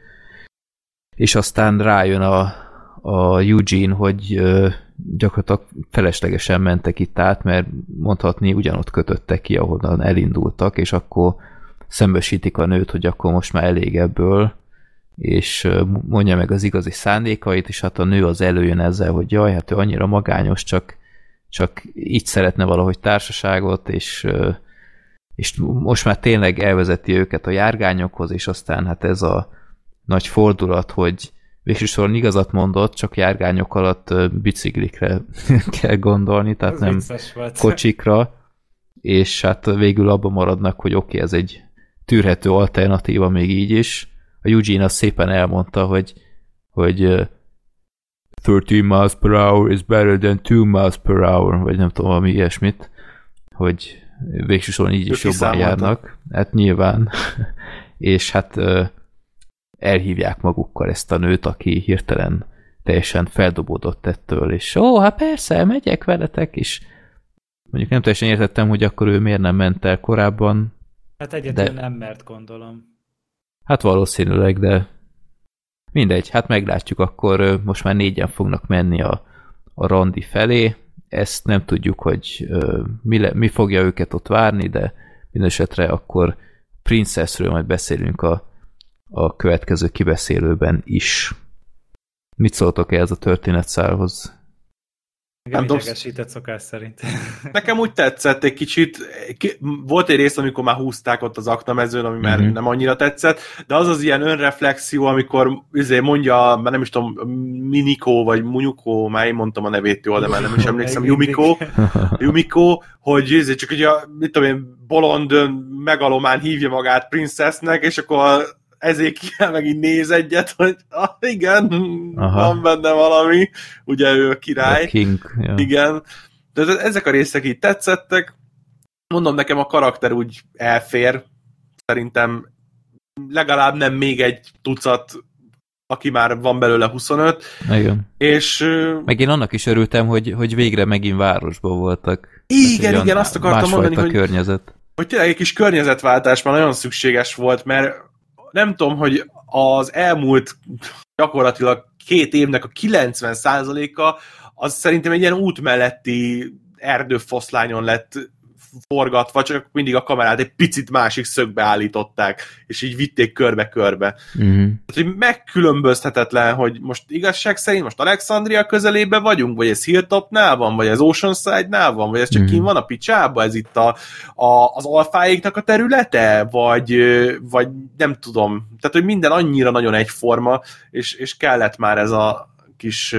és aztán rájön a, a Eugene, hogy gyakorlatilag feleslegesen mentek itt át, mert mondhatni ugyanott kötöttek ki, ahonnan elindultak, és akkor szembesítik a nőt, hogy akkor most már elég ebből, és mondja meg az igazi szándékait, és hát a nő az előjön ezzel, hogy jaj, hát ő annyira magányos, csak, csak így szeretne valahogy társaságot, és, és most már tényleg elvezeti őket a járgányokhoz, és aztán hát ez a nagy fordulat, hogy végsősorban igazat mondott, csak járgányok alatt biciklikre kell gondolni, tehát nem kocsikra, és hát végül abban maradnak, hogy oké, okay, ez egy tűrhető alternatíva még így is. A Eugene azt szépen elmondta, hogy, hogy thirteen miles per hour is better than two miles per hour, vagy nem tudom, valami ilyesmit, hogy végsősorban így is jobban járnak. Hát nyilván. És hát elhívják magukkal ezt a nőt, aki hirtelen teljesen feldobódott ettől, és ó, hát persze, megyek veletek, és mondjuk nem teljesen értettem, hogy akkor ő miért nem ment el korábban. Hát egyetlen de... nem mert, gondolom. Hát valószínűleg, de mindegy, hát meglátjuk, akkor most már négyen fognak menni a, a randi felé, ezt nem tudjuk, hogy mi, le, mi fogja őket ott várni, de mindesetre akkor Princessről majd beszélünk a a következő kibeszélőben is. Mit szóltok ehhez a történetszálhoz? Engem idegesített szokás szerint. Nekem úgy tetszett egy kicsit. Volt egy rész, amikor már húzták ott az aknamezőn, ami már mm-hmm. nem annyira tetszett, de az az ilyen önreflexió, amikor azért mondja, már nem is tudom, Miniko, vagy Munyuko, már én mondtam a nevét jól, de már nem is emlékszem, Yumiko, Yumiko, hogy ezért csak ugye, mit tudom én, bolond megalomán hívja magát princessnek, és akkor ezért kell megint néz egyet, hogy ah, igen, aha, van benne valami, ugye ő a király. A king, ja. Igen. De ezek a részek így tetszettek. Mondom, nekem a karakter úgy elfér. Szerintem legalább nem még egy tucat, aki már van belőle huszonöt. Igen. És... Meg én annak is örültem, hogy, hogy végre megint városban voltak. Igen, igen, azt akartam mondani, hogy, környezet. hogy tényleg egy kis környezetváltás már nagyon szükséges volt, mert nem tudom, hogy az elmúlt gyakorlatilag két évnek a kilencven százaléka az szerintem egy ilyen út melletti erdőfoszlányon lett forgatva, csak mindig a kamerát egy picit másik szögbe állították, és így vitték körbe-körbe. Uh-huh. Tehát, hogy megkülönböztetetlen, hogy most igazság szerint most Alexandria közelében vagyunk, vagy ez Hilltopnál van, vagy ez Oceanside-nál van, vagy ez csak uh-huh. kín van a picsába, ez itt a, a, az alfáiknak a területe, vagy, vagy nem tudom. Tehát, hogy minden annyira nagyon egyforma, és, és kellett már ez a kis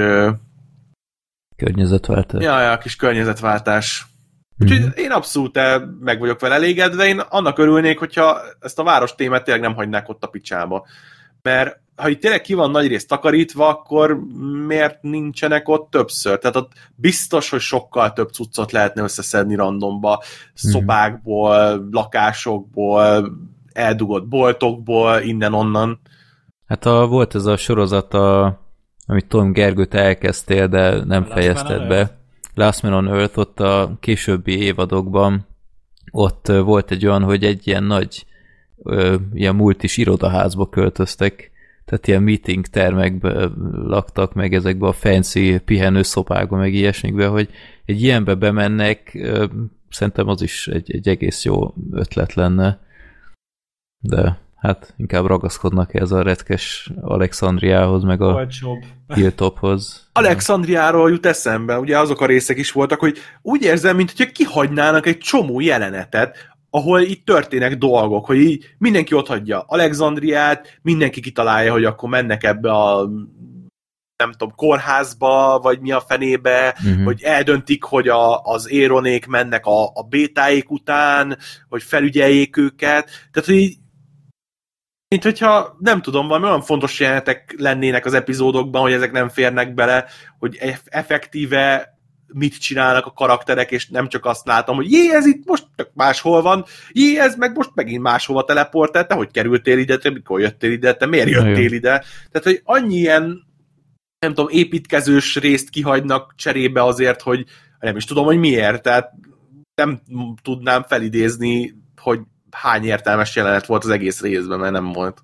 környezetváltás. Ja, ja, kis környezetváltás. Úgyhogy mm-hmm. én abszolút meg vagyok vele elégedve, én annak örülnék, hogyha ezt a város témát tényleg nem hagynák ott a picsába. Mert ha itt tényleg ki van nagy részt takarítva, akkor miért nincsenek ott többször? Tehát ott biztos, hogy sokkal több cuccot lehetne összeszedni randomba, mm-hmm. szobákból, lakásokból, eldugott boltokból, innen-onnan. Hát a, volt ez a sorozat, a, amit Tom Gergő, te elkezdtél, de nem Last fejezted be. Last Man on Earth, ott a későbbi évadokban ott volt egy olyan, hogy egy ilyen nagy ö, ilyen multis irodaházba költöztek, tehát ilyen meeting termekbe laktak, meg ezekbe a fancy pihenőszobákba, meg ilyesmikbe, hogy egy ilyenbe bemennek, ö, szerintem az is egy, egy egész jó ötlet lenne. De hát inkább ragaszkodnak ez a retkes Alexandriához, meg a Hilltophoz. Alexandriáról jut eszembe, ugye azok a részek is voltak, hogy úgy érzem, mintha kihagynának egy csomó jelenetet, ahol itt történnek dolgok, hogy így mindenki ott hagyja Alexandriát, mindenki kitalálja, hogy akkor mennek ebbe a nem tudom, kórházba, vagy mi a fenébe, uh-huh. hogy eldöntik, hogy a, az éronék mennek a, a bétáik után, hogy felügyeljék őket. Tehát, hogy így mint hogyha, nem tudom, valami olyan fontos jelenetek lennének az epizódokban, hogy ezek nem férnek bele, hogy effektíve mit csinálnak a karakterek, és nem csak azt látom, hogy jé, ez itt most máshol van, jé, ez meg most megint máshova teleportál, te hogy kerültél ide, te mikor jöttél ide, te miért jöttél ide? Tehát, hogy annyi ilyen, nem tudom, építkezős részt kihagynak cserébe azért, hogy nem is tudom, hogy miért, tehát nem tudnám felidézni, hogy hány értelmes jelenet volt az egész részben, mert nem volt.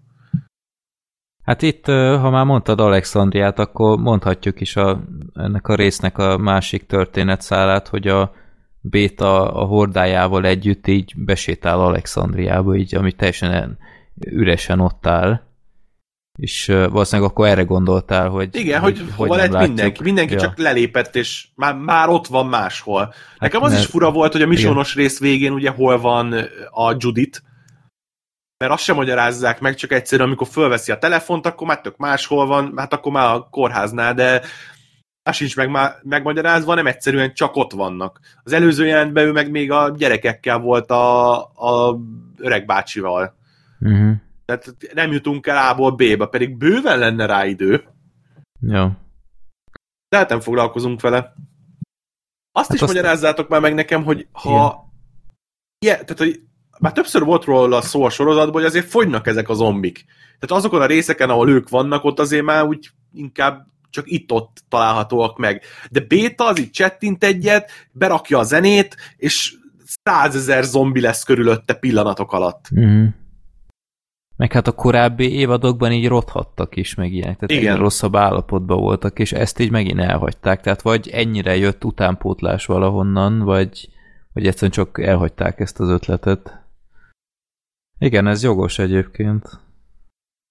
Hát itt, ha már mondtad Alexandriát, akkor mondhatjuk is a, ennek a résznek a másik történetszálát, hogy a Béta a hordájával együtt így besétál Alexandriába, így, ami teljesen üresen ott áll. És valószínűleg akkor erre gondoltál, hogy... Igen, hogy, hogy hova lett mindenki. Mindenki ja. csak lelépett, és már, már ott van máshol. Nekem hát, az is fura volt, hogy a missionos rész végén ugye hol van a Judith, mert azt sem magyarázzák meg, csak egyszerűen amikor fölveszi a telefont, akkor már tök máshol van, hát akkor már a kórháznál, de az sincs meg, megmagyarázva, nem egyszerűen csak ott vannak. Az előző jelentben ő meg még a gyerekekkel volt a, a öreg bácsival. Uh-huh. Tehát nem jutunk el A-ból B-be, pedig bőven lenne rá idő. Ja. De hát nem foglalkozunk vele. Azt hát is azt magyarázzátok már meg nekem, hogy ha... Yeah, tehát, hogy már többször volt róla szó a sorozatban, hogy azért fogynak ezek a zombik. Tehát azokon a részeken, ahol ők vannak, ott azért már úgy inkább csak itt-ott találhatóak meg. De Béta az így csettint egyet, berakja a zenét, és százezer zombi lesz körülötte pillanatok alatt. Mhm. Meg hát a korábbi évadokban így rothattak is, meg ilyenek. Tehát igen. rosszabb állapotban voltak, és ezt így megint elhagyták. Tehát vagy ennyire jött utánpótlás valahonnan, vagy, vagy egyszerűen csak elhagyták ezt az ötletet. Igen, ez jogos egyébként.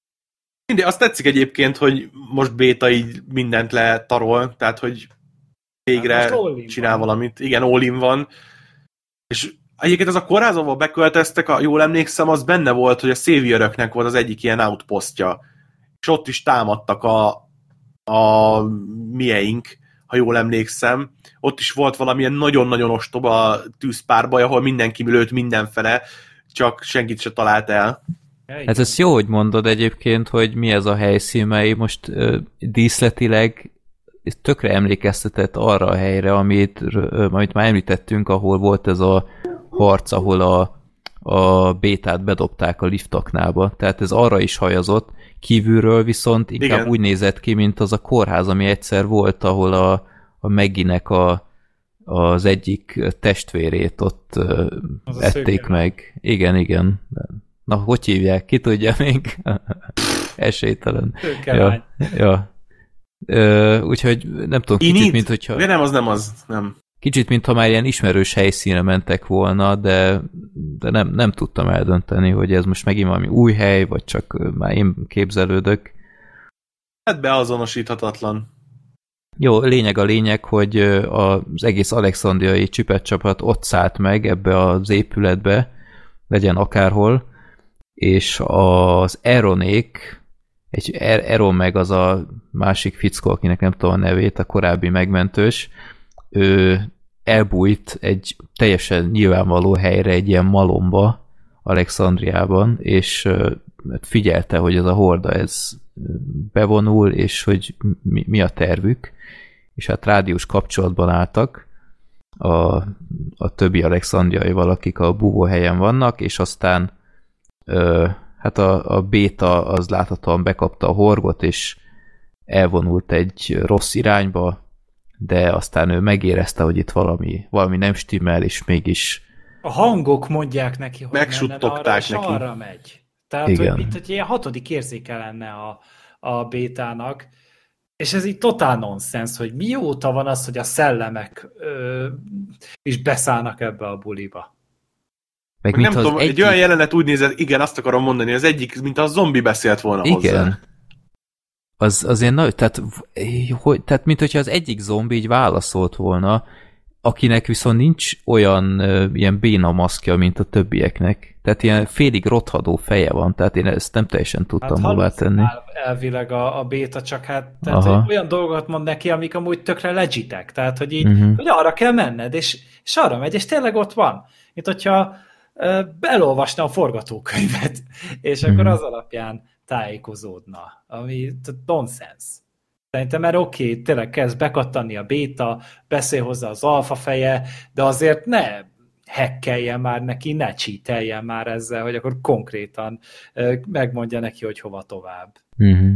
Mindig azt tetszik egyébként, hogy most Béta így mindent letarol, tehát hogy végre csinál van. valamit. Igen, all-in van. És egyébként ez a kórházba beköltöztek, a, jól emlékszem, az benne volt, hogy a Savioröknek volt az egyik ilyen outpostja. És ott is támadtak a, a mieink, ha jól emlékszem. Ott is volt valamilyen nagyon-nagyon ostoba tűzpárbaj, ahol mindenki lőtt mindenfele, csak senkit se talált el. Hát ez jó, hogy mondod egyébként, hogy mi ez a helyszín, mert most uh, díszletileg tökre emlékeztetett arra a helyre, amit, uh, amit már említettünk, ahol volt ez a harc, ahol a, a bétát bedobták a liftaknába. Tehát ez arra is hajazott, kívülről viszont inkább Igen. úgy nézett ki, mint az a kórház, ami egyszer volt, ahol a, a Maggie-nek a, az egyik testvérét ott uh, ették meg. Igen, igen. Na, hogy hívják? Ki tudja még? Esélytelen. Ja, ja. Ö, úgyhogy nem tudom, kicsit, Init? mint hogyha... De nem, az nem az, nem. Kicsit, mintha már ilyen ismerős helyszínre mentek volna, de, de nem, nem tudtam eldönteni, hogy ez most megint valami új hely, vagy csak már én képzelődök. Hát beazonosíthatatlan. Jó, lényeg a lényeg, hogy az egész alexandriai csipet csapat ott szállt meg ebbe az épületbe, legyen akárhol, és az Aeronék, egy Aeron meg az a másik fickó, akinek nem tudom a nevét, a korábbi megmentős, ő elbújt egy teljesen nyilvánvaló helyre, egy ilyen malomba, Alexandriában, és figyelte, hogy ez a horda ez bevonul, és hogy mi, mi a tervük, és hát rádiós kapcsolatban álltak a, a többi alexandriaival, akik a búvóhelyen vannak, és aztán ö, hát a, a béta az láthatóan bekapta a horgot, és elvonult egy rossz irányba, de aztán ő megérezte, hogy itt valami, valami nem stimmel, és mégis... A hangok mondják neki, hogy megsuttogták neki. Arra megy. Tehát, Igen. hogy mint hogy ilyen hatodik érzéke lenne a, a bétának, és ez így totál nonsens, hogy mióta van az, hogy a szellemek ö, is beszállnak ebbe a buliba. Meg nem tudom, egyik... egy olyan jelenet úgy nézett, igen, azt akarom mondani, az egyik, mint a zombi beszélt volna igen. hozzá. Az azért nagy, tehát, hogy, tehát mint hogyha az egyik zombi így válaszolt volna, akinek viszont nincs olyan uh, ilyen béna maszkja, mint a többieknek. Tehát ilyen félig rothadó feje van, tehát én ezt nem teljesen tudtam hát, hová tenni. Elvileg a, a béta csak hát tehát, olyan dolgokat mond neki, amik amúgy tökre legitek. Tehát, hogy így, uh-huh. hogy arra kell menned, és, és arra megy, és tényleg ott van. Mint hogyha uh, elolvasna a forgatókönyvet, és uh-huh. akkor az alapján tájékozódna, ami nonsense. Szerintem mert oké, okay, tényleg kezd bekattanni a béta, beszél hozzá az alfa feje, de azért ne hackeljen már neki, ne cheateljen már ezzel, hogy akkor konkrétan megmondja neki, hogy hova tovább. Uh-huh.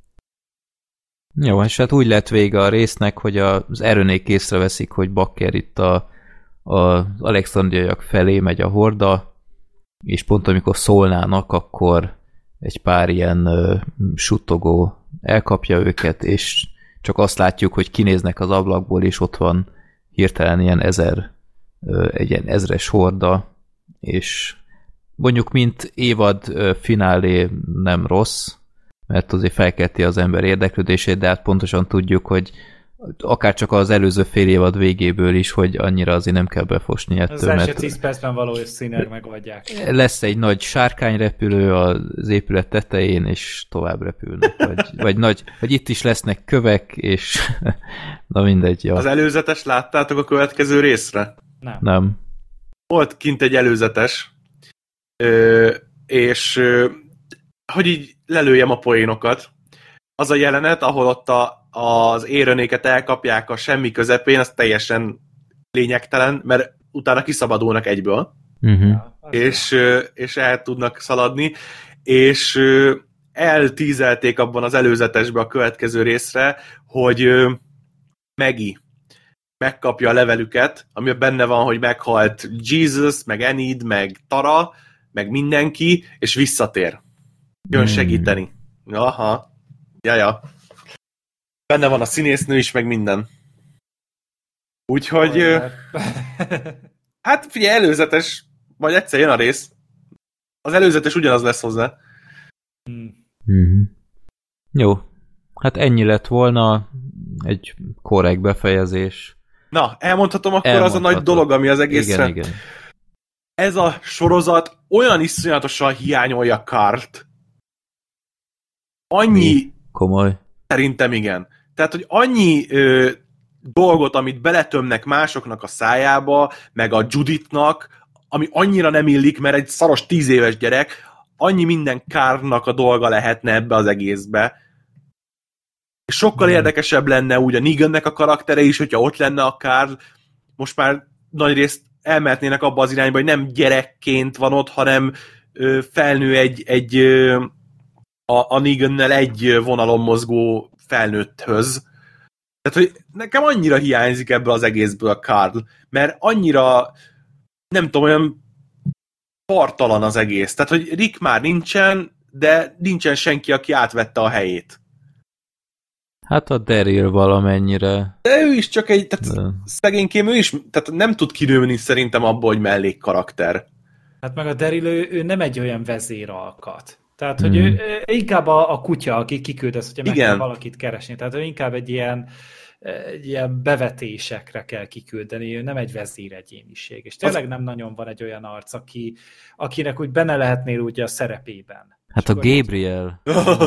Jó, és hát úgy lett vége a résznek, hogy az erőnék észreveszik, hogy Bakker itt a, a, az alexandriaiak felé megy a horda, és pont amikor szólnának, akkor egy pár ilyen uh, suttogó elkapja őket, és csak azt látjuk, hogy kinéznek az ablakból, és ott van hirtelen ilyen ezer, uh, egy ilyen ezres horda, és mondjuk mint évad uh, finálé nem rossz, mert azért felkelti az ember érdeklődését, de hát pontosan tudjuk, hogy akár csak az előző fél évad végéből is, hogy annyira azért nem kell befosni ettől. Az első tíz percben való színek megoldják. Lesz egy nagy sárkányrepülő az épület tetején, és tovább repülnek. Vagy, vagy, nagy, vagy itt is lesznek kövek, és na mindegy. Ja. Az előzetes láttátok a következő részre? Nem. Nem. Volt kint egy előzetes, ö, és ö, hogy így lelőjem a poénokat. Az a jelenet, ahol ott a az érenéket elkapják a semmi közepén, az teljesen lényegtelen, mert utána kiszabadulnak egyből, uh-huh. és, és el tudnak szaladni, és eltízelték abban az előzetesbe a következő részre, hogy Maggie megkapja a levelüket, ami benne van, hogy meghalt Jesus, meg Enid, meg Tara, meg mindenki, és visszatér. Jön segíteni. Aha. Jaja. Benne van a színésznő is, meg minden. Úgyhogy... Oh, hát figyelj, előzetes, vagy egyszer jön a rész. Az előzetes ugyanaz lesz hozzá. Mm-hmm. Jó. Hát ennyi lett volna egy korrekt befejezés. Na, elmondhatom akkor az a nagy dolog, ami az egészre... Igen, igen. Ez a sorozat olyan iszonyatosan hiányolja Carlt. Annyi... Mi? Komoly. Szerintem igen. Tehát, hogy annyi ö, dolgot, amit beletömnek másoknak a szájába, meg a Judithnak, ami annyira nem illik, mert egy szaros tíz éves gyerek, annyi minden Carlnak a dolga lehetne ebbe az egészbe. És sokkal hmm. érdekesebb lenne úgy a Negannek a karaktere is, hogyha ott lenne a Carl. Most már nagyrészt elmehetnének abba az irányba, hogy nem gyerekként van ott, hanem ö, felnő egy, egy ö, a, a Negannel egy vonalon mozgó felnőtthöz. Tehát, hogy nekem annyira hiányzik ebből az egészből a Carl, mert annyira nem tudom, olyan partalan az egész. Tehát, hogy Rick már nincsen, de nincsen senki, aki átvette a helyét. Hát a Daryl valamennyire. De ő is csak egy, tehát de... szegénykém, ő is tehát nem tud kinőni szerintem abból, hogy mellékkarakter. Hát meg a Daryl, ő, ő nem egy olyan vezéralkat. Tehát, hogy mm. ő, ő inkább a, a kutya, aki kiküldesz, hogyha meg kell valakit keresni. Tehát ő inkább egy ilyen, egy ilyen bevetésekre kell kiküldeni, ő nem egy vezéregyéniség. És tényleg az... nem nagyon van egy olyan arc, aki, akinek úgy benne lehetnél úgy a szerepében. Hát a Gabriel.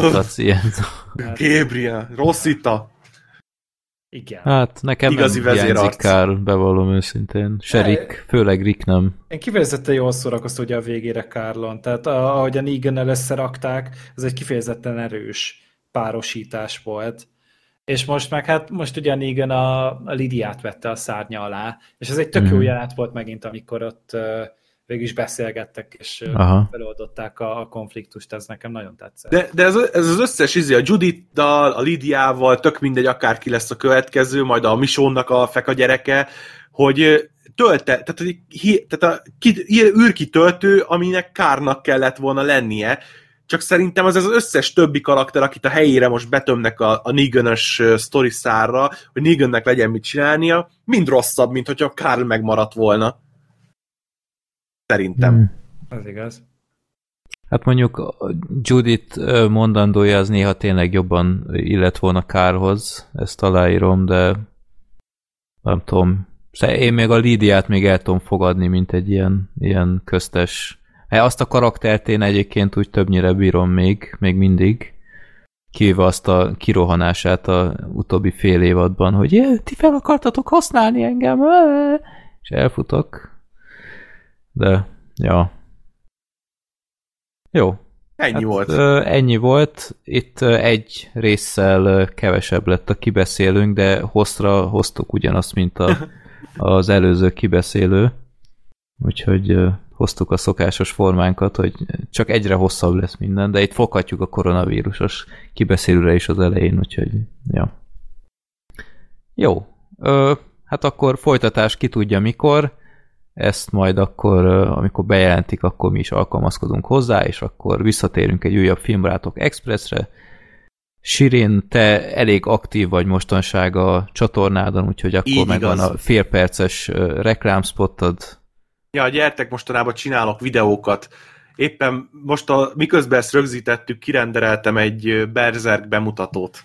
Gabriel, Rossita. Igen. Hát nekem igazi nem hiányzik Carl, bevallom őszintén. Se Rick, főleg Rick nem. Én kifejezetten jól szórakoztam ugye a végére Carlon, tehát ahogy a Negannel összerakták, ez egy kifejezetten erős párosítás volt. És most meg hát, most ugye a Negan a, a Lidiát vette a szárnya alá, és ez egy tök mm. jó jelenet volt megint, amikor ott uh, végül is beszélgettek, és Aha. feloldották a, a konfliktust, ez nekem nagyon tetszett. De, de ez, ez az összes izé, a Judithdal, a Lidiával, tök mindegy, akárki lesz a következő, majd a Michonne-nak a feka gyereke, hogy tölte, tehát, hogy hi, tehát a ki, űrkitöltő, aminek Carlnak kellett volna lennie, csak szerintem az az összes többi karakter, akit a helyére most betömnek a, a Negan-ös sztori szárra, hogy Negannek legyen mit csinálnia, mind rosszabb, mint hogyha Carl megmaradt volna. Szerintem. Hmm. Az igaz. Hát mondjuk Judith mondandója az néha tényleg jobban illett volna Carlhoz, ezt aláírom, de nem tudom. Én még a Lidiát még el tudom fogadni, mint egy ilyen, ilyen köztes. Azt a karaktert én egyébként úgy többnyire bírom még, még mindig. Kivéve azt a kirohanását a utóbbi fél évadban, hogy jé, ti fel akartatok használni engem, és elfutok. De, ja. Jó. Ennyi hát, volt. Ennyi volt. Itt egy résszel kevesebb lett a kibeszélőnk, de hosszra hoztuk ugyanazt, mint a, az előző kibeszélő. Úgyhogy hoztuk a szokásos formánkat, hogy csak egyre hosszabb lesz minden, de itt foghatjuk a koronavírusos kibeszélőre is az elején, úgyhogy, ja. Jó. Ö, hát akkor folytatás ki tudja mikor. Ezt majd akkor, amikor bejelentik, akkor mi is alkalmazkodunk hozzá, és akkor visszatérünk egy újabb Filmbarátok Expressre. Sirin, te elég aktív vagy mostanság a csatornádon, úgyhogy akkor így megvan igaz. A félperces reklámspottod. Ja, gyertek, mostanában csinálok videókat. Éppen most, a, miközben ezt rögzítettük, kirendereltem egy Berserk bemutatót.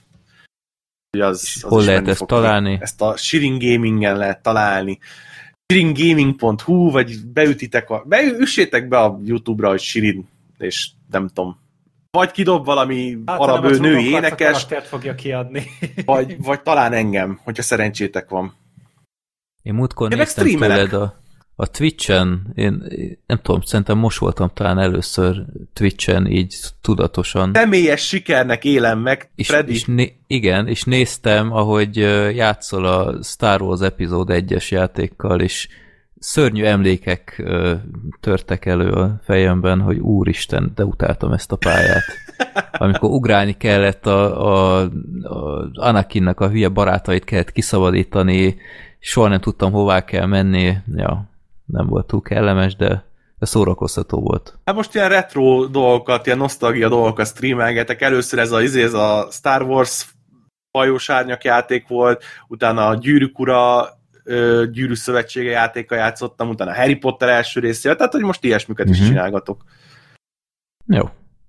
Az, az hol lehet ezt találni? Ezt a Sirin Gamingen lehet találni. sirin gaming pont hu, vagy beütitek a... Beüssétek be a YouTube-ra, hogy Sirin, és nem tudom. Vagy kidob valami hát, arab női énekes, fogja kiadni. vagy, vagy talán engem, hogyha szerencsétek van. Én múltkor én néztem tőled a, a Twitch-en, én nem tudom, szerintem most voltam talán először Twitch-en így tudatosan. Személyes sikernek élem meg, és, Freddy. És né- igen, és néztem, ahogy játszol a Star Wars epizód egyes játékkal, és szörnyű emlékek ö, törtek elő a fejemben, hogy úristen, de utáltam ezt a pályát. Amikor ugrálni kellett, a, a, a Anakinnak a hülye barátait kellett kiszabadítani, soha nem tudtam, hová kell menni. Ja, nem volt túl kellemes, de, de szórakoztató volt. Hát most ilyen retro dolgokat, ilyen nosztalgia dolgokat streamelgetek. Először ez a, ez a Star Wars hajós árnyak játék volt, utána a Gyűrűk ura Gyűrű Szövetsége játéka játszottam, utána a Harry Potter első részével, tehát hogy most ilyesmiket uh-huh. is csinálgatok. Jó.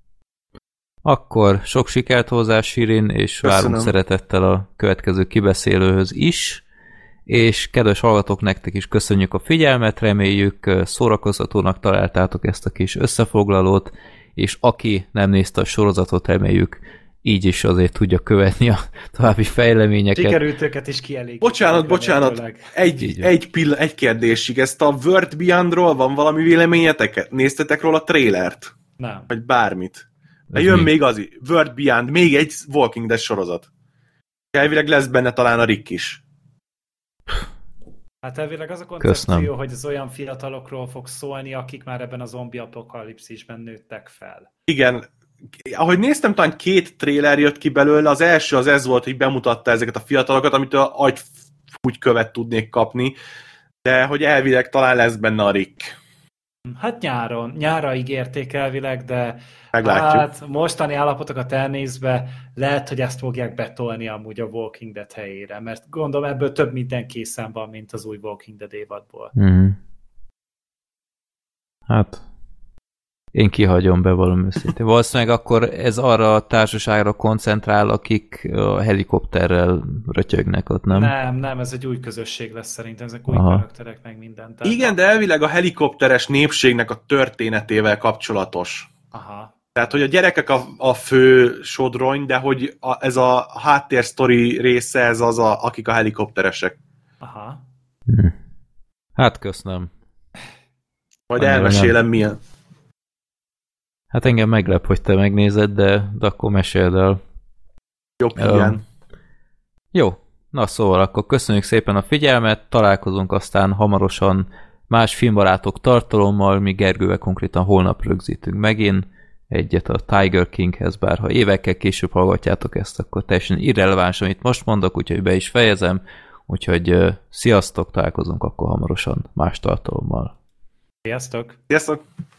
Akkor sok sikert hozzá, Sirin, és köszönöm. Várunk szeretettel a következő kibeszélőhöz is, és kedves hallgatók, nektek is köszönjük a figyelmet, reméljük szórakoztatónak találtátok ezt a kis összefoglalót, és aki nem nézte a sorozatot, reméljük így is azért tudja követni a további fejleményeket. Sikerült őket is kielégíteni. Bocsánat, bocsánat, egy, egy, pill- egy kérdésig, ezt a World Beyondról van valami véleményetek? Néztetek róla a trélert? Nem. Vagy bármit? De jön mi? Még az World Beyond, még egy Walking Dead sorozat. Elvileg lesz benne talán a Rick is. Hát elvileg az a koncepció, Köszönöm. hogy az olyan fiatalokról fog szólni, akik már ebben a zombi apokalipszisben nőttek fel. Igen, ahogy néztem, talán két tréler jött ki belőle, az első az ez volt, hogy bemutatta ezeket a fiatalokat, amit a agyfúgykövet tudnék kapni, de hogy elvileg talán lesz benne a Rick. Hát nyáron, nyárra ígérték elvileg, de meglátjuk. Hát mostani állapotokat elnézve lehet, hogy ezt fogják betolni amúgy a Walking Dead helyére, mert gondolom ebből több minden készen van, mint az új Walking Dead évadból. Mm. Hát én kihagyom be valami őszintén. Valószínűleg akkor ez arra a társaságra koncentrál, akik a helikopterrel rötyögnek ott, nem? Nem, nem, ez egy új közösség lesz szerintem, ezek új Aha. karakterek meg minden. Tehát Igen, a... de elvileg a helikopteres népségnek a történetével kapcsolatos. Aha. Tehát, hogy a gyerekek a, a fő sodrony, de hogy a, ez a háttérsztori része, ez az, a, akik a helikopteresek. Aha. Hm. Hát köszönöm. Majd Annyira elmesélem nem. milyen. Hát engem meglep, hogy te megnézed, de, de akkor meséld el. Jobb igen. Jó, na szóval akkor köszönjük szépen a figyelmet, találkozunk aztán hamarosan más filmbarátok tartalommal, mi Gergővel konkrétan holnap rögzítünk megint egyet a Tiger Kinghez, bár ha évekkel később hallgatjátok ezt, akkor teljesen irreleváns, amit most mondok, úgyhogy be is fejezem, úgyhogy uh, sziasztok, találkozunk akkor hamarosan más tartalommal. Sziasztok! Sziasztok!